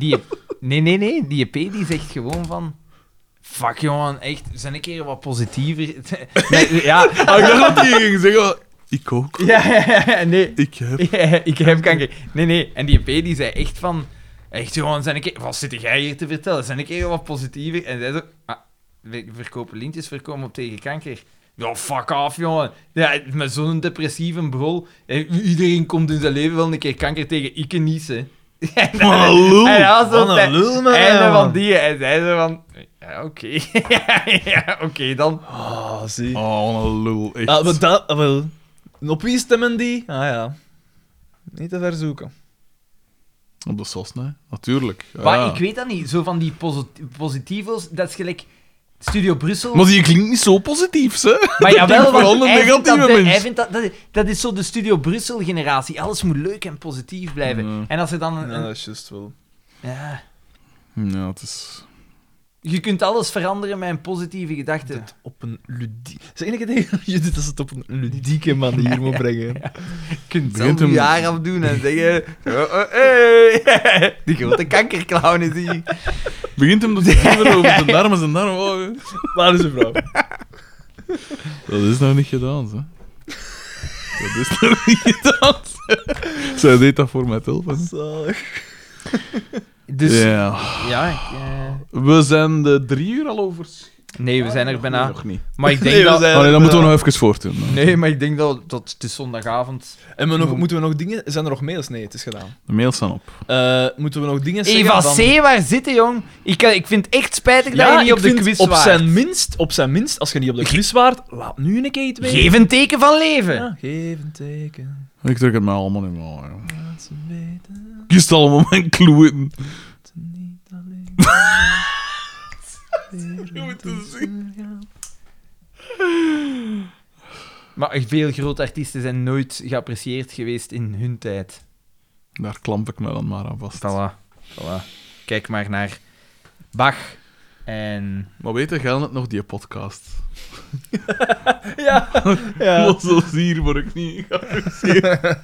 Nee, die EP die zegt gewoon van... Fuck, jongen, echt, zijn een keer wat positiever. Nee, ja, Ah, ik dacht dat hij ging zeggen... Ik ook. ja, nee. Ik heb... Ik heb kanker. Nee. En die EP die zei echt van... Echt, jongen, zijn een keer... Wat zit jij hier te vertellen? Zijn een keer wat positiever. En zij zo... Maar, we verkopen lintjes, verkopen op tegen kanker. Ja, fuck af, jongen. Ja, met zo'n depressieve brol. Iedereen komt in zijn leven wel een keer kanker tegen. Ik niet, hè. Wat een lul. En ja, zo Wat een lul, man. einde van die. En zij zo van... Ja, oké. Ja, oké, dan. Ah, zie. Oh, wat een lul. Echt. Ja, maar dat... Wel. Op wie stemmen die? Ah ja. Niet te ver zoeken. Op de sos, nee. Natuurlijk. Ja. Maar ik weet dat niet. Zo van die positivo's, dat is gelijk... Studio Brussel... Maar die klinkt niet zo positief, hè? Maar jawel, vooral want een hij vindt negatieve dat, mens. hij vindt dat is zo de Studio Brussel-generatie. Alles moet leuk en positief blijven. Ja. En als er dan... Ja, dat is juist wel. ja, Ja, het is... je kunt alles veranderen met een positieve gedachte. Het op een ludieke... Zeg ik tegen Judith dat ze het op een ludieke manier moet brengen. Je kunt Begint zelf je hem- haar afdoen en zeggen... Hey. Die grote kankerclown is hier. Begint hem te schrijven over zijn darmen en darmen. Oh, Waar is een vrouw? dat is nou niet gedaan, hè. Dat is nog niet gedaan. Zij deed dat voor mij helpen. Zalig. Dus... Ja. Ja, We zijn de 3 uur al over. nee, we zijn er bijna. Nog niet. Maar ik denk Nee, we dat... zijn- Oh, nee, dan moeten we nog even voortdoen. Nee, maar ik denk dat het is zondagavond. En moeten we nog dingen... Zijn er nog mails? Nee, het is gedaan. De mails staan op. Moeten we nog dingen zeggen? Eva dan- C, waar zitten, jong? Ik vind het echt spijtig dat je niet ik op de vind quiz op waart. op zijn minst, als je niet op de quiz waart, laat nu een keer iets weten. Geef een teken van leven. Ja, geef een teken. Ik trek het mij allemaal niet meer aan. Laat ze weten. Kiest allemaal mijn kloeien. Dat ze niet alleen. Je moet het zien. Ja. Maar veel grote artiesten zijn nooit geapprecieerd geweest in hun tijd. Daar klamp ik me dan maar aan vast. Voilà. Kijk maar naar Bach en... Maar weet je, geldt het nog die podcast? Ja. Zo hier word ik niet geapprecieerd.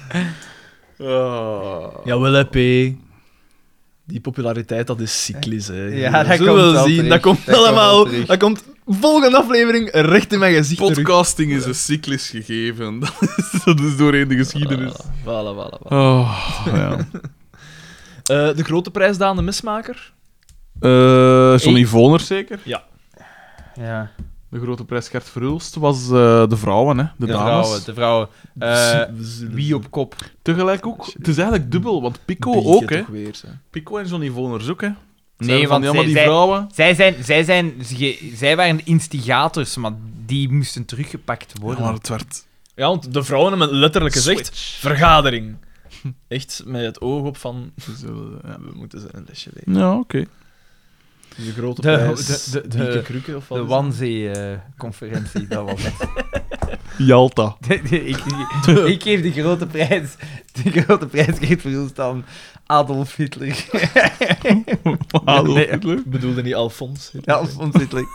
Jawel, hè, P. Die populariteit, dat is cyclisch, hè. Ja, dat Zullen komt we wel zien. terug. Dat komt Dat allemaal... komt wel terug. Dat komt volgende aflevering recht in mijn gezicht terug. Podcasting is een cyclisch gegeven. Dat is doorheen de geschiedenis. Voilà. Oh, ja. De grote prijs Daan de Mismaker. Johnny Voners zeker? Ja, De grote prijs Gert Verhulst was de vrouwen, hè? De dames. de vrouwen. Wie op kop? Tegelijk ook. Het is eigenlijk dubbel, want Pico Bieke ook, hè? toch weer, hè. Pico en Johnny Voners ook, hè? Nee, want die vrouwen... zij waren de instigators, maar die moesten teruggepakt Ja, worden. maar het werd... Ja, want de vrouwen hebben letterlijk gezegd... Switch. Vergadering. Echt met het oog op van... Ja, We moeten ze een lesje leren. ja oké. De grote De- prijs... de- de- Bieke Krukke, of wat De is dat? Wannsee-conferentie, dat was het. Jalta. Ik geef de grote prijs Gert Verhulst aan Adolf Hitler. Adolf Nee, Hitler. Ik bedoelde niet Alfons. Ja, Alfons Hitler.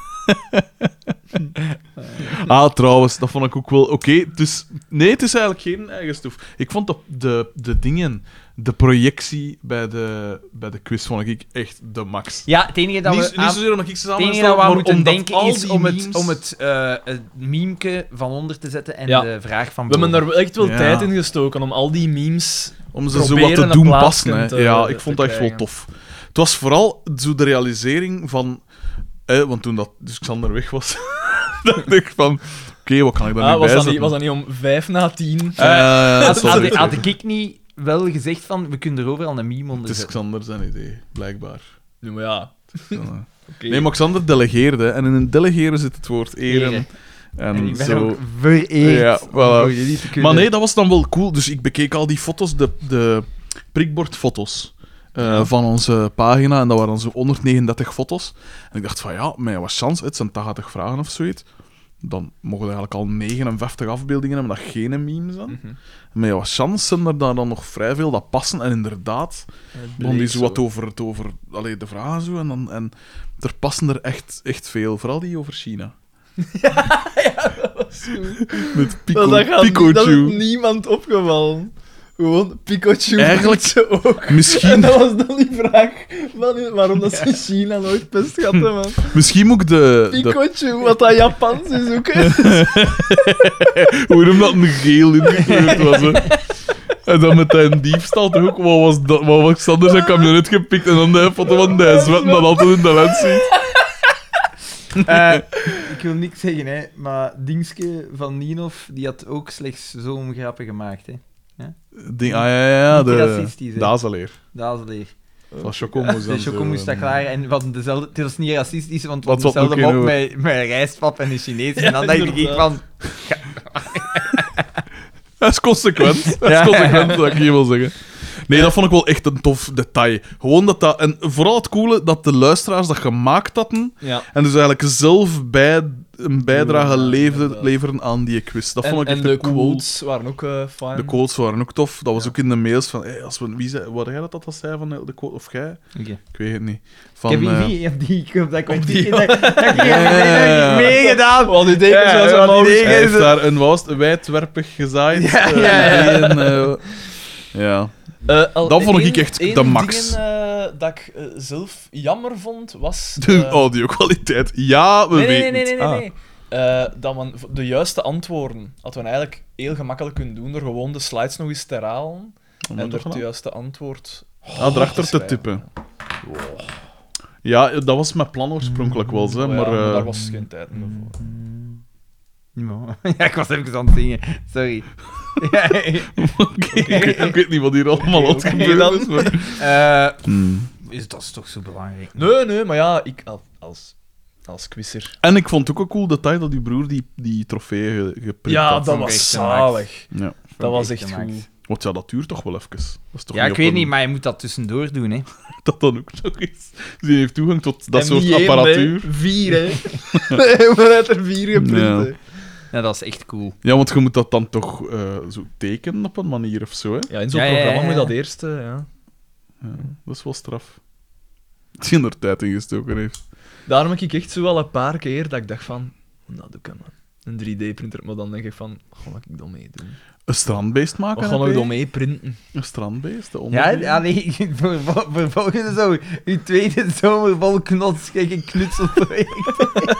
Ah, trouwens, dat vond ik ook wel oké. Dus, nee, het is eigenlijk geen eigen stof. Ik vond de dingen, de projectie bij de quiz, vond ik echt de max. Ja, het enige dat Niet we... zozeer omdat ik ze Het samen enige dat we aan moeten omdat denken al is die om memes- het memeke van onder te zetten en Ja. de vraag van We hebben boven. daar echt wel Ja. tijd in gestoken om al die memes... om ze zo wat proberen te een doen plaats passen. Hè. te- Ja, te ik vond dat echt wel krijgen. tof. Het was vooral zo de realisering van... want toen dat dus Xander weg was, dacht ik van... Oké, wat kan ik daar nu bij was zetten? dat niet om 5:10? Had ik niet wel gezegd van, we kunnen er overal een meme onder Het is zetten. Xander zijn idee, blijkbaar. Ja, maar ja. Oké. Nee, maar Xander delegeerde. En in een delegeren zit het woord eren. Eren. En En ik ben zo... ook vereerd Ja, voilà. voor jullie te kunnen... Maar nee, dat was dan wel cool. Dus ik bekeek al die foto's, de prikbordfoto's van onze pagina. En dat waren dan zo 139 foto's. En ik dacht van ja, met wat chance, het zijn 80 vragen of zoiets. Dan mogen er eigenlijk al 59 afbeeldingen hebben dat geen memes zijn. Mhm. Met wat chance zijn er daar dan nog vrij veel dat passen. En inderdaad, begon die zo wat over allee, de vragen zo. En er passen er echt veel. Vooral die over China. Dat was goed. Met Dat Pikachu. is niemand opgevallen. Gewoon Pikachu. Eigenlijk- ze ook. En Misschien, dat was dan die vraag waarom dat ze in China nooit pest hadden, man. misschien moet ik de... Pikachu, wat dat Japans is ook, hè. Hoe noem dat een geel ingekleurd was, hè. En dan met een diefstal toch ook. Wat was Xander zijn camionet gepikt en dan de foto van die zwetten dat altijd in de lens ziet. Ik wil niks zeggen, hè, maar Dingske van Nienhoff, die had ook slechts zo'n grappen gemaakt, hè. Ja, Niet de racistisch, hè. Dazeleer. Dat is het. Van Chocomoes. De choco moest dat klaar en wat dezelfde... Het was niet racistisch, want het Wat was zat ook dezelfde in mop uw- met rijstpap en een Chinees. Ja, En dan dacht ik inderdaad. van... Dat is consequent. Dat is Ja. consequent, dat ik hier wil zeggen. Nee, dat vond ik wel echt een tof detail. Gewoon dat dat... En vooral het coole dat de luisteraars dat gemaakt hadden Ja. en dus eigenlijk zelf een bijdrage Ja, inderdaad. leveren aan die quiz. Dat vond ik En echt de een cool... quotes waren ook fijn. De quotes waren ook tof. Dat was Ja. ook in de mails van... Hey, als we, wie zei, wat jij dat zei van de quote? Of jij? Oké. Ik weet het niet. Van, Ik heb die ik op dat kwartier... die- Dat ik Ja. meegedaan. Wat die dekens Ja, zijn zo wat die mogelijk. dekens- hij heeft daar een wijdwerpig gezaaid. Ja, ja. Ja. Dat Dat vond ik echt de max. dat ik zelf jammer vond, was... De audio-kwaliteit. Ja, we weten nee. het. Ah. Dat men de juiste antwoorden hadden we eigenlijk heel gemakkelijk kunnen doen door gewoon de slides nog eens te herhalen en toch er het gedaan? juiste antwoord Daarachter te schrijven. typen. Ja, dat was mijn plan oorspronkelijk wel, hè, Oh ja, maar... daar was geen tijd meer voor. Ja, ik was even aan het zingen. Sorry. Ja, ik weet niet wat hier allemaal Oké, wat gebeurd dan. is, maar... dat is toch zo belangrijk. Nee, maar ja, ik als quizzer... En ik vond het ook een cool detail dat uw broer die trofeeën geprint Ja, had. dat vond ik was echt zalig. Ja. Dat was echt echt te max. goed. Want ja, dat duurt toch wel even. Dat is toch Ja, ik op weet een- niet, maar je moet dat tussendoor doen, hè. Dat dan ook nog is. Dus die heeft toegang tot dat En soort niet één, apparatuur. hè. 4, hè. Vanuit er 4 geprint, Ja. hè. Ja, dat is echt cool. Ja, want je moet dat dan toch zo tekenen op een manier of zo, hè? Ja, in zo'n Ja, ja, programma ja. moet dat eerst... ja. Ja, dat is wel straf. Die er tijd in gestoken heeft. Daarom heb ik echt zo wel een paar keer dat ik dacht van... Nou, doe ik hem, man. Een 3D-printer, maar dan denk ik van... Wat ga ik dan mee doen? Een strandbeest maken? Wat ga heb ik je? dan mee printen? Een strandbeest? De Ja, onderdelen? nee, voor volgende zomer. Uw tweede zomer vol knots, kijk, een knutselproject.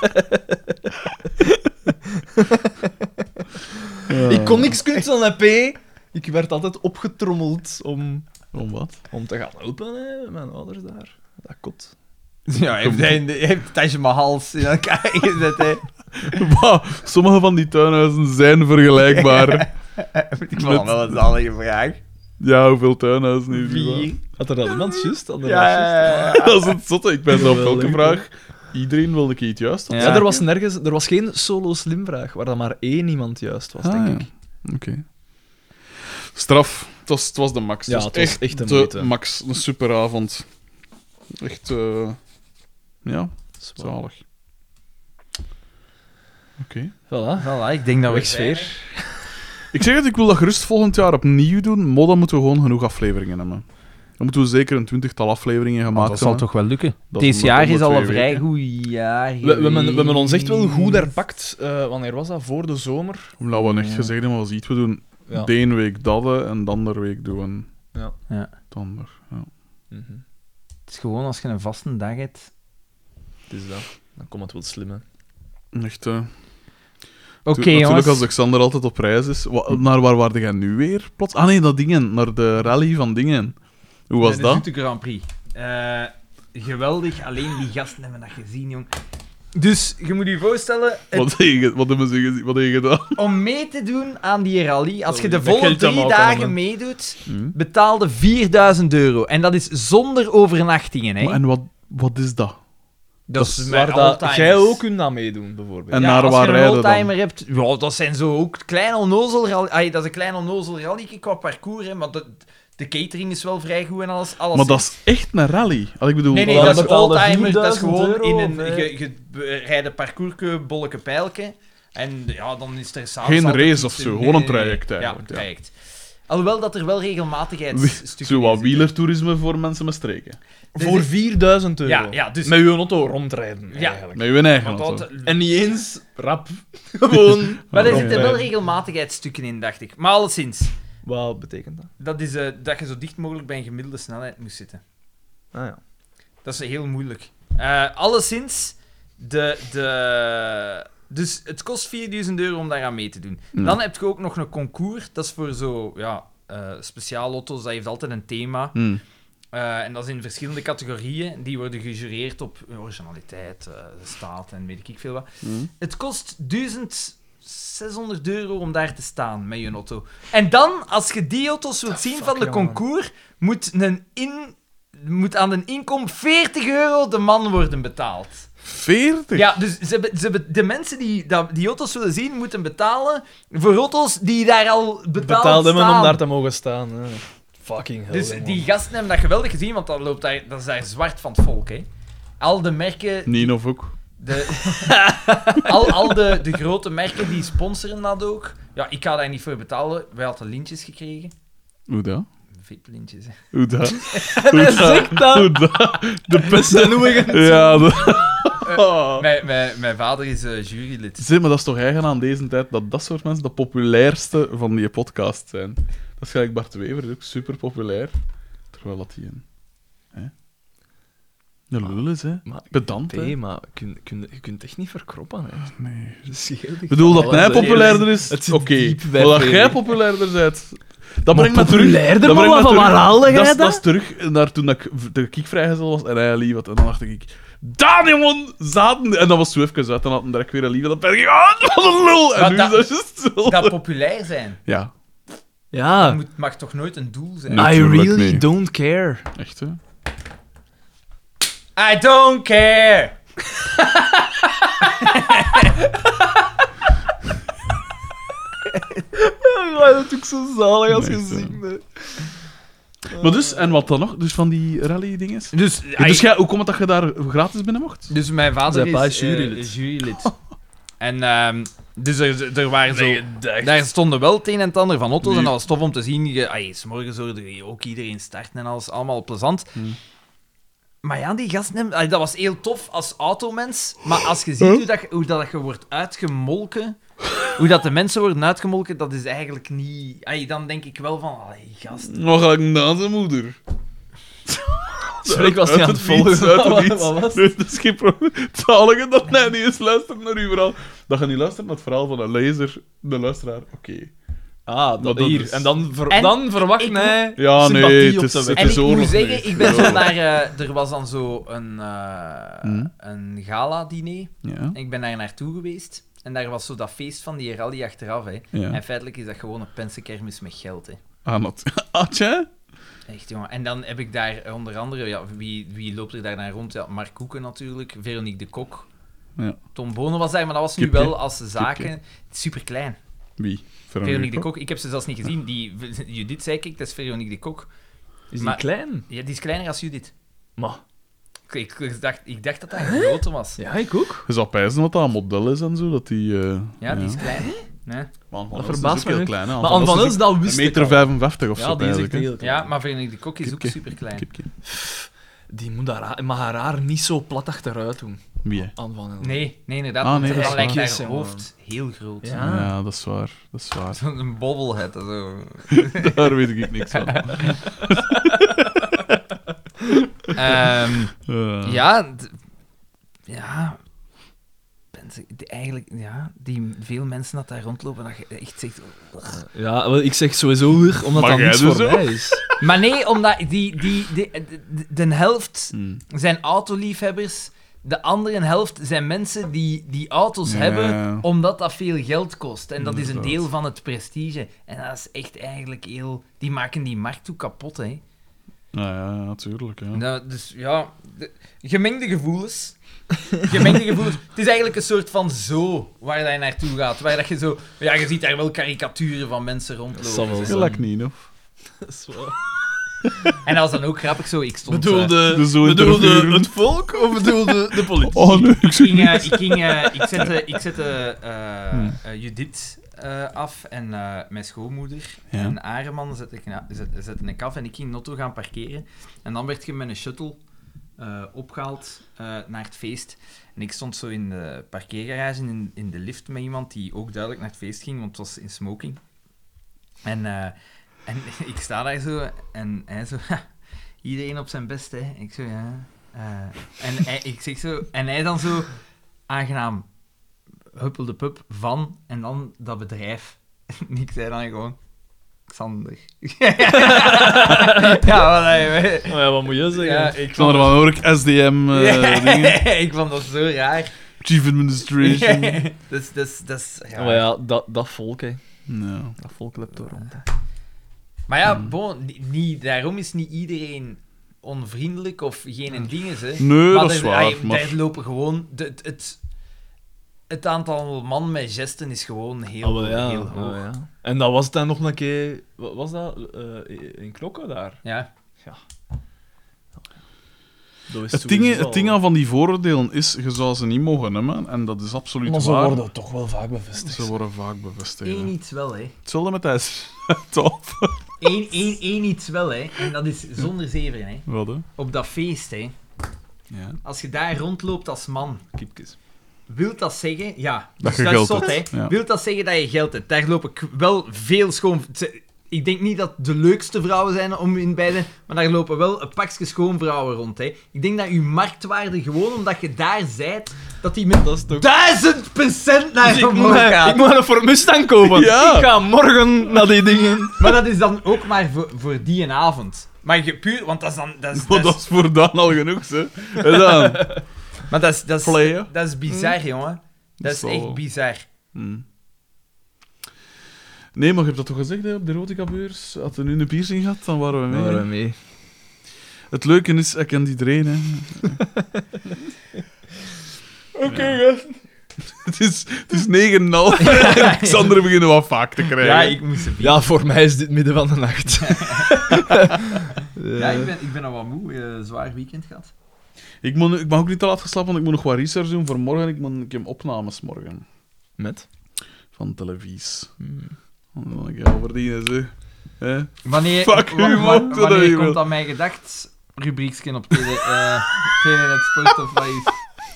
Ik kon niks knutselen, hè, P. Ik werd altijd opgetrommeld Om wat? om te gaan helpen, hè. Mijn ouders daar. Dat kot. Ja, hij heeft Taj Mahals in elkaar gezet, hè. Wauw, sommige van die tuinhuizen zijn vergelijkbaar. Ik vond wel een zalige vraag. Ja, hoeveel tuinhuizen heeft die? 4. Had er dat iemand juist? Had er dat Ja, juist? ja, ja. Dat is het zotte. Ik ben zo op Wel elke leuk, vraag. Iedereen wilde ik iets juist. Ja. Ja, er was geen solo-slimvraag waar dan maar één iemand juist was, Ah, denk ja. ik. Oké. Straf. Het was de max. Ja, Dus het was echt een de moeite. max. Een superavond. Echt, ja, Zwaar. zalig. Oké. Voilà. Voilà, ik denk dat we Wegsfeer. Ik zeg het, ik wil dat gerust volgend jaar opnieuw doen, maar dan moeten we gewoon genoeg afleveringen hebben. Dan moeten we zeker een 20-tal afleveringen gemaakt dat zal hebben. toch wel lukken. Dat is Deze om de- jaar om de is al 2 een vrij weken. goed jaar. We hebben ons echt wel goed geweest. herpakt. Wanneer was dat? Voor de zomer? Omdat we echt Ja. gezegd hebben, als iets we doen, Ja. de ene week dat en de andere week doen we Ja. Ja. het ander. Ja. Mhm. Het is gewoon als je een vaste dag hebt. Dus dat. Dan komt het wel slim, hè. Echt, Oké, natuurlijk jongens. als Alexander altijd op reis is. Naar waar waarde jij nu weer plots? Ah nee, dat dingen. Naar de rally van dingen. Hoe was De dat? Zoete Grand Prix. Geweldig, alleen die gasten hebben dat gezien, jong. Dus, je moet je voorstellen, Wat hebben ze gezien? Wat heb je gedaan? om mee te doen aan die rally, als je de Met volle geld 3 aan dagen maken, meedoet, betaalde €4.000. En dat is zonder overnachtingen, hè. En wat is dat? Dat is Waar met dat oldtimers. jij ook kunt aan meedoen, bijvoorbeeld. En Ja, naar als waar je een rijden dan? oldtimer hebt, ja, dat zijn zo ook klein onnozel rally. Dat is een klein onnozel rally qua parcours, hè, maar de catering is wel vrij goed en alles. Maar dat is echt een rally. Ik bedoel, Nee, Waar dat is betaalde oldtimer, dat is gewoon €4.000 in een... of, Je rijdt een parcoursje, bolleke pijlke, en ja, dan is er s'avonds Geen altijd race iets of zo, in- gewoon een nee, traject Ja, eigenlijk, een ja. traject. Alhoewel dat er wel regelmatigheidsstukken zo in wat zitten. wielertoerisme voor mensen met streken. Voor €4.000. Ja, ja, dus... Met uw auto rondrijden, Ja. eigenlijk. Met je eigen Want auto. dat- En niet eens rap. Gewoon. Maar er Ja. zitten wel regelmatigheidsstukken in, dacht ik. Maar alleszins, Wat betekent dat? dat is dat je zo dicht mogelijk bij een gemiddelde snelheid moet zitten. Ah ja. Dat is heel moeilijk. Alleszins, dus het kost €4.000 om daar aan mee te doen. Ja. Dan heb je ook nog een concours. Dat is voor zo, ja, speciaalauto's. Dat heeft altijd een thema. En dat is in verschillende categorieën. Die worden gejureerd op originaliteit, staat en weet ik veel wat. Het kost €1.600 om daar te staan met je auto. En dan, als je die auto's wilt zien van de jongen. concours, moet aan een inkom €40 de man worden betaald. 40? Ja, dus de mensen die auto's willen zien, moeten betalen voor auto's die daar al Betaald hebben staan. om daar te mogen staan. Hè. Fucking hell. Dus man. die gasten hebben dat geweldig gezien, want dat is daar zwart van het volk, hè. Al de merken... Nien of ook. Al de grote merken die sponsoren dat ook. Ja, ik ga daar niet voor betalen. Wij hadden lintjes gekregen. Hoe dat? VIP-lintjes, hè. Hoe dat? Hij zegt dat. Hoe dat? De beste... Noemen Ja, Mijn vader is jurylid. Zeg, maar dat is toch eigen aan deze tijd dat soort mensen de populairste van die podcast zijn. Dat is gelijk Bart Wever, die is ook super populair. Terwijl dat hij een lul is, hè. Maar, Pedant, hè. maar je kunt echt niet verkroppen. Hè. Nee. Dat is heel Ik bedoel, dat hij populairder is, Het zit oké. diep bij Maar dat Frederik. jij populairder bent... Dat brengt me terug... populairder, dat maar brengt me van terug- waar haalde jij Dat is terug naar toen ik vrijgezel was en hij lief had. En dan dacht ik... Daan, jongen! Zaten... En dan was zo even uit. Dan had hij direct weer een lief. En dan ben ik... Ah, wat een lul! En Maar nu dat- is dat juist zo. Dat populair zijn, Ja, Ja. mag toch nooit een doel zijn? Nee. I Natuurlijk really niet. don't care. echt, hè. I don't care! Ja, dat is ook zo zalig als je Nee, zingt. hè. Maar dus, en wat dan nog? Dus van die rally-dinges? Dus, Dus hoe komt het dat je daar gratis binnen mocht? Dus mijn vader Zijn pa is is jurylid. jurylid. En Dus er waren zo... Daar stonden wel het een en het ander van auto's en dat was tof om te zien. 's morgens hoorde je ook iedereen starten en alles, allemaal plezant. Maar ja, die gasten... dat was heel tof als automens, maar als je ziet hoe dat je wordt uitgemolken... Hoe dat de mensen worden uitgemolken, dat is eigenlijk niet... dan denk ik wel van... gasten... Wat ga ik na zijn moeder? Sorry, ik was niet aan het volgen. Wat was Nee, dat is geen probleem. Het zalige dat hij niet eens luistert naar uw verhaal. Dat je niet luistert naar het verhaal van een lezer, de luisteraar, oké. Ah, dat hier. is- En dan En verwacht ik- hij Ja, sympathie nee, op het te is- wekken. En ik moet oorlog, zeggen, nee. ik ben zo Ja. naar... er was dan zo een gala-diner. Ja. En ik ben daar naartoe geweest. En daar was zo dat feest van die rally achteraf. Hè. Ja. En feitelijk is dat gewoon een pensenkermis met geld. Hè. Atje? Echt, jongen. En dan heb ik daar onder andere... Ja, wie loopt er daar naar rond? Ja, Mark Koeken natuurlijk. Veronique de Kok. Ja. Tom Bonen was daar, maar dat was nu Kipje. wel als zaken... Super klein. Wie? Veronique de Kok. Ik heb ze zelfs niet gezien. Judith zei, kijk, dat is Veronique de Kok. Is die Maar- klein? Ja, die is kleiner als Judith. Maar... Ik dacht dat dat een grote was. Ja, ik ook. Je zou pijzen wat dat een model is en zo, dat die... Ja, die is klein. Nee. Man, Dat verbaast me heel nu. klein, hè. Maar Anne van Els, dat Een wist ik meter al. 55 of Ja, zo, die is echt eigenlijk, hè. heel klein. Ja, maar Veronique de Kok is ook Kipje. super klein. Kipje. Die mag haar haar niet zo plat achteruit doen. Wie, hè? Anne van Els. Nee, inderdaad. Ah, want nee, dat dan is lijkt waar. haar Jongen. hoofd heel groot. Ja. Ja, dat is waar. Dat is waar. Zo'n bobblehead. Zo. Daar weet ik niks van. Ja, eigenlijk, ja, die veel mensen dat daar rondlopen, dat je echt zegt... Ja, wel, ik zeg sowieso weer, omdat Mag dat jij niks dus voor ook? mij is. Maar nee, omdat de helft Hmm. zijn autoliefhebbers, de andere helft zijn mensen die auto's Ja. hebben omdat dat veel geld kost. En dat is een Inderdaad. deel van het prestige. En dat is echt eigenlijk heel... Die maken die markt toe kapot, hè. Ja, natuurlijk. Ja. Nou, dus ja, gemengde gevoelens. Gemengde gevoelens. Het is eigenlijk een soort van zo waar dat je naartoe gaat. Waar dat je zo... Ja, je ziet daar wel karikaturen van mensen Dat zal rondlopen. wel zo. Gelijk niet, of? Dat is waar. En dat was dan ook grappig zo. Ik stond... De zo interviewen. het volk of bedoelde de politie? Oh, nee, ik zette Judith af en mijn schoonmoeder Ja. en Areman zette ik af en ik ging een auto gaan parkeren. En dan werd je met een shuttle opgehaald naar het feest. En ik stond zo in de parkeergarage in de lift met iemand die ook duidelijk naar het feest ging, want het was in smoking. En ik sta daar zo en hij zo... Iedereen op zijn best, hè. Ik zo, ja... ik zeg zo... En hij dan zo... Aangenaam. Huppelde pup van... En dan dat bedrijf. En ik zei dan gewoon... Xander. Ja, wat Oh ja, wat moet je zeggen? ja, ik Xander van Oork, SDM, dingen. ik vond dat zo raar. Chief Administration. Dus, ja. Maar ja, dat volk, hè. Ja. Dat volk loopt door rond. Maar ja, bon, daarom is niet iedereen onvriendelijk of geen dinges, hè. Nee, Maar dat is waar. Maar daar lopen gewoon... Het aantal man met gesten is gewoon heel, Oh, wel, heel hoog. oh, ja. En dat was dan nog een keer... Wat was dat? In Knokke daar? Ja. Dat is het sowieso ding al- aan van die vooroordelen is, je zou ze niet mogen hebben. En dat is absoluut Maar ze waar. worden toch wel vaak bevestigd. Ze worden vaak bevestigd. Eén ja. iets wel, hè. Hetzelfde met ijs. Tof. Eén iets wel, hè. En dat is zonder zeven, hè. Wat, hè? Op dat feest, hè. Ja. Als je daar rondloopt als man, Kiepjes. wilt dat zeggen... Ja, Dat je is geld zot, hè. hebt, ja. Wilt dat zeggen dat je geld hebt? Daar lopen wel veel schoon... Ik denk niet dat de leukste vrouwen zijn om in bij zijn, maar daar lopen wel een pakje schoonvrouwen rond, hè. Ik denk dat je marktwaarde, gewoon omdat je daar zijt, dat die met Dat is toch... 1000% naar Dus ik omhoog gaat. moet een voor Mustang kopen. Ja. Ik ga morgen naar die dingen. Maar dat is dan ook maar voor die een avond. Maar je puur... Want dat is dan... Maar dat is voor Daan al genoeg, hè. En dan... Maar dat is Playen. dat is bizar, jongen. Dat is Zo. echt bizar. Hmm. Nee, maar je hebt dat toch gezegd, hè, op de erotica-beurs? Had er nu een piercing gehad, dan waren we mee. mee. Het leuke is, ik ken iedereen, hè. Oké, Het is 9,5 en Xander beginnen wat vaak te krijgen. Ja, ik moest een Ja, voor mij is dit midden van de nacht. Ja, ik ben al wat moe. Zwaar weekend gehad. Ik mag ook niet te laat geslapen, want ik moet nog wat research doen voor morgen. Ik heb opnames morgen. Met? van televisie. Dat kan ik al verdienen, zeg. Hè? Wanneer, Fuck u, man. wanneer komt aan mijn gedacht rubriekje op Telenet Sport of wat is?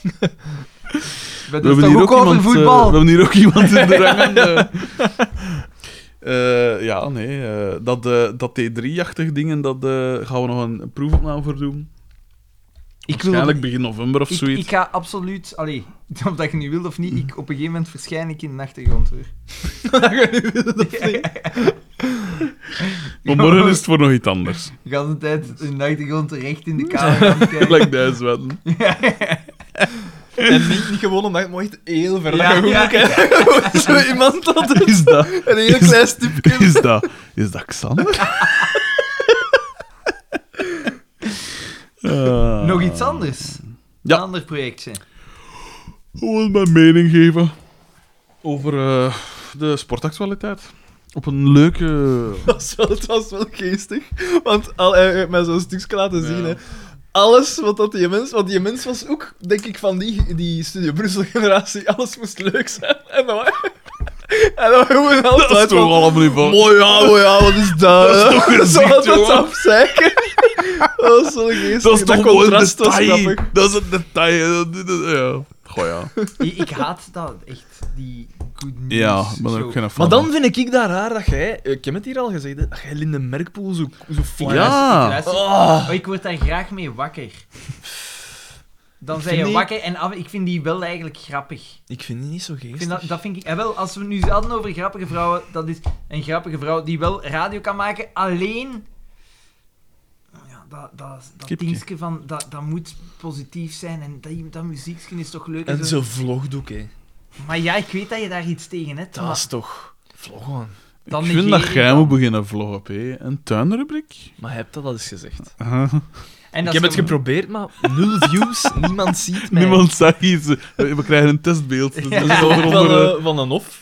We hebben hier ook iemand, voetbal. we hebben hier ook iemand in de rangen. Dat T3-achtig dingen, dat gaan we nog een proefopname voor doen. Waarschijnlijk begin november of zoiets. Ik ga absoluut... Allee, of dat je nu wilt of niet, op een gegeven moment verschijn ik in de achtergrond weer. Maar morgen is het voor nog iets anders. De hele tijd in de achtergrond recht in de kamer gaan kijken. Like dat wetten. En niet gewoon omdat het maar echt heel ver Ja, ja. Zo iemand dat Is dat? een hele klein stipje. Is dat Xander? Nog iets anders? Ja. Een ander projectje. Gewoon mijn mening geven over de sportactualiteit. Op een leuke... Het was wel geestig. Want hij heeft mij zo'n stukje laten zien. Ja. Hè. Alles wat dat die mens... Want die mens was ook, denk ik, van die Studio Brussel-generatie. Alles moest leuk zijn. En dan gewoon Dat altijd is toch van... allemaal niet van... Mooi ja, wat is dat? Dat is toch gezicht, Zo had het jongen. afzeiken. Dat was zo geestig. Dat is toch gewoon een contrast was detail. grappig. Dat is een detail. Ja. Goh, ja. Ik haat dat echt, die good news Ja, ik ben er show. ook geen fan Maar dan van. vind ik dat raar dat jij... Ik heb het hier al gezegd, hè, dat jij Linde Merkpoel zo fly Ja. Ik luister- Oh. ik word daar graag mee wakker. Dan Ik zijn vind je die- wakker en ik vind die wel eigenlijk grappig. Ik vind die niet zo Ik geestig. vind dat vind ik... wel, als we nu hadden over grappige vrouwen, dat is een grappige vrouw die wel radio kan maken, alleen... Ja, dat Kipje. dingetje van... Dat moet positief zijn en dat muziekje is toch leuk. En zo vlogdoek, hè. Maar ja, ik weet dat je daar iets tegen hebt. Dat maar is toch... Vloggen. dan Ik vind negeer dat ik jij dat. moet beginnen vloggen op een tuinrubriek. Maar je hebt dat al eens gezegd. En Ik dat heb is het geprobeerd, maar 0 views. Niemand ziet mij. Niemand zag iets. We krijgen een testbeeld. Dus dat is Van, onder, van een hof.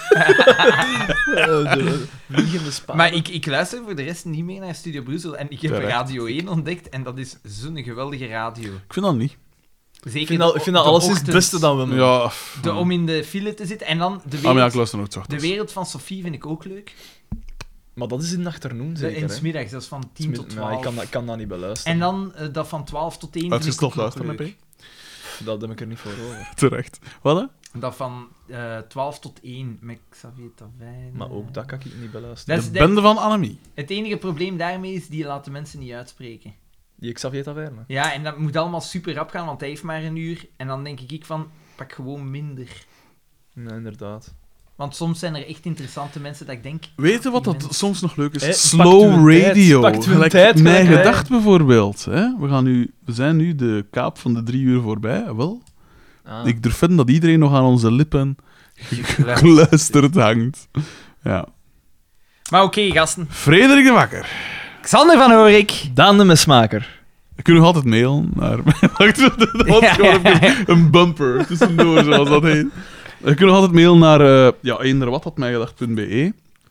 De vliegende spaar. Maar ik luister voor de rest niet meer naar Studio Brussel. En ik heb Terecht. Radio 1 ontdekt en dat is zo'n geweldige radio. Ik vind dat niet. Zeker ik vind dat de alles is het ochtend, beste dat we hebben. Ja. om in de file te zitten. En dan de Ah, maar ja, wereld, ik luister nog de ochtends. wereld van Sophie vind ik ook leuk. Maar dat is in de achternoon, zeker, In hè? 's middags, dat is van 10 tot 12. Ja, ik kan dat niet beluisteren. En dan dat van 12 tot 1 vind ik Uitgesteld ook nog luisteren, leuk. heb Dat heb ik er niet voor over. Terecht. Wat, hè? Dat van 12 tot 1 met Xavier Tavijn. Maar ook dat kan ik niet Dat beluisteren. is De bende van Annemie. Het enige probleem daarmee is, die laten mensen niet uitspreken. Die Xavier Taverne. Ja, en dat moet allemaal super rap gaan, want hij heeft maar een uur. En dan denk ik van, pak gewoon minder. Ja, inderdaad. Want soms zijn er echt interessante mensen dat ik denk... Weet je wat die dat mensen- soms nog leuk is? Pakt Slow uw tijd, radio. pakt uw Gelijk tijd, Mijn gelijk wij. gedacht bijvoorbeeld. Hè? We zijn nu de kaap van de 3 uur voorbij. Wel, Ah. ik durf vinden dat iedereen nog aan onze lippen gekluisterd hangt. Ja. Maar oké, gasten. Frederik de Bakker. Xander van Oorik. Daan de Mesmaker. Je kunt nog altijd mailen naar... Wacht, dat was gewoon even een bumper tussendoor, zoals dat heet. Je kunt nog altijd mailen naar eenderwat@mijgedacht.be.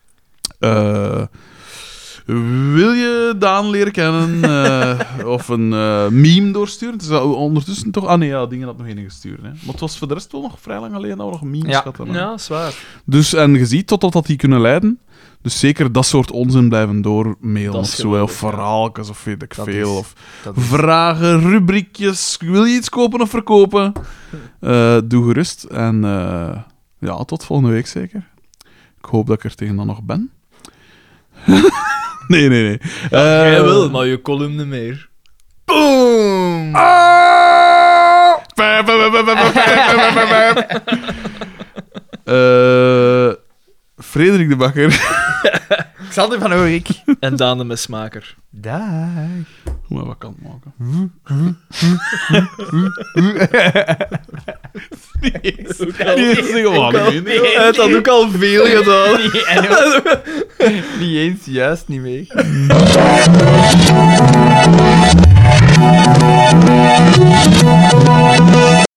Wil je Daan leren kennen of een meme doorsturen? Het is ondertussen toch... Ah nee, ja, dingen had nog één gestuurd. Hè. Maar het was voor de rest wel nog vrij lang geleden dat we nog memes Ja. hadden. Hè. Ja, zwaar. Dus, en je ziet totdat die kunnen leiden. Dus zeker dat soort onzin blijven doormailen Dat of is zo. geweldig, Of verhaaltjes of weet ik Dat veel. is- Of Dat is... vragen, rubriekjes. Wil je iets kopen of verkopen? Doe gerust. En ja, tot volgende week zeker. Ik hoop dat ik er tegen dan nog ben. nee. Jij wil, maar je column niet meer. Boom! Frederik de Bakker. Xander van Oorik. En Daan de Mesmaker. Dag. Hoe maar wat kan het maken? Die is gewoon niet. Hij had dat ook al veel gedaan. Niet eens, juist niet meer.